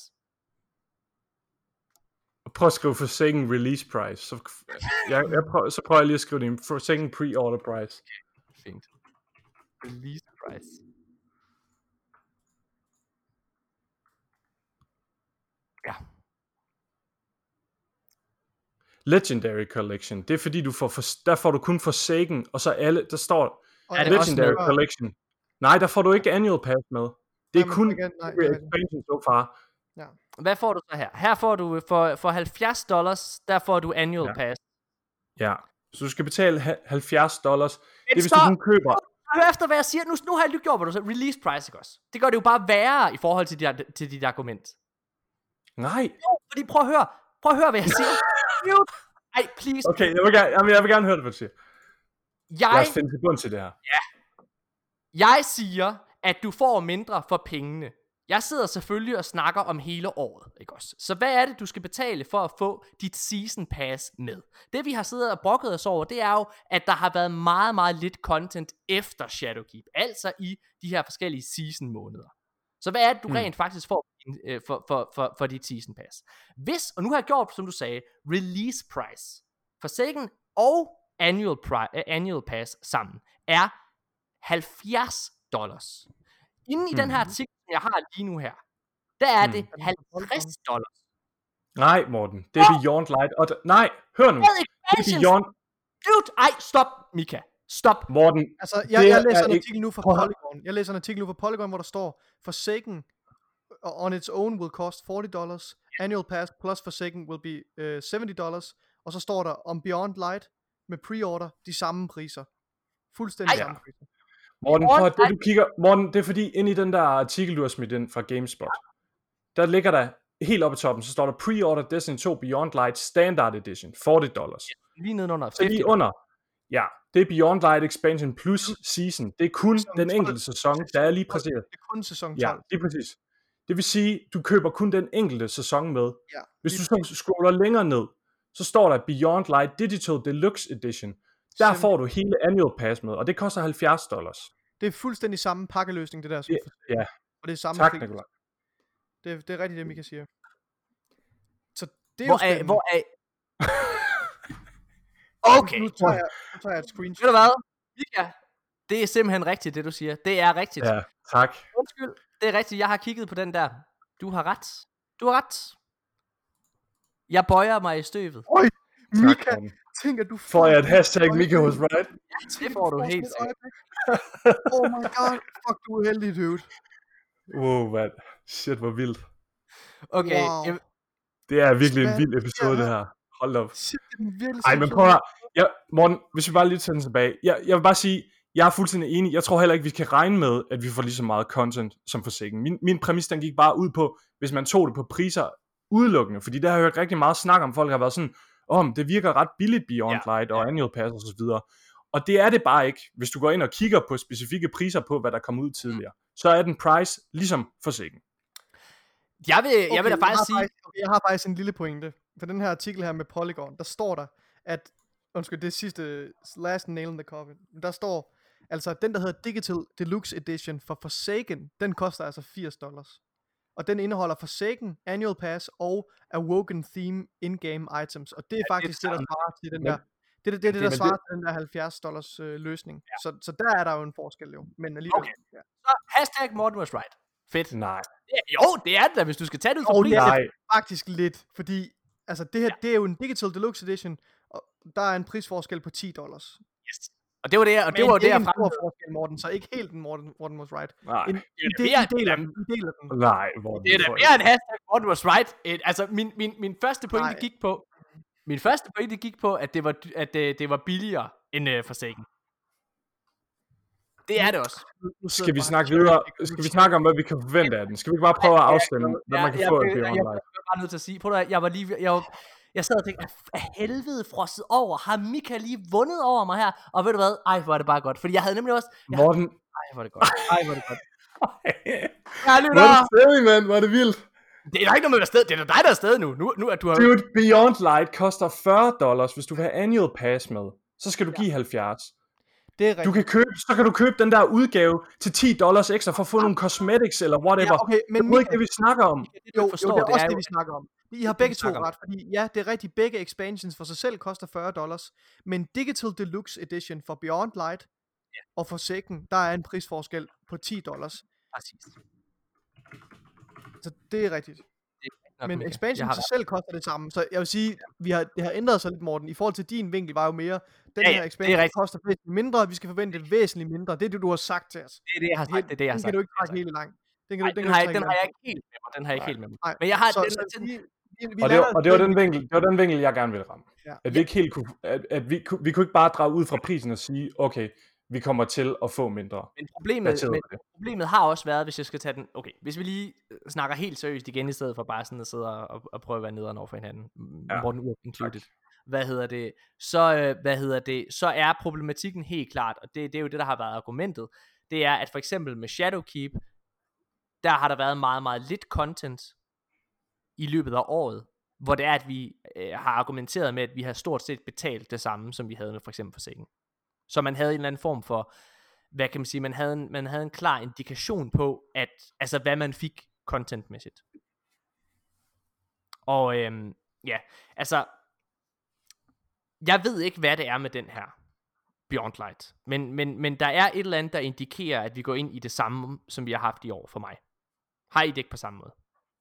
Prøv at skrive Forsaken release price. Så, jeg, jeg prøver, så prøver jeg lige at skrive det i Forsaken pre-order price. Fint. Release price. Ja. Legendary Collection. Det er fordi, du får for, der får du kun Forsaken, og så alle, der står Og Er det også Legendary med- Collection. Nej, der får du ikke Annual Pass med. Det er Jamen, kun igen, nej, det er rigtigt. expansion so far. Hvad får du så her? Her får du for, for halvfjerds dollars, der får du annual Ja. pass. Ja. Så du skal betale ha- halvfjerds dollars. Det er hvis så- du kun køber. Hør efter, hvad jeg siger. Nu, nu har jeg lige gjort, hvad du sagde. Release price, ikke også? Det gør det jo bare værre i forhold til dit, til dit argument. Nej. Fordi prøv at høre. Prøv at høre, hvad jeg siger. Dude. Ej, please. Okay, jeg vil gerne, jamen, jeg vil gerne høre det, hvad du siger. Lad Jeg, os finde til bund til det her. jeg siger, at du får mindre for pengene. Jeg sidder selvfølgelig og snakker om hele året, ikke også? Så hvad er det, du skal betale for at få dit season pass med? Det vi har siddet og brokket os over, det er jo, at der har været meget, meget lidt content efter Shadowkeep. Altså i de her forskellige season måneder. Så hvad er det, du Mm. rent faktisk får øh, for, for, for, for dit season pass? Hvis, og nu har jeg gjort, som du sagde, release price. Forsaken og annual, pri- uh, annual pass sammen er halvfjerds dollars. Inden i Mm. den her artikel, som jeg har lige nu her, der er Mm. det halvtreds dollars. Nej, Morten. Det er Beyond Light. Og d- nej, hør nu. Med Det er expansions! Beyond... Dude, ej, stop, Mika. Stop. Morten, Altså, jeg, Det jeg er læser en ikke- artikel nu fra Prøv at høre. Polygon. Jeg læser en artikel nu fra Polygon, hvor der står, Forsaken on its own will cost forty dollars. Annual pass plus Forsaken will be uh, seventy dollars. Og så står der, om Beyond Light med pre-order, de samme priser. Fuldstændig Ej. samme priser. Morten, Morten, prøv at det du kigger... Morten, det er fordi, ind i den der artikel, du har smidt ind fra GameSpot, der ligger der helt oppe i toppen, så står der Pre-order Destiny to Beyond Light Standard Edition, forty dollars. Lige nedenunder. Så lige under, ja, det er Beyond Light Expansion plus Season. Det er kun Sæson den tolv. enkelte sæson, der er lige præcis. Det er kun sæson Ja, tolv. lige præcis. Det vil sige, du køber kun den enkelte sæson med. Ja, Hvis lige du så scroller længere ned, så står der Beyond Light Digital Deluxe Edition. Der Simpelthen. får du hele annual pass med, og det koster halvfjerds dollars. Det er fuldstændig samme pakkeløsning, det der. Som, Ja, og det er samme tak pris. Nikolaj. Det, det er rigtigt, det Mika siger. Så det er Hvor jo er, spændende. hvor er... Okay. Nu tager jeg, nu tager jeg et screenshot. Ved du hvad, Mika? Det er simpelthen rigtigt, det du siger. Det er rigtigt. Ja, tak. Undskyld, det er rigtigt. Jeg har kigget på den der. Du har ret. Du har ret. Jeg bøjer mig i støvet. Øj, Tak, Mika, Morten. tænk at du Får jeg et hashtag Mika was right? Det får du helt sikkert. Oh my god, fuck, du er heldig, dude. Wow, man. Shit, hvor vildt. Okay, Wow. jeg, Det er virkelig en Spændende. vild episode, Ja. det her. Hold op. Shit, det er virkelig Ej, men sindssygt. prøv at høre. Ja, Morten, hvis vi bare lige tager den tilbage. Jeg, jeg vil bare sige, jeg er fuldstændig enig. Jeg tror heller ikke, vi kan regne med, at vi får lige så meget content som Forsaken. Min, min præmis, den gik bare ud på, hvis man tog det på priser udelukkende. Fordi der har jeg hørt rigtig meget snak om, folk har været sådan, om oh, det virker ret billigt Beyond Ja, Light og Annual Pass og så videre. Og det er det bare ikke. Hvis du går ind og kigger på specifikke priser på, hvad der kom ud tidligere, så er den price ligesom Forsaken. jeg, vil, jeg vil da Okay, faktisk har sige... faktisk, okay, jeg har faktisk en lille pointe. For den her artikel her med Polygon, der står der, at, undskyld, det er sidste, last nail in the coffin, der står, altså den der hedder Digital Deluxe Edition for Forsaken, den koster altså firs dollars. Og den indeholder Forsaken, Annual Pass og Awoken Theme in-game items. Og det er Ja, faktisk det det, er der svarer til den Men- der, det, det, det, det, det- der men svarer til den der halvfjerds dollars øh, løsning. Ja. Så, så der er der jo en forskel jo. Men alligevel, Okay. ja. Så, hashtag Morten was right. Fedt. Nej. Ja, jo, det er det da, hvis du skal tage det ud fra Jo, prisen. det er Nej. faktisk lidt, fordi altså det her, det er jo en Digital Deluxe Edition, og der er en prisforskel på ti dollars. Yes. Og det var det, og det Men var jo det, ikke jeg en frem. stor forskel, Morten, så ikke helt en Morten, Morten was right. Nej. En, Det I, er da del, mere- I, deler den, I deler den. Nej, Morten. Det er da tror jeg mere en hashtag Morten was right. Et, altså, min, min, min første pointe Nej. gik på, min første pointe gik på, at det var, dy- at det, det var billigere end uh, Forsaken. Det er det også. Nu sidder Skal jeg vi bare snakke og videre? cherrypicker. Skal vi snakke om, hvad vi kan forvente af den? Skal vi ikke bare prøve at afstemme, hvad man kan jeg, få jeg, af Beyond jeg, Light? jeg er bare nødt til at sige, prøv at, jeg var lige, jeg, var, jeg sad og tænkte, er, er helvede frosset over? Har Mika lige vundet over mig her? Og ved du hvad? Ej, hvor er det bare godt. Fordi jeg havde nemlig også, jeg, Morten, ej, hvor er det godt. Ej, hvor er det godt. hvor Ja, er lytter. det stedet, mand? Hvor er det vildt? Det er der ikke noget med at sted. Det er da dig, der er afsted nu. Nu, nu at du har... Dude, Beyond Light koster fyrre dollars, hvis du vil have annual pass med. Så skal du give halvfjerds. Det er rigtigt. Du kan købe, så kan du købe den der udgave til ti dollars ekstra for at få nogle cosmetics eller whatever. Ja, okay, men det er ikke det, vi snakker om. Det, du Jo, forstår, jo, det er det også er det, jo, vi snakker om. I har begge to snakker om. ret, fordi ja, det er rigtigt, begge expansions for sig selv koster fyrre dollars, men Digital Deluxe Edition for Beyond Light Ja. og for Second, der er en prisforskel på ti dollars. præcis. Så det er rigtigt. Nok, Men Mika. expansion Jeg har til selv koster det samme. Så jeg vil sige, vi har, det har ændret sig lidt, Morten. I forhold til din vinkel var jo mere, den Ja, ja, her det er expansion rigtigt. koster væsentligt mindre, vi skal forvente væsentligt mindre. Det er det, du har sagt til os. Det er det, jeg har sagt. Det er det, jeg har Den sagt. kan du ikke det, jeg har trække sagt. helt langt. Den, kan Nej, du, den, kan har du jeg, ikke den trække har jeg langt. ikke helt med mig. Den har jeg ikke Nej, helt med mig. nej. Men jeg har Så, den, så den, vi, vi, vi Og det, lander var, og det var et- den vinkel, det var den vinkel, jeg gerne ville ramme. Ja. At vi ikke helt kunne, at, at vi, kunne- vi kunne ikke bare drage ud fra prisen og sige, okay, vi kommer til at få mindre. Men problemet, Baseret men på det. problemet har også været, hvis jeg skal tage den... Okay, hvis vi lige øh, snakker helt seriøst igen, i stedet for bare sådan at sidde og, og, og prøve at være nederen over for hinanden. Ja, Ja, Morten Ur included. Hvad hedder det? Så, øh, hvad hedder det? Så er problematikken helt klart, og det, det er jo det, der har været argumentet. Det er, at for eksempel med Shadowkeep, der har der været meget, meget lidt content i løbet af året, hvor det er, at vi øh, har argumenteret med, at vi har stort set betalt det samme, som vi havde med for eksempel Forsaken. Så man havde en eller anden form for, hvad kan man sige, man havde en, man havde en klar indikation på, at, altså hvad man fik contentmæssigt. Og øhm, ja, altså, jeg ved ikke, hvad det er med den her Beyond Light, men, men, men der er et eller andet, der indikerer, at vi går ind i det samme, som vi har haft i år for mig. Har I det ikke på samme måde?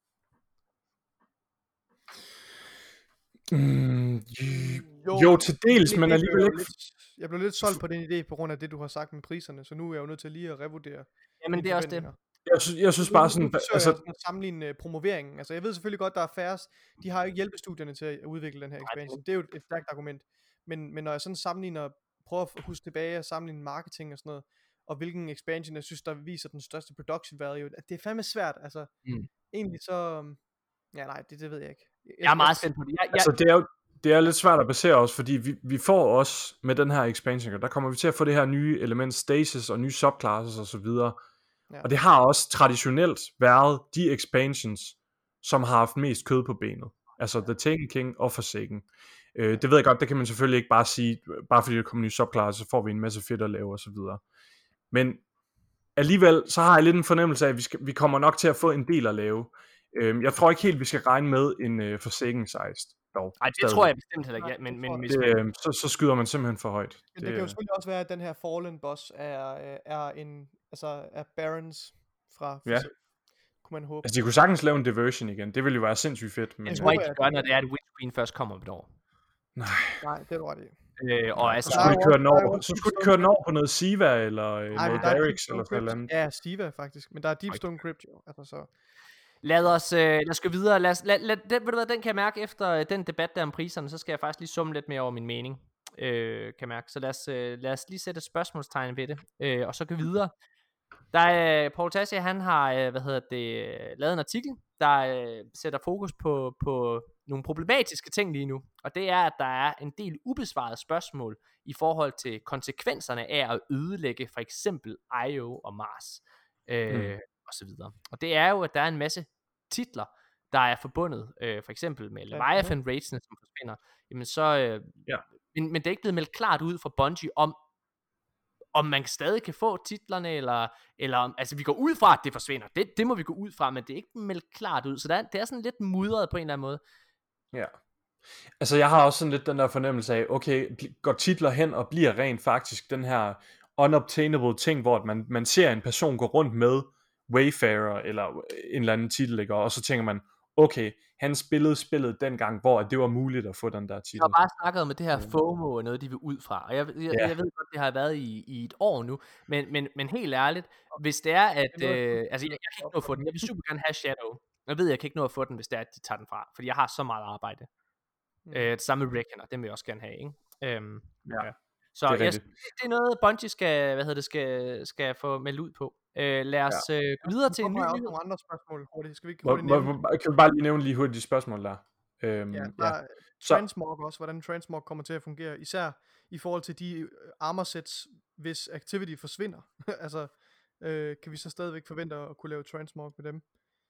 Mm, jo, jo, til dels, det- men det alligevel blev ikke. jeg lidt- Jeg blev lidt solgt på den idé, på grund af det, du har sagt med priserne, så nu er jeg jo nødt til lige at revurdere. Jamen mine det er også det. forventninger. Jeg synes, jeg synes Nu- bare nu sådan, forsøger altså, jeg sådan at sammenligne uh, promoveringen. Altså, jeg ved selvfølgelig godt, der er færre. De har jo ikke hjælpestudierne til at udvikle den her expansion. Det er jo et stærkt argument. Men, men når jeg sådan sammenligner, prøver at huske tilbage og sammenligne marketing og sådan noget, og hvilken expansion jeg synes, der viser den største production value, at det er fandme svært. Altså, Mm. egentlig så... um, Ja, nej, det, det ved jeg ikke. Jeg er meget spændt på det. Jeg, jeg, altså det er jo det er lidt svært at basere os, fordi vi, vi får også med den her expansion, der kommer vi til at få det her nye element stasis og nye subclasses og så videre. Ja. Og det har også traditionelt været de expansions, som har haft mest kød på benet. Altså The Taken King og Forsaken. Øh, det ved jeg godt, det kan man selvfølgelig ikke bare sige, bare fordi der kommer nye subclasses, så får vi en masse fedt at lave og så videre. Men alligevel, så har jeg lidt en fornemmelse af, at vi, skal, vi kommer nok til at få en del at lave. Øh, jeg tror ikke helt, vi skal regne med en uh, Forsaken size dog. nej, det stadig. tror jeg bestemt heller ikke. Ja, Nej, men, det men tror hvis Det, vi, øh, så, så skyder man simpelthen for højt. Men det, det kan jo selvfølgelig også være, at den her Fallen Boss er, øh, er en, altså er Barons fra Ja. Forsøg. Kunne man håbe. Altså, de kunne sagtens lave en diversion igen. Det ville jo være sindssygt fedt. Men, jeg Jeg tror håber, ikke, de at- gør, når det er, at Witch Queen først kommer om et år. nej, Nej, det er du ret i. Øh, og altså, så der er skulle jo de køre den også- der er jo over, også så skulle de Deepstone køre den over på noget Siva eller øh, Nej, men noget der er Barracks Deepstone eller sådan Crypt. noget. Ja, Stiva faktisk. Men der er Deepstone Crypt jo. Altså så. lad os, øh, lad os gå videre. Lad os, lad, lad, den, ved du hvad, den kan jeg mærke efter øh, den debat der om priserne, så skal jeg faktisk lige summe lidt mere over min mening. Øh, kan jeg mærke. Så lad os, øh, lad os lige sætte et spørgsmålstegn ved det, øh, og så gå videre. Der er, Paul Tassia, han har, øh, hvad hedder det, øh, lavet en artikel, der øh, sætter fokus på, på nogle problematiske ting lige nu. Og det er, at der er en del ubesvarede spørgsmål i forhold til konsekvenserne af at ødelægge for eksempel I O og Mars. Øh, Mm. og så videre. Og det er jo, at der er en masse titler, der er forbundet, øh, for eksempel med Leviathan Raidsene, som forsvinder. Jamen så, øh, Ja. men, men det er ikke blevet meldt klart ud fra Bungie om, om man stadig kan få titlerne, eller, eller om, altså vi går ud fra, at det forsvinder. Det, det må vi gå ud fra, men det er ikke meldt klart ud. Så der, er- det er sådan lidt mudret på en eller anden måde. Ja. Altså, jeg har også sådan lidt den der fornemmelse af, okay, bl- går titler hen og bliver rent faktisk den her unobtainable ting, hvor man, man ser en person gå rundt med Wayfarer eller en eller anden titel, ikke? Og så tænker man, okay, han spillede spillet dengang, hvor det var muligt at få den der Vi titel. har bare snakket om, at det her FOMO er noget, de vil ud fra. Og jeg, jeg, Ja. jeg ved godt, det har været i, i et år nu, men, men, men helt ærligt, hvis det er, at... Det er noget, Øh, altså, jeg, jeg kan ikke nå at få den. Jeg vil super gerne have Shadow. Jeg ved, jeg kan ikke nå at få den, hvis det er, at de tager den fra. Fordi jeg har så meget arbejde. Mm. Øh, det samme med Reckoner, den vil jeg også gerne have, ikke? Øhm, Ja, så det er jeg, rigtigt. det, det er noget, Bungie skal, hvad hedder det, skal, skal få meldt ud på. Øh, lad os øh, gå videre til en ny Nu har jeg også nyhed. nogle andre spørgsmål hurtigt. Skal vi ikke Hvor, hurtigt hvor, nævne? hvor, kan vi bare lige nævne lige hurtigt de spørgsmål der? Øhm, Ja, ja, der er Så- Transmog også, hvordan Transmog kommer til at fungere, især i forhold til de øh, armor sets, hvis activity forsvinder. altså, øh, kan vi så stadigvæk forvente at kunne lave Transmog med dem?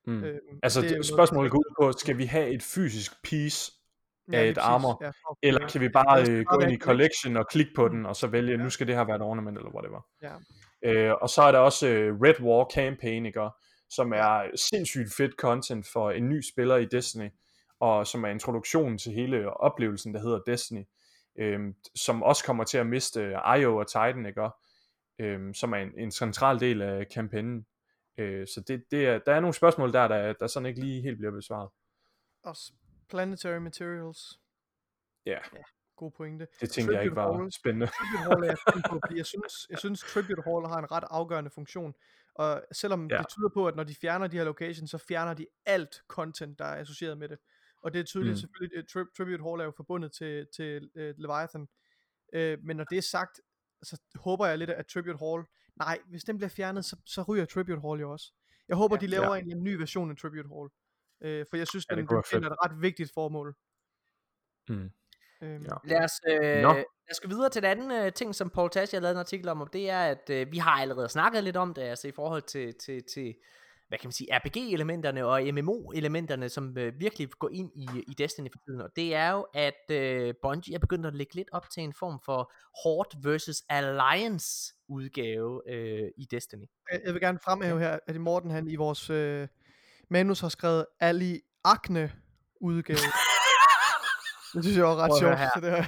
Mm. Øh, Altså det er det, jo noget, spørgsmålet der går ud på, skal vi have et fysisk piece ja, af lige et præcis. armor, Ja, for, eller kan vi eller bare skal øh, det gå bare ind være i en collection? collection og klikke på Mm. den, og så vælge, Ja. nu skal det her være et ornament, eller whatever. Ja. Øh, og så er der også øh, Red War Campaign, ikke? Som Ja. er sindssygt fedt content for en ny spiller i Destiny, og som er introduktionen til hele oplevelsen, der hedder Destiny, øh, som også kommer til at miste I O og Titan, ikke? Øh, som er en, en central del af kampagnen. Øh, så det, det er, der er nogle spørgsmål der, der, der sådan ikke lige helt bliver besvaret. Også Planetary Materials. Ja, Ja, god pointe. det tænkte jeg ikke Tribute var Hall. spændende. Tribute Hall er jeg spændt på, fordi jeg synes, jeg synes Tribute Hall har en ret afgørende funktion. Og selvom Ja. det tyder på, at når de fjerner de her locations, så fjerner de alt content, der er associeret med det. Og det er tydeligt Mm. selvfølgelig, at Tri- Tribute Hall er jo forbundet til, til uh, Leviathan. Uh, men når det er sagt, så håber jeg lidt, at Tribute Hall, nej, hvis den bliver fjernet, så, så ryger Tribute Hall jo også. Jeg håber, Ja. de laver Ja. en, en ny version af Tribute Hall. Uh, for jeg synes, Ja, det den, kunne den være finder et ret vigtigt formål. Mm. Øhm, Ja. Lad os, øh, Nå. lad os gå videre til den anden øh, ting, som Paul Tassi har lavet en artikel om, og det er, at øh, vi har allerede snakket lidt om det, altså i forhold til, til, til hvad kan man sige, R P G-elementerne og M M O-elementerne, som øh, virkelig går ind i, i Destiny for tiden, og det er jo, at øh, Bungie er begyndt at lægge lidt op til en form for Horde versus Alliance udgave øh, i Destiny. Jeg jeg vil gerne fremhæve her, at Morten han i vores øh, manus har skrevet Ali Akne udgave. Det synes jeg var ret Prøv at høre sjovt. her. Så det her.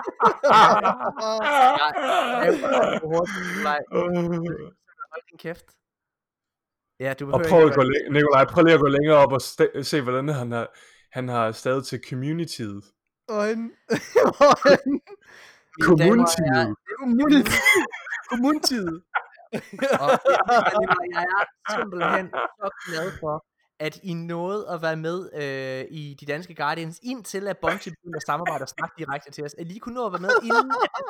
Nej, hold din kæft. Ja, du Og behøver prøv ikke at gå gøre det. læ- Nikolaj, prøv lige at gå længere op og st- se, hvordan han har, han har stadig til communityet. Og han, Mine damer og herrer, Community. Kommuntid. Og jeg er simpelthen så glad for, at I nåede at være med øh, i de danske Guardians, indtil at Bungie begyndte at samarbejde og snakke direkte til os. At I lige kunne nå at være med inden.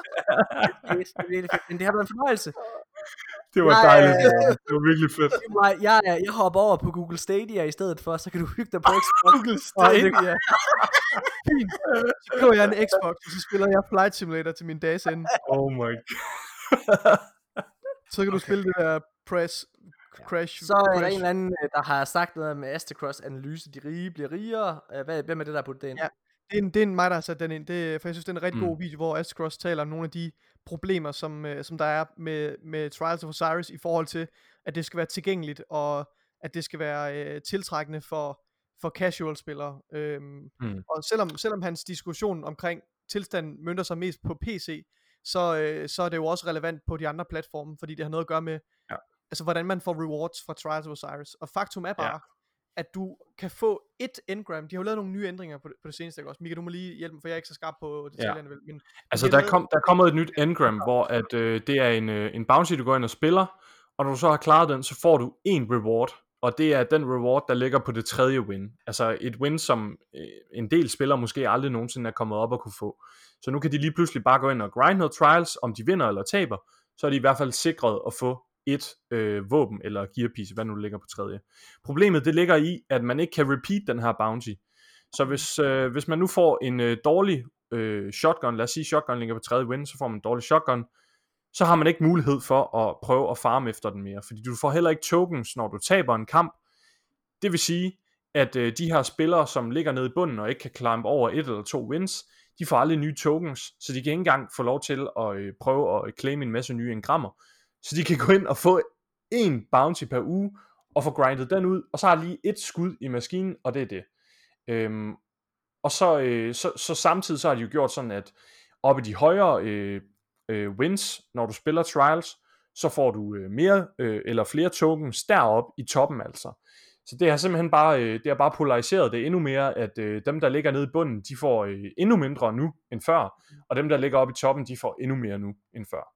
Det er virkelig fedt, men det har været en fornøjelse. Det var Jeg, dejligt. øh, Morten. Det var virkelig fedt. Jeg, jeg, jeg hopper over på Google Stadia i stedet for, så kan du hygge dig på Xbox. Google Stadia. Fint. Så køber jeg en Xbox, og så spiller jeg Flight Simulator til min dages ende. Oh my god. Så kan du Okay. spille det der press crash. Så er der crash. en eller anden, øh, der har sagt noget med Astacross analyse, de rige bliver rigere. Øh, Hvad, hvem er det, der har puttet det ind? Ja. Det er, en, det er en mig, der har sat den ind. Det, for jeg synes, det er en rigtig Mm. god video, hvor Astacross taler om nogle af de problemer, som, øh, som der er med, med Trials of Osiris, i forhold til, at det skal være tilgængeligt, og at det skal være øh, tiltrækkende for, for casual-spillere. Øhm, Mm. Og selvom, selvom hans diskussion omkring tilstanden mønter sig mest på P C, så, øh, så er det jo også relevant på de andre platforme, fordi det har noget at gøre med, Ja. altså hvordan man får rewards fra Trials of Osiris. Og faktum er bare, Ja. at du kan få et engram. De har jo lavet nogle nye ændringer på det, på det seneste, ikke også? Mika, du må lige hjælpe mig, for jeg er ikke så skarp på detaljerne, vel? Men Altså, de har der, lavet- kom, der er kommet et nyt engram, hvor at, øh, det er en, øh, en bounty, du går ind og spiller, og når du så har klaret den, så får du en reward, og det er den reward, der ligger på det tredje win. Altså et win, som øh, en del spillere måske aldrig nogensinde er kommet op og kunne få. Så nu kan de lige pludselig bare gå ind og grind noget trials, om de vinder eller taber, så er de i hvert fald sikret at få et øh, våben eller gear piece, hvad nu ligger på tredje. Problemet det ligger i, at man ikke kan repeat den her bounty. Så hvis, øh, hvis man nu får en øh, dårlig øh, shotgun, lad os sige shotgun ligger på tredje win, så får man en dårlig shotgun, så har man ikke mulighed for at prøve at farme efter den mere, fordi du får heller ikke tokens, når du taber en kamp. Det vil sige, at øh, de her spillere, som ligger nede i bunden og ikke kan climb over et eller to wins, de får aldrig nye tokens, så de kan ikke engang få lov til at øh, prøve at claim en masse nye engrammer. Så de kan gå ind og få en bounty per uge, og få grindet den ud, og så har lige et skud i maskinen, og det er det. Øhm, og så, øh, så, så samtidig så har de jo gjort sådan, at oppe i de højere øh, øh, wins, når du spiller trials, så får du øh, mere øh, eller flere tokens derop i toppen altså. Så det har simpelthen bare, øh, det har bare polariseret det endnu mere, at øh, dem der ligger nede i bunden, de får øh, endnu mindre nu end før, og dem der ligger oppe i toppen, de får endnu mere nu end før.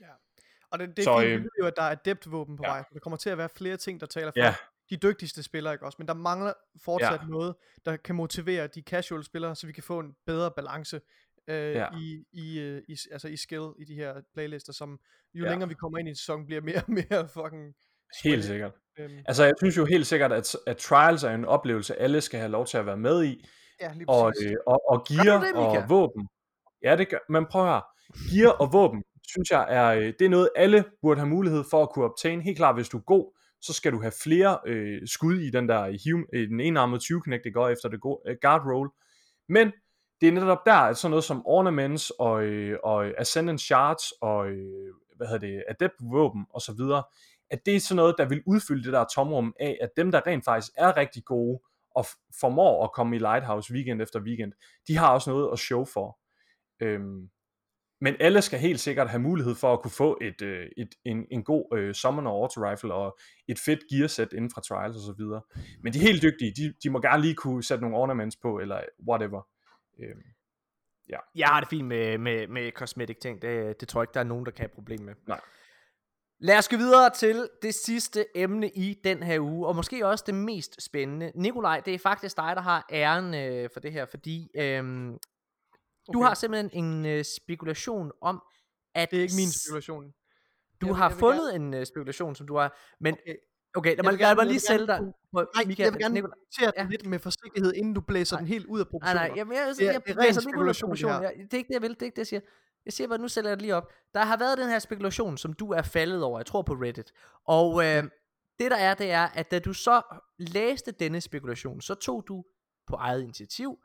Og det, det er Så, fint, øh, vi ved jo, at der er adept-våben på ja. vej. Der kommer til at være flere ting, der taler for Ja. de dygtigste spillere, ikke også? Men der mangler fortsat Ja. noget, der kan motivere de casual spillere, så vi kan få en bedre balance øh, Ja. i, i, øh, i, altså i skill i de her playlister, som jo Ja. længere vi kommer ind i sæsonen, bliver mere og mere fucking Helt spredt. sikkert. Øhm, Altså jeg synes jo helt sikkert, at, at Trials er en oplevelse, alle skal have lov til at være med i, ja, lige og, præcis. øh, og, og Gør gear du det, Mika? og våben. Ja, det gør, men prøv her. Gear og våben, synes jeg, er, øh, det er noget, alle burde have mulighed for at kunne obtain. Helt klart, hvis du er god, så skal du have flere øh, skud i den der hum, i den enarmede tyve-knægt, det går efter det guard roll. Men det er netop der, at sådan noget som ornaments og, øh, og ascendant shards og øh, hvad hedder det, adept våben og så videre, at det er sådan noget, der vil udfylde det der tomrum af, at dem, der rent faktisk er rigtig gode og formår at komme i Lighthouse weekend efter weekend, de har også noget at show for. Øhm, men alle skal helt sikkert have mulighed for at kunne få et, øh, et, en, en god øh, summoner auto rifle og et fedt gearset inden fra trials og så videre. Men de helt dygtige, de, de må gerne lige kunne sætte nogle ornaments på, eller whatever. Øhm, ja. Jeg har det fint med, med, med cosmetic ting. Det, det tror jeg ikke, der er nogen, der kan have problem med. Nej. Lad os gå videre til det sidste emne i den her uge, og måske også det mest spændende. Nikolaj, det er faktisk dig, der har æren øh, for det her, fordi øhm, okay. du har simpelthen en øh, spekulation om, at... Det er ikke min spekulation. Du jeg, har jeg fundet gerne... en uh, spekulation, som du har... Men okay, okay lad, mig, lad mig lige sælge dig. Nej, Michael, jeg vil gerne kommentere den lidt med forsigtighed, inden du blæser nej. den helt ud af proportioner. Nej, nej, jamen, jeg, jeg, jeg, jeg det er, blæser den ikke ud af proportioner. Jeg, det er ikke det, jeg vil. Det er ikke det, jeg siger. Jeg siger bare, nu sælger jeg det lige op. Der har været den her spekulation, som du er faldet over. Jeg tror på Reddit. Og øh, det der er, det er, at da du så læste denne spekulation, så tog du på eget initiativ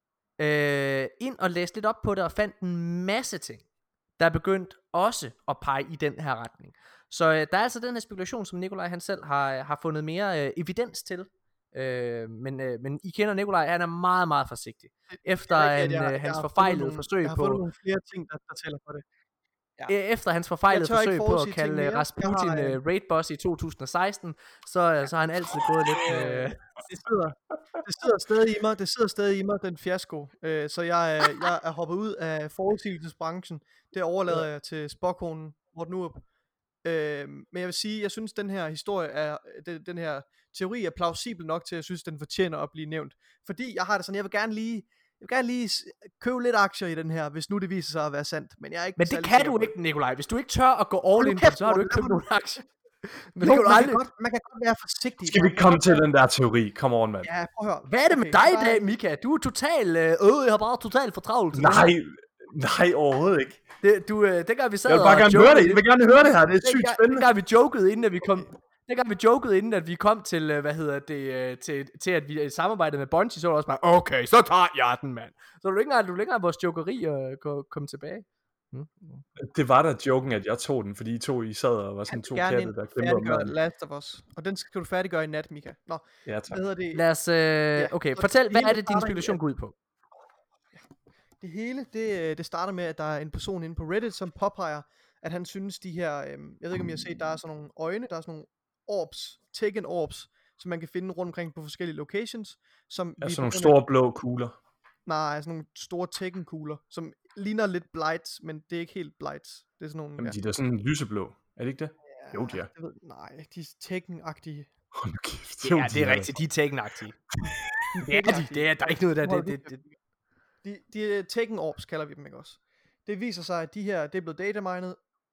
øh, ind og læste lidt op på det, og fandt en masse ting, der er begyndt også at pege i den her retning. Så øh, der er altså den her spekulation, som Nikolaj han selv har, har fundet mere øh, evidens til. Øh, men, øh, men I kender Nikolaj, han er meget, meget forsigtig. Efter jeg, en, jeg, øh, jeg, hans jeg forfejlede nogle, forsøg jeg har på... fundet nogle flere ting, der, der tæller for det. Ja. Efter hans forfejlede forsøg på at kalde Rasputin har, øh, raid boss i to tusind og seksten, så, ja. så har han altid gået lidt... Øh... Det sidder, det sidder stadig i mig, det sidder stadig i mig, den fiasko. Øh, så jeg, jeg er hoppet ud af forudsigelsesbranchen. Det overlader ja. jeg til spåkonen, Morten Urup. Øh, men jeg vil sige, jeg synes den her historie er, den, den her teori er plausibel nok til, at jeg synes den fortjener at blive nævnt. Fordi jeg har det sådan, jeg vil gerne lige, jeg vil gerne lige købe lidt aktier i den her, hvis nu det viser sig at være sandt. Men jeg er ikke. Men det kan du ikke, Nikolaj. Hvis du ikke tør at gå all in, så har du ikke købt nogen aktier. Men jo, man, aldrig... kan godt, man kan godt være forsigtig. Skal vi komme til den der teori? Come on, mand. Ja, prøv at høre. Hvad er det med okay, dig i dag, Mika? Du er total, øh, jeg har bare totalt fortravlet. Nej, nej, overhovedet ikke. Det, du, øh, dengang vi sad jeg vil bare gerne høre det. Jeg vil gerne høre det her. Det er sygt spændende. Dengang vi jokede, inden at vi kom... Dengang vi jokede, inden at vi kom til, hvad hedder det, til, til at vi samarbejdede med Bungie, så var det også bare, okay, så tager jeg den, mand. Så er du ikke engang, du er ikke engang vores jokeri at komme tilbage. Hmm. Det var da joken, at jeg tog den, fordi I to I sad og var sådan to katte, der kæmper om den. Last of Us. Og den skal du færdiggøre i nat, Mika. Nå, ja, tak. Hvad hedder det? Lad os, øh, ja, okay, fortæl, hvad er det, din spekulation går ud på? Det hele, det, det starter med, at der er en person inde på Reddit, som påpeger, at han synes de her, øh, jeg ved ikke om I har set, der er sådan nogle øjne, der er sådan nogle orbs, taken orbs, som man kan finde rundt omkring på forskellige locations. Som ja, sådan nogle store blå kugler. Nej, sådan nogle store taken kugler, som ligner lidt blights, men det er ikke helt blights. Det er sådan nogle... Jamen, ja. de er sådan lyseblå, er det ikke det? Ja, jo, de er. Ved, nej, de er taken-agtige. Hold nu kæft. Ja, det er rigtigt, de er taken-agtige. Ja, de, det er, der er ikke noget der. Det, det, det. De, de er taken orbs, kalder vi dem ikke også. Det viser sig, at de her, det er blevet datamined.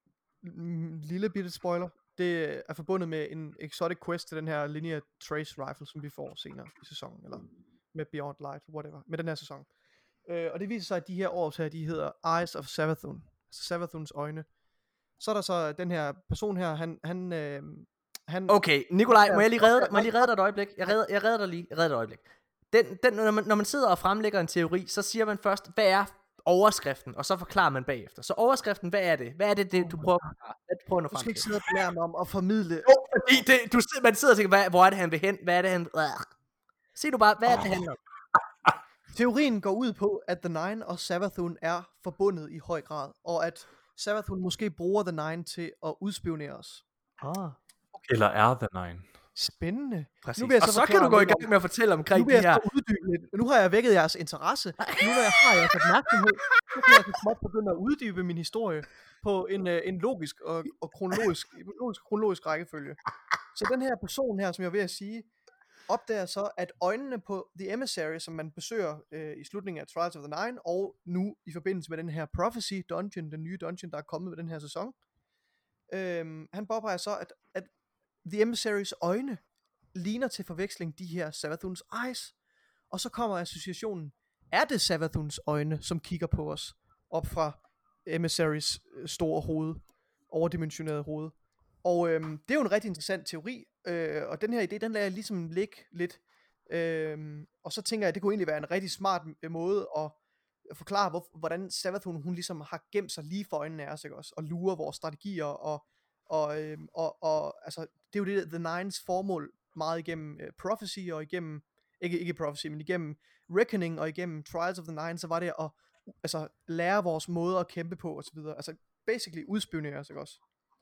Lille bitte spoiler. Det er forbundet med en exotic quest til den her linear trace rifle, som vi får senere i sæsonen, eller med Beyond Light, whatever, med den her sæson. Øh, og det viser sig, at de her orbs her, de hedder Eyes of Savathun, altså Savathuns øjne. Så er der så den her person her, han, han, øh, han okay, Nikolaj, må jeg lige redde dig, må jeg lige redde dig et øjeblik? Jeg redder, jeg redder dig lige, jeg redder dig et øjeblik. Den, den, når, man, når man sidder og fremlægger en teori, så siger man først, hvad er overskriften, og så forklarer man bagefter. Så overskriften, hvad er det? Hvad er det, det du prøver, hvad du prøver at nå frem til? Du skal ikke sidde og belære mig om at formidle. Jo, fordi det, du, man sidder og tænker, hvad, hvor er det, han vil hen? Hvad er det, han... Sig du bare, hvad er det, han handler om? Teorien går ud på, at The Nine og Savathun er forbundet i høj grad, og at Savathun måske bruger The Nine til at udspionere os. Ah. Okay. Eller er The Nine? Spændende. Præcis. Nu og så, så kan du gå i gang med at fortælle omkring de her. Nu, nu har jeg vækket jeres interesse. Nu når jeg har jeres opmærksomhed, så kan jeg småt begynde at uddybe min historie på en, uh, en logisk og, og kronologisk, logisk, kronologisk rækkefølge. Så den her person her, som jeg er ved at sige, opdager så, at øjnene på The Emissary, som man besøger øh, i slutningen af Trials of the Nine, og nu i forbindelse med den her Prophecy Dungeon, den nye dungeon, der er kommet med den her sæson, øh, han påpeger så, at, at The Emissary's øjne ligner til forveksling de her Savathuns eyes, og så kommer associationen, er det Savathuns øjne, som kigger på os, op fra Emissary's store hoved, overdimensionerede hoved? Og øhm, det er jo en rigtig interessant teori, øh, og den her idé, den lader jeg ligesom ligge lidt. Øhm, og så tænker jeg, at det kunne egentlig være en rigtig smart m- måde at, at forklare, hvor, hvordan Savathun, hun ligesom har gemt sig lige for øjnene af os, ikke også? Og lurer vores strategier, og, og, øhm, og, og altså, det er jo det, The Nines formål meget igennem uh, Prophecy, og igennem, ikke, ikke Prophecy, men igennem Reckoning, og igennem Trials of the Nine, så var det at altså, lære vores måde at kæmpe på, og så videre. Altså, basically udspionere os, ikke også?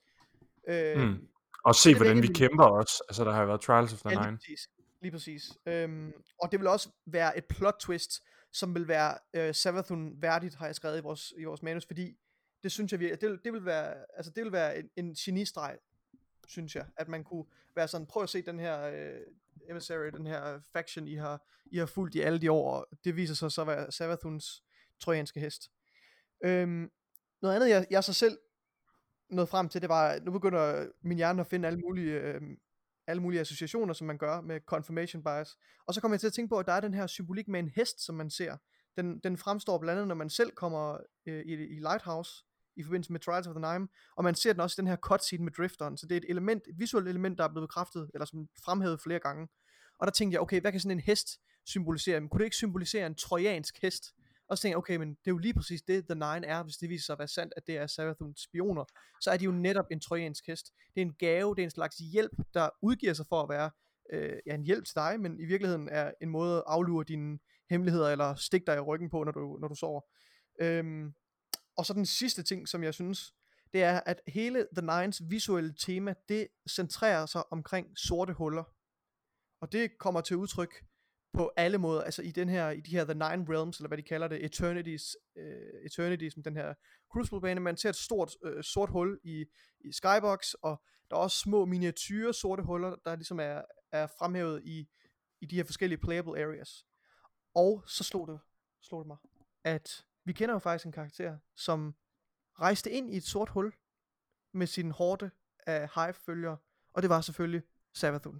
Øhm, Mm. Og se, det hvordan vækker vi min- kæmper også. Altså, der har jo været Trials of the Ja, lige Nine. præcis. Lige præcis. Øhm, og det vil også være et plot twist, som vil være øh, Savathun værdigt, har jeg skrevet i vores, i vores manus, fordi det synes jeg virkelig, det, det vil være, altså det vil være en, en genistreg, synes jeg, at man kunne være sådan, prøv at se den her øh, emissary, den her faction, I har, I har fulgt i alle de år, og det viser sig så at være Savathuns trojanske hest. Øhm, noget andet, jeg, jeg så selv nåede frem til, det var, nu begynder min hjerne at finde alle mulige, øh, alle mulige associationer, som man gør med confirmation bias. Og så kommer jeg til at tænke på, at der er den her symbolik med en hest, som man ser. Den, den fremstår blandt andet, når man selv kommer øh, i, i Lighthouse, i forbindelse med Trials of the Nine, og man ser den også i den her cutscene med drifteren. Så det er et element, et visuelt element, der er blevet bekræftet, eller som fremhævet flere gange. Og der tænkte jeg, okay, hvad kan sådan en hest symbolisere? Men kunne det ikke symbolisere en trojansk hest? Og så tænkte jeg, okay, men det er jo lige præcis det, The Nine er, hvis det viser sig at være sandt, at det er Savathuns spioner. Så er de jo netop en trojansk hest. Det er en gave, det er en slags hjælp, der udgiver sig for at være øh, ja, en hjælp til dig, men i virkeligheden er en måde at aflure dine hemmeligheder, eller stikke dig i ryggen på, når du, når du sover. Øhm, og så den sidste ting, som jeg synes, det er, at hele The Nines visuelle tema, det centrerer sig omkring sorte huller. Og det kommer til udtryk på alle måder, altså i den her, i de her The Nine Realms, eller hvad de kalder det, Eternities, uh, Eternities, den her Crucible-bane, man ser et stort uh, sort hul i, i Skybox, og der er også små miniature sorte huller, der ligesom er, er fremhævet i, i de her forskellige playable areas. Og så slog det, slog det mig, at vi kender jo faktisk en karakter, som rejste ind i et sort hul, med sin horde af Hive-følgere, og det var selvfølgelig Savathun.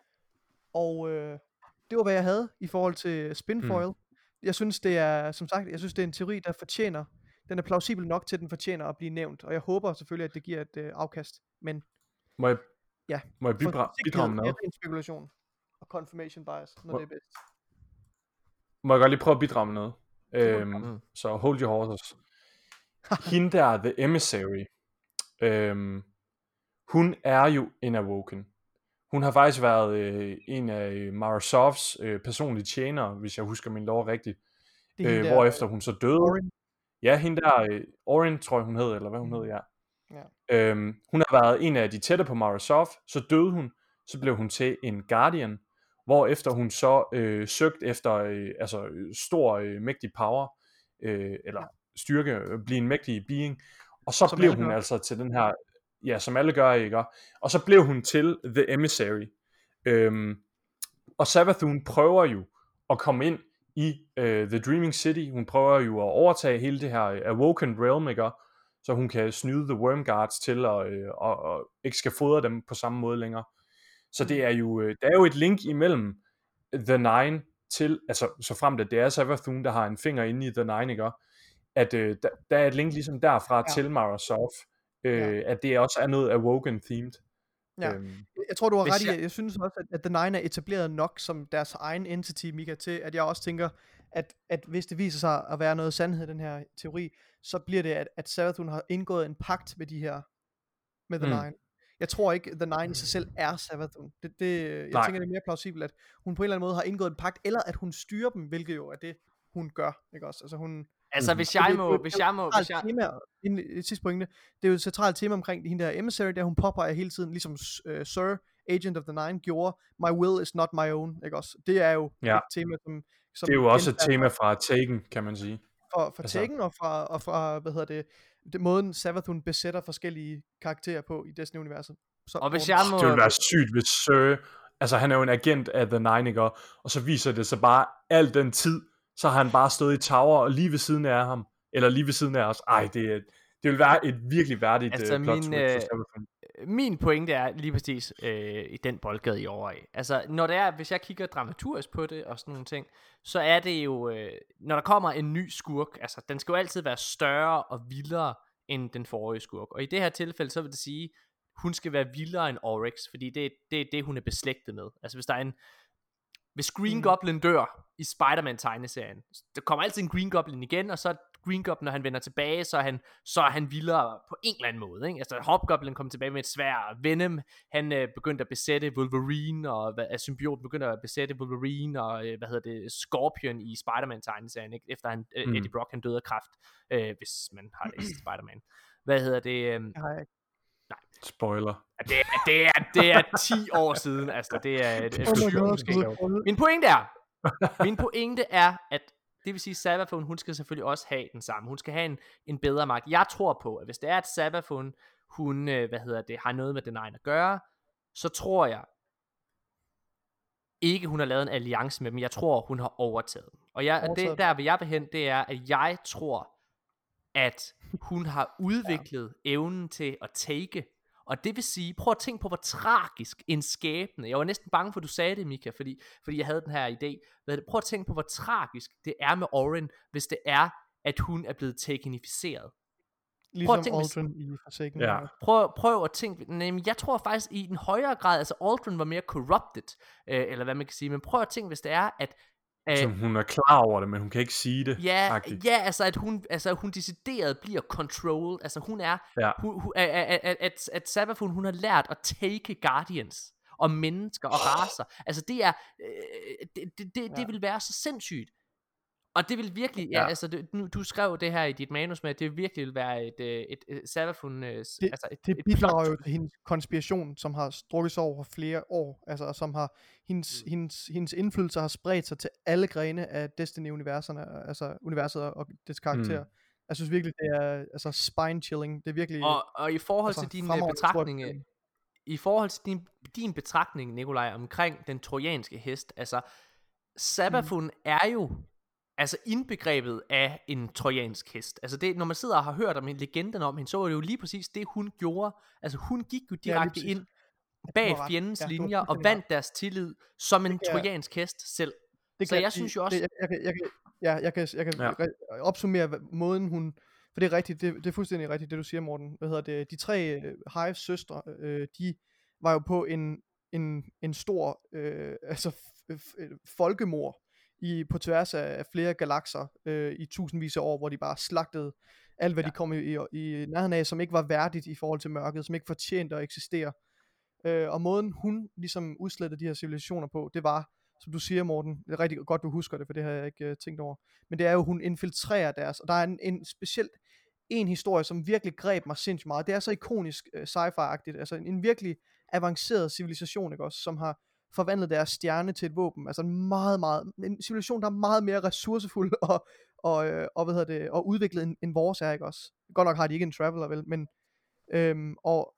Og øh, det var hvad jeg havde i forhold til Spinfoil. Mm. Jeg synes det er, som sagt, jeg synes det er en teori, der fortjener, den er plausibel nok til, at den fortjener at blive nævnt, og jeg håber selvfølgelig, at det giver et øh, afkast, men Må jeg, ja, må jeg bidra- bidrage med noget? Det er en spekulation og confirmation bias, når må, det er bedst. Må jeg godt lige prøve at bidrage med noget? Øhm, Mm. så hold your horses. Hende der, The Emissary, øhm, hun er jo en Awoken. Hun har faktisk været øh, en af Mara Softs øh, personlige tjenere, hvis jeg husker min lov rigtigt. Øh, hvorefter hun så døde. Orin. Ja, hende der, øh, Orin tror jeg hun hed, eller hvad hun mm. hed, ja. ja. Øhm, hun har været en af de tætte på Mara Soft, så døde hun, så blev hun til en Guardian, hvorefter hun så øh, søgte efter øh, altså, stor, øh, mægtig power, øh, eller ja. styrke, øh, blive en mægtig being, og så som blev hun gør. altså til den her, ja, som alle gør, ikke? Og så blev hun til The Emissary. Øhm, og Savathun prøver jo at komme ind i øh, The Dreaming City. Hun prøver jo at overtage hele det her øh, Awoken Realm, ikke? Så hun kan snyde The Wormguards til at øh, og, og ikke skal fodre dem på samme måde længere. Så det er jo, øh, der er jo et link imellem The Nine til, altså så frem det er Savathun, der har en finger inde i The Nine, ikke? At øh, der, der er et link ligesom derfra ja. til Mara Soft, øh, ja. at det også er noget Awoken-themed. Ja. Øhm, jeg tror du har ret i, jeg... jeg synes også at, at The Nine er etableret nok som deres egen entity, Mika, til at jeg også tænker at, at hvis det viser sig at være noget sandhed i den her teori, så bliver det at, at Savathun har indgået en pagt med de her med The mm. Nine. Jeg tror ikke The Nine i sig selv er Savathun. Det, det, jeg Nej. tænker det er mere plausibelt at hun på en eller anden måde har indgået en pagt, eller at hun styrer dem, hvilket jo er det hun gør, ikke også? Altså hun Altså hvis jeg må, hvis jeg må, hvis jeg... Tema, et sidste pointe, det er jo et centralt tema omkring hende der emissary, der hun påpeger hele tiden, ligesom uh, Sir, Agent of the Nine, gjorde, my will is not my own, ikke også? Det er jo ja. et tema, som... som det er jo også et tema fra Taken, kan man sige. For, for altså. Taken og fra, og fra, hvad hedder det, det måden Savathun besætter forskellige karakterer på i Destiny-universet. Så, og hvis jeg må... Det ville være sygt, hvis Sir, altså han er jo en agent af The Nine, ikke? Og så viser det sig bare, al den tid, så har han bare stået i tower og lige ved siden af ham. Eller lige ved siden af os. Ej, det, det vil være et virkelig værdigt altså, uh, plot min, twist for Savathun. Min pointe er lige præcis øh, i den boldgade i over af. Altså, når det er, hvis jeg kigger dramaturgisk på det og sådan nogle ting, så er det jo, øh, når der kommer en ny skurk, altså, den skal jo altid være større og vildere end den forrige skurk. Og i det her tilfælde, så vil det sige, hun skal være vildere end Oryx, fordi det er det, det, hun er beslægtet med. Altså hvis der er en, hvis Green Mm. Goblin dør i Spider-Man-tegneserien, der kommer altid en Green Goblin igen, og så Green Goblin, når han vender tilbage, så er han, så er han vildere på en eller anden måde, ikke? Altså Hobgoblin kom tilbage med et sværd, Venom, han øh, begyndte at besætte Wolverine, og hvad, symbioten begyndte at besætte Wolverine, og øh, hvad hedder det, Scorpion i Spider-Man-tegneserien, ikke? Efter han, øh, Mm. Eddie Brock, han døde af kræft, øh, hvis man har læst Spider-Man. Hvad hedder det? Øh, Det har jeg ikke. Spoiler. det, er, det, er, det er ti år siden, altså det er et, et Oh my syv God, måske. skal du- Min pointe er, min pointe er, at det vil sige, at Savathun, hun skal selvfølgelig også have den samme. Hun skal have en, en bedre magt. Jeg tror på, at hvis det er, at Savathun, hun, øh, hvad hedder det, har noget med den egen at gøre, så tror jeg ikke, hun har lavet en alliance med dem. Jeg tror, hun har overtaget dem. Og jeg, Overtaget det, der vil jeg vil hen, det er, at jeg tror, at hun har udviklet ja. evnen til at take. Og det vil sige, prøv at tænke på, hvor tragisk en skæbne. Jeg var næsten bange for, at du sagde det, Mika, fordi, fordi jeg havde den her idé. Prøv at tænke på, hvor tragisk det er med Orin, hvis det er, at hun er blevet takenificeret. Ligesom at tænke, hvis- Aldrin i Forsaken. Ja. Prøv, prøv at tænke, nej, jeg tror faktisk i en højere grad, altså Aldrin var mere corrupted, øh, eller hvad man kan sige, men prøv at tænke, hvis det er, at øh, Som hun er klar over det, men hun kan ikke sige det. Ja, agtigt. ja, altså at hun, altså hun decideret bliver controlled. Altså hun er, Ja. hun, hun, at, at, at, at Savathun, hun har lært at take Guardians og mennesker og racer. Altså det er, øh, det, det, det, det Ja. vil være så sindssygt. Og det vil virkelig, ja, Ja. altså det, nu, du skrev det her i dit manus med, at det virkelig vil være et, et, et, et Savathun, øh, Det, altså et, det et bidrager plot. jo til hendes konspiration, som har strukket sig over flere år, altså, og som har, hendes, mm. hendes, hendes indflydelse har spredt sig til alle grene af Destiny-universerne, altså universet og dets karakter. Mm. Jeg synes virkelig, det er altså spine-chilling, det er virkelig Og, og i forhold altså, til din øh, fremragende betragtning, historiefortælling. i forhold til din, din betragtning, Nikolaj, omkring den trojanske hest, altså Savathun mm. er jo altså indbegrebet af en trojansk hest. Altså det, når man sidder og har hørt om en legenden om hende, så var det jo lige præcis det, hun gjorde. Altså hun gik jo lige direkte præcis. ind Du bag har ret. fjendens Ja, du har linjer og fuldstændig vandt deres tillid som en Det kan jeg- trojansk hest selv. Det Så kan jeg synes jo også- Det, jeg, jeg, kan- jeg, kan- ja, jeg kan, jeg kan Ja. ja. opsummere hvad- måden hun... For det er rigtigt, det, det er fuldstændig rigtigt, det du siger, Morten. Hvad hedder det? De tre uh, Hives søstre, øh, de var jo på en, en, en stor øh, altså f- f- folkemord i, på tværs af, af flere galakser øh, i tusindvis af år, hvor de bare slagtede alt, hvad ja. de kom i, i, i nærheden af, som ikke var værdigt i forhold til mørket, som ikke fortjente at eksistere. Øh, og måden hun ligesom udslettede de her civilisationer på, det var, som du siger, Morten, det er rigtig godt, du husker det, for det har jeg ikke uh, tænkt over, men det er jo, hun infiltrerer deres, og der er en, en specielt en historie, som virkelig greb mig sindssygt meget. Det er så ikonisk uh, sci-fi-agtigt, altså en, en virkelig avanceret civilisation, ikke også, som har forvandlet deres stjerne til et våben, altså en meget, meget, en civilisation, der er meget mere ressourcefuld og, og, øh, og hvad hedder det, og udviklet end, end vores er, ikke også. Godt nok har de ikke en traveler, vel, men øhm, og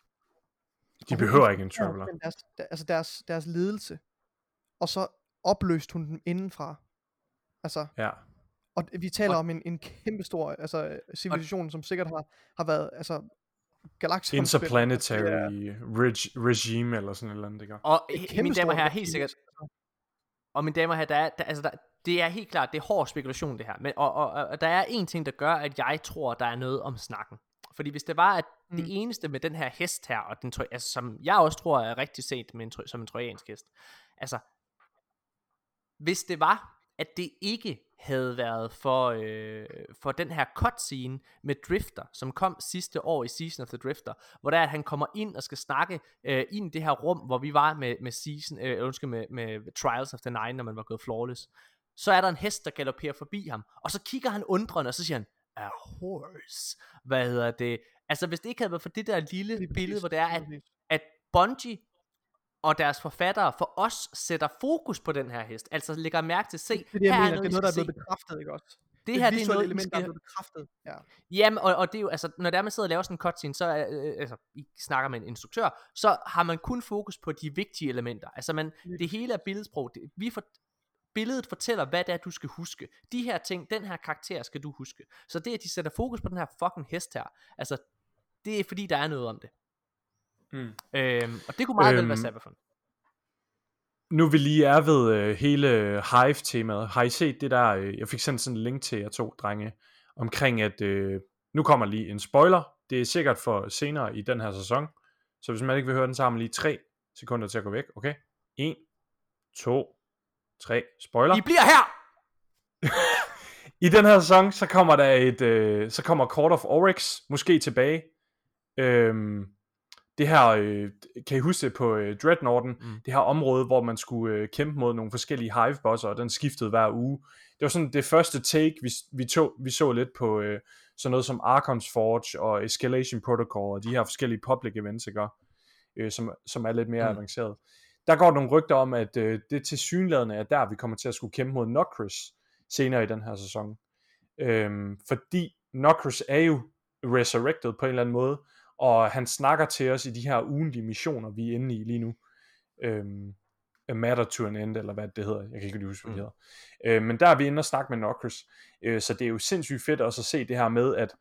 De og hun behøver ikke en infiltrerer traveler. simpelthen Deres, der, altså deres, deres ledelse. Og så opløste hun dem indenfra. Altså, Ja. og vi taler Og- om en, en kæmpe stor altså, civilisation, som sikkert har, har været altså, galakser. Interplanetary reg- regime eller sådan et eller andet, ikke? Og Det er he- mine damer og herrer, helt sikkert, kæmpestort. og mine damer og herrer, der er, der, altså der, det er helt klart, det er hård spekulation det her, men, og, og, og der er en ting, der gør, at jeg tror, der er noget om snakken. Fordi hvis det var, at mm. det eneste med den her hest her, og den, tro- altså, som jeg også tror er rigtig set med en, tro- som en trojansk hest, altså, hvis det var, at det ikke havde været for, øh, for den her cutscene med Drifter, som kom sidste år i Season of the Drifter, hvor der er, at han kommer ind og skal snakke øh, ind i det her rum, hvor vi var med, med, season, øh, undskyld, med, med Trials of the Nine, når man var gået flawless. Så er der en hest, der galopperer forbi ham, og så kigger han undrende, og så siger han, a horse. Hvad hedder det? Altså, hvis det ikke havde været for det der lille Lige præcis, billede, hvor det er, lige at, præcis. at Bungie og deres forfattere for os sætter fokus på den her hest, altså lægger mærke til, se, Det er det, jeg her mener, er det er noget, noget, der er vi blevet skal se. bekræftet, ikke også? Det her, det er visuelle noget, vi element, der er skal... blevet bekræftet. Ja. Jamen, og, og det er jo, altså, når der man sidder og laver sådan en cutscene, så er, øh, altså, I snakker med en instruktør, så har man kun fokus på de vigtige elementer. Altså, man, det hele er billedsprog. Det, vi for, billedet fortæller, hvad det er, du skal huske. De her ting, den her karakter skal du huske. Så det, at de sætter fokus på den her fucking hest her, altså, det er fordi, der er noget om det. Mm. Øhm, og det kunne meget øhm, vel være Øhm, Savathun. Nu vi lige er ved øh, hele Hive-temaet. Har I set det der, øh, jeg fik sendt sådan en link til jer to drenge, omkring at, øh, nu kommer lige en spoiler, det er sikkert for senere i den her sæson, Så hvis man ikke vil høre den, så har man lige tre sekunder til at gå væk. Okay? en, to, tre. Spoiler. I bliver her! I den her sæson, så kommer der et, øh, så kommer Court of Oryx måske tilbage. Øhm, det her, øh, kan I huske det på øh, Dreadnoughten, mm. det her område, hvor man skulle øh, kæmpe mod nogle forskellige hive-bosser, og den skiftede hver uge. Det var sådan det første take, vi, vi, tog, vi så lidt på øh, sådan noget som Archon's Forge og Escalation Protocol, og de her forskellige public events, ikke? Øh, som, som er lidt mere mm. avanceret. Der går nogle rygter om, at øh, det tilsyneladende er der, vi kommer til at skulle kæmpe mod Nokris senere i den her sæson. Øhm, fordi Nokris er jo resurrected på en eller anden måde, og han snakker til os i de her ugentlige missioner, vi er inde i lige nu. Øhm, A Matter to an End, eller hvad det hedder. Jeg kan ikke lige huske, hvad det hedder. Øh, men der er vi inde og snakke med Nokris. Øh, så det er jo sindssygt fedt også at se det her med, at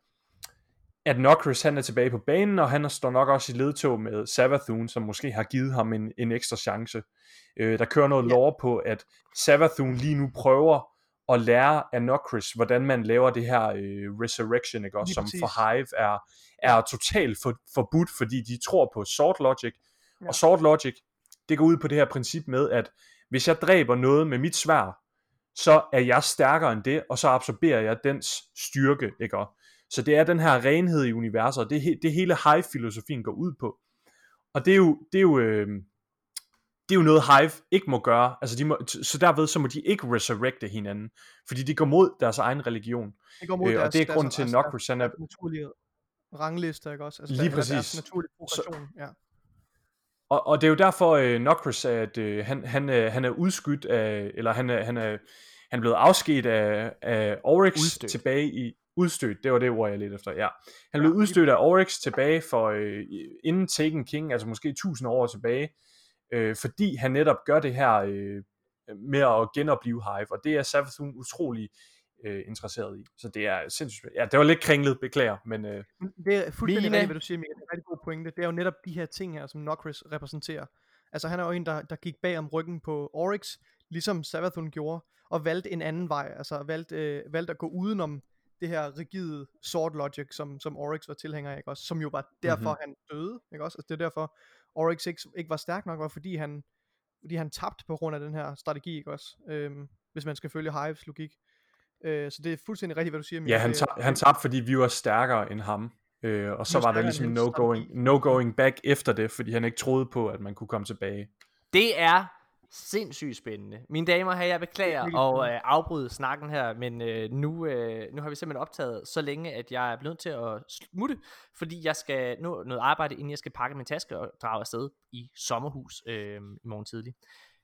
at Nokris han er tilbage på banen, og han står nok også i ledtog med Savathun, som måske har givet ham en, en ekstra chance. Øh, der kører noget yeah. lore på, at Savathun lige nu prøver at lære af Nokris, hvordan man laver det her øh, resurrection, ikke? Også, som for Hive er, er totalt for, forbudt, fordi de tror på Sword Logic, ja. Og Sword Logic, det går ud på det her princip med, at hvis jeg dræber noget med mit sværd, så er jeg stærkere end det, og så absorberer jeg dens styrke, ikke? Så det er den her renhed i universet, og det, det hele Hive-filosofien går ud på. Og det er jo, det er jo, øh, det er jo noget Hive ikke må gøre, altså de må, så derved så må de ikke resurrecte hinanden, fordi de går mod deres egen religion. Det går mod øh, deres, og det er grunden til, at Nokris er naturlige ranglister, ikke også? Altså, lige der, præcis. Deres naturlige progression, ja. Og, og det er jo derfor øh, Nokris, at øh, han, han, øh, han er udskudt af, eller han er, han er, han er blevet afskedt af, af Oryx udstødt. tilbage i, udstødt, det var det ord, jeg lidt efter, ja. Han blev ja. udstødt af Oryx tilbage for, øh, inden Taken King, altså måske tusind år tilbage, øh, fordi han netop gør det her øh, med at genopleve Hive, og det er Savathun utrolig øh, interesseret i. Så det er sindssygt. Ja, det var lidt kringlet, beklager, men... Øh, det er fuldstændig rigtigt, hvad du siger, Michael. Det er en rigtig god pointe. Det er jo netop de her ting her, som Nokris repræsenterer. Altså, han er jo en, der, der gik bag om ryggen på Oryx, ligesom Savathun gjorde, og valgte en anden vej. Altså, valgte, øh, valgte at gå udenom det her rigide Sword Logic, som, som Oryx var tilhænger af, ikke også? Som jo var derfor, mm-hmm. han døde, ikke også? Altså, det er derfor, Oryx ikke, ikke var stærk nok, var fordi han, fordi han tabte på grund af den her strategi, ikke også? Øhm, hvis man skal følge Hives logik. Øh, så det er fuldstændig rigtigt, hvad du siger. Ja, han, tab- han tabte, fordi vi var stærkere end ham. Øh, og så var der ligesom no going, no going back efter det, fordi han ikke troede på, at man kunne komme tilbage. Det er sindssygt spændende. Mine damer og herrer, jeg beklager at øh, afbryde snakken her, men øh, nu, øh, nu har vi simpelthen optaget så længe, at jeg er blevet til at smutte, fordi jeg skal nå noget arbejde, inden jeg skal pakke min taske og drage afsted i sommerhus øh, i morgen tidlig.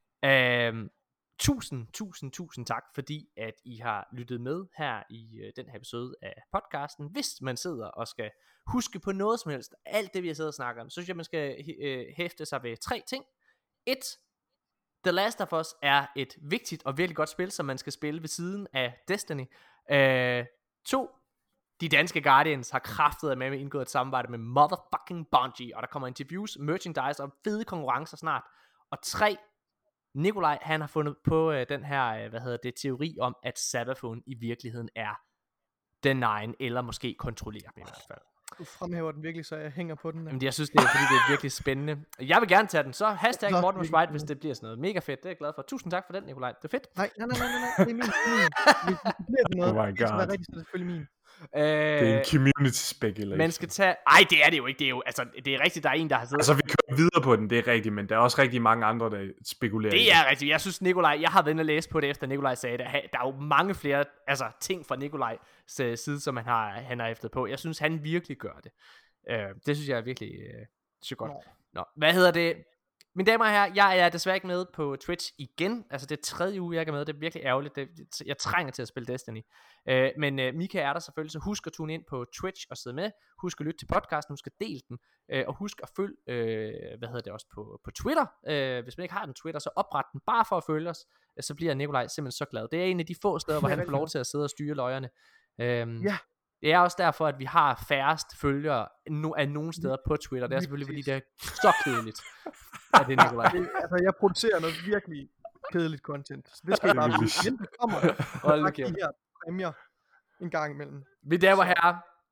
Øh, tusind, tusind, tusind tak, fordi at I har lyttet med her i øh, den her episode af podcasten. Hvis man sidder og skal huske på noget som helst, alt det vi har siddet og snakket om, så synes jeg, man skal øh, hæfte sig ved tre ting. Et, The Last of Us er et vigtigt og virkelig godt spil, som man skal spille ved siden af Destiny. Øh, to, de danske Guardians har kraftet med med indgået et samarbejde med motherfucking Bungie, og der kommer interviews, merchandise og fede konkurrencer snart. Og tre, Nikolaj, han har fundet på øh, den her, øh, hvad hedder det, teori om, at Savathun i virkeligheden er den Nine, eller måske kontrollerer dem i hvert fald. Du fremhæver den virkelig, så jeg hænger på den. Jamen, jeg synes, det er, fordi det er virkelig spændende. Jeg vil gerne tage den, så hashtag Morten was right, hvis det bliver sådan noget mega fedt. Det er jeg glad for. Tusind tak for den, Nikolaj. Det er fedt. Nej, nej, nej, nej, nej. Det er min. Hvis det bliver til noget, oh my God. det skal være rigtigt, så det er selvfølgelig min. Øh, det er en community speculation. Man skal tage... Ej, det er det jo ikke. Det er jo, altså, det er rigtigt, der er en, der har siddet... Altså, vi kører videre på den, det er rigtigt, men der er også rigtig mange andre, der spekulerer. Det er rigtigt. Jeg synes, Nikolaj... Jeg har været inde og læse på det, efter Nikolaj sagde det. Der er jo mange flere altså, ting fra Nikolajs side, som han har, han har efter på. Jeg synes, han virkelig gør det. Uh, det synes jeg er virkelig uh, så godt. Nå. Nå, hvad hedder det? Mine damer og herrer, jeg er desværre ikke med på Twitch igen. Altså det er tredje uge, jeg ikke er med. Det er virkelig ærgerligt. Det, det, jeg trænger til at spille Destiny. Uh, men uh, Mika er der selvfølgelig, så husk at tune ind på Twitch og sidde med. Husk at lytte til podcasten, husk at dele den. Uh, og husk at følge, uh, hvad hedder det også, på, på Twitter. Uh, hvis man ikke har den Twitter, så opret den bare for at følge os. Uh, så bliver Nikolaj simpelthen så glad. Det er en af de få steder, hvor han får lov til at sidde og styre løjerne. Uh, ja. Det er også derfor, at vi har færrest følgere no- af nogen steder på Twitter. Det er selvfølgelig, fordi det er så kedeligt. Er det, Nikolaj? Det, altså, jeg producerer noget virkelig kedeligt content. Så det skal I bare vide. Det kommer. Og de her præmier en gang imellem. Mine damer og herrer,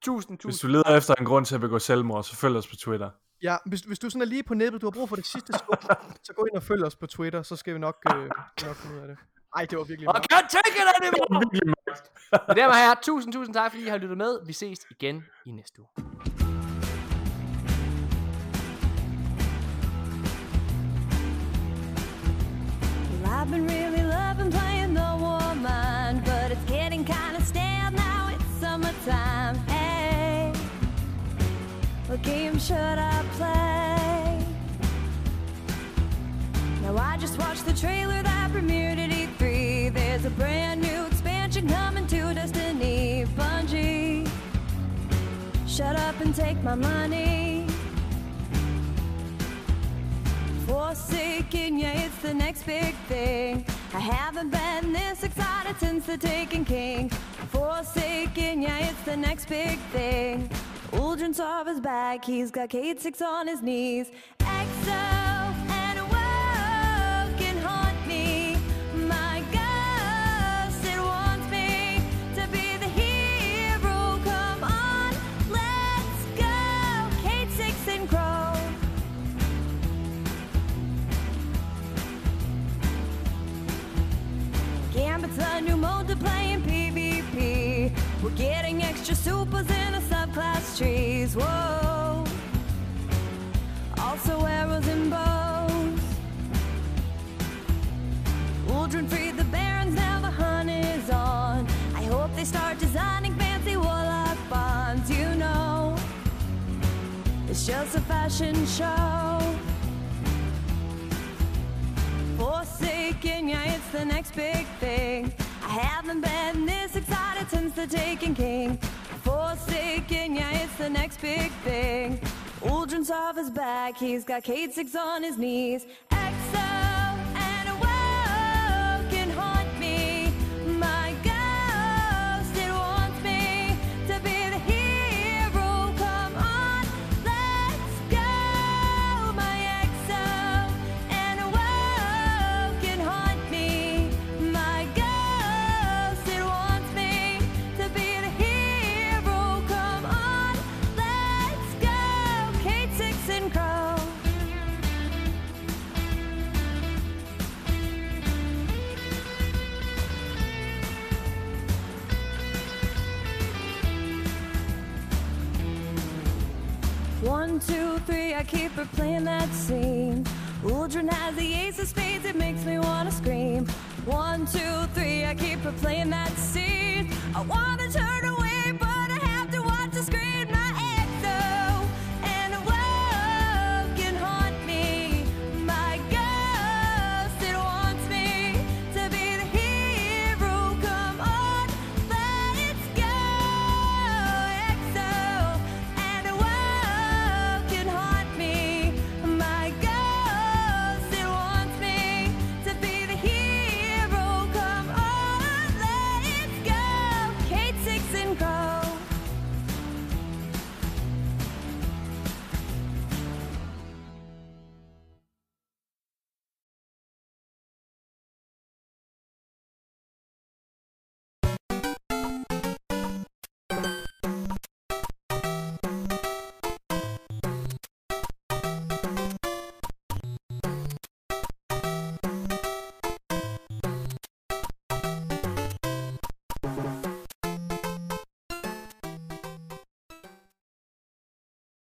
Tusind, Hvis tusind. du leder efter en grund til at begå selvmord, så følg os på Twitter. Ja, hvis, hvis du sådan er lige på nippet, du har brug for det sidste skub, så gå ind og følg os på Twitter, så skal vi nok, øh, nok finde ud af det. Ej, det var virkelig Og mørkt. can't take it anymore! Men der var her. Tusind, tusind tak, fordi I har lyttet med. Vi ses igen i næste uge. I've been really loving playing the woman, but it's getting kinda stale now, it's summertime. Hey, what game should I play? Now I just watched the trailer that premiered at E three. There's a brand new expansion coming to Destiny. Bungie, shut up and take my money. Forsaken, yeah, it's the next big thing. I haven't been this excited since the Taken King. Forsaken, yeah, it's the next big thing. Uldren Sov is back, he's got Cayde six on his knees. Exo and woe can haunt me. My ghost, it wants me to be the hero. Come on, let's go. Cayde six and Crow. Gambit's a new mode to play in PvP. We're getting extra supers in the subclass trees. Whoa. Also arrows and bows. Uldren freed the barons, now the hunt is on. I hope they start designing fancy warlock bonds. You know, it's just a fashion show. Forsaken, yeah, it's the next big thing. I haven't been this excited since the Taken King. Forsaken, yeah, it's the next big thing. Uldren Sov is back, he's got Cayde six on his knees. Exo and woe can haunt me. My ghost, it wants me to be the hero. Come on, let's go. My exo and woe can haunt me. My ghost, it wants me to be the hero. Come on, let's go. Cayde six and Crow. One, two, three, I keep replaying that scene. Uldren has the ace of spades, it makes me wanna scream. One, two, three, I keep replaying that scene. I wanna turn away, but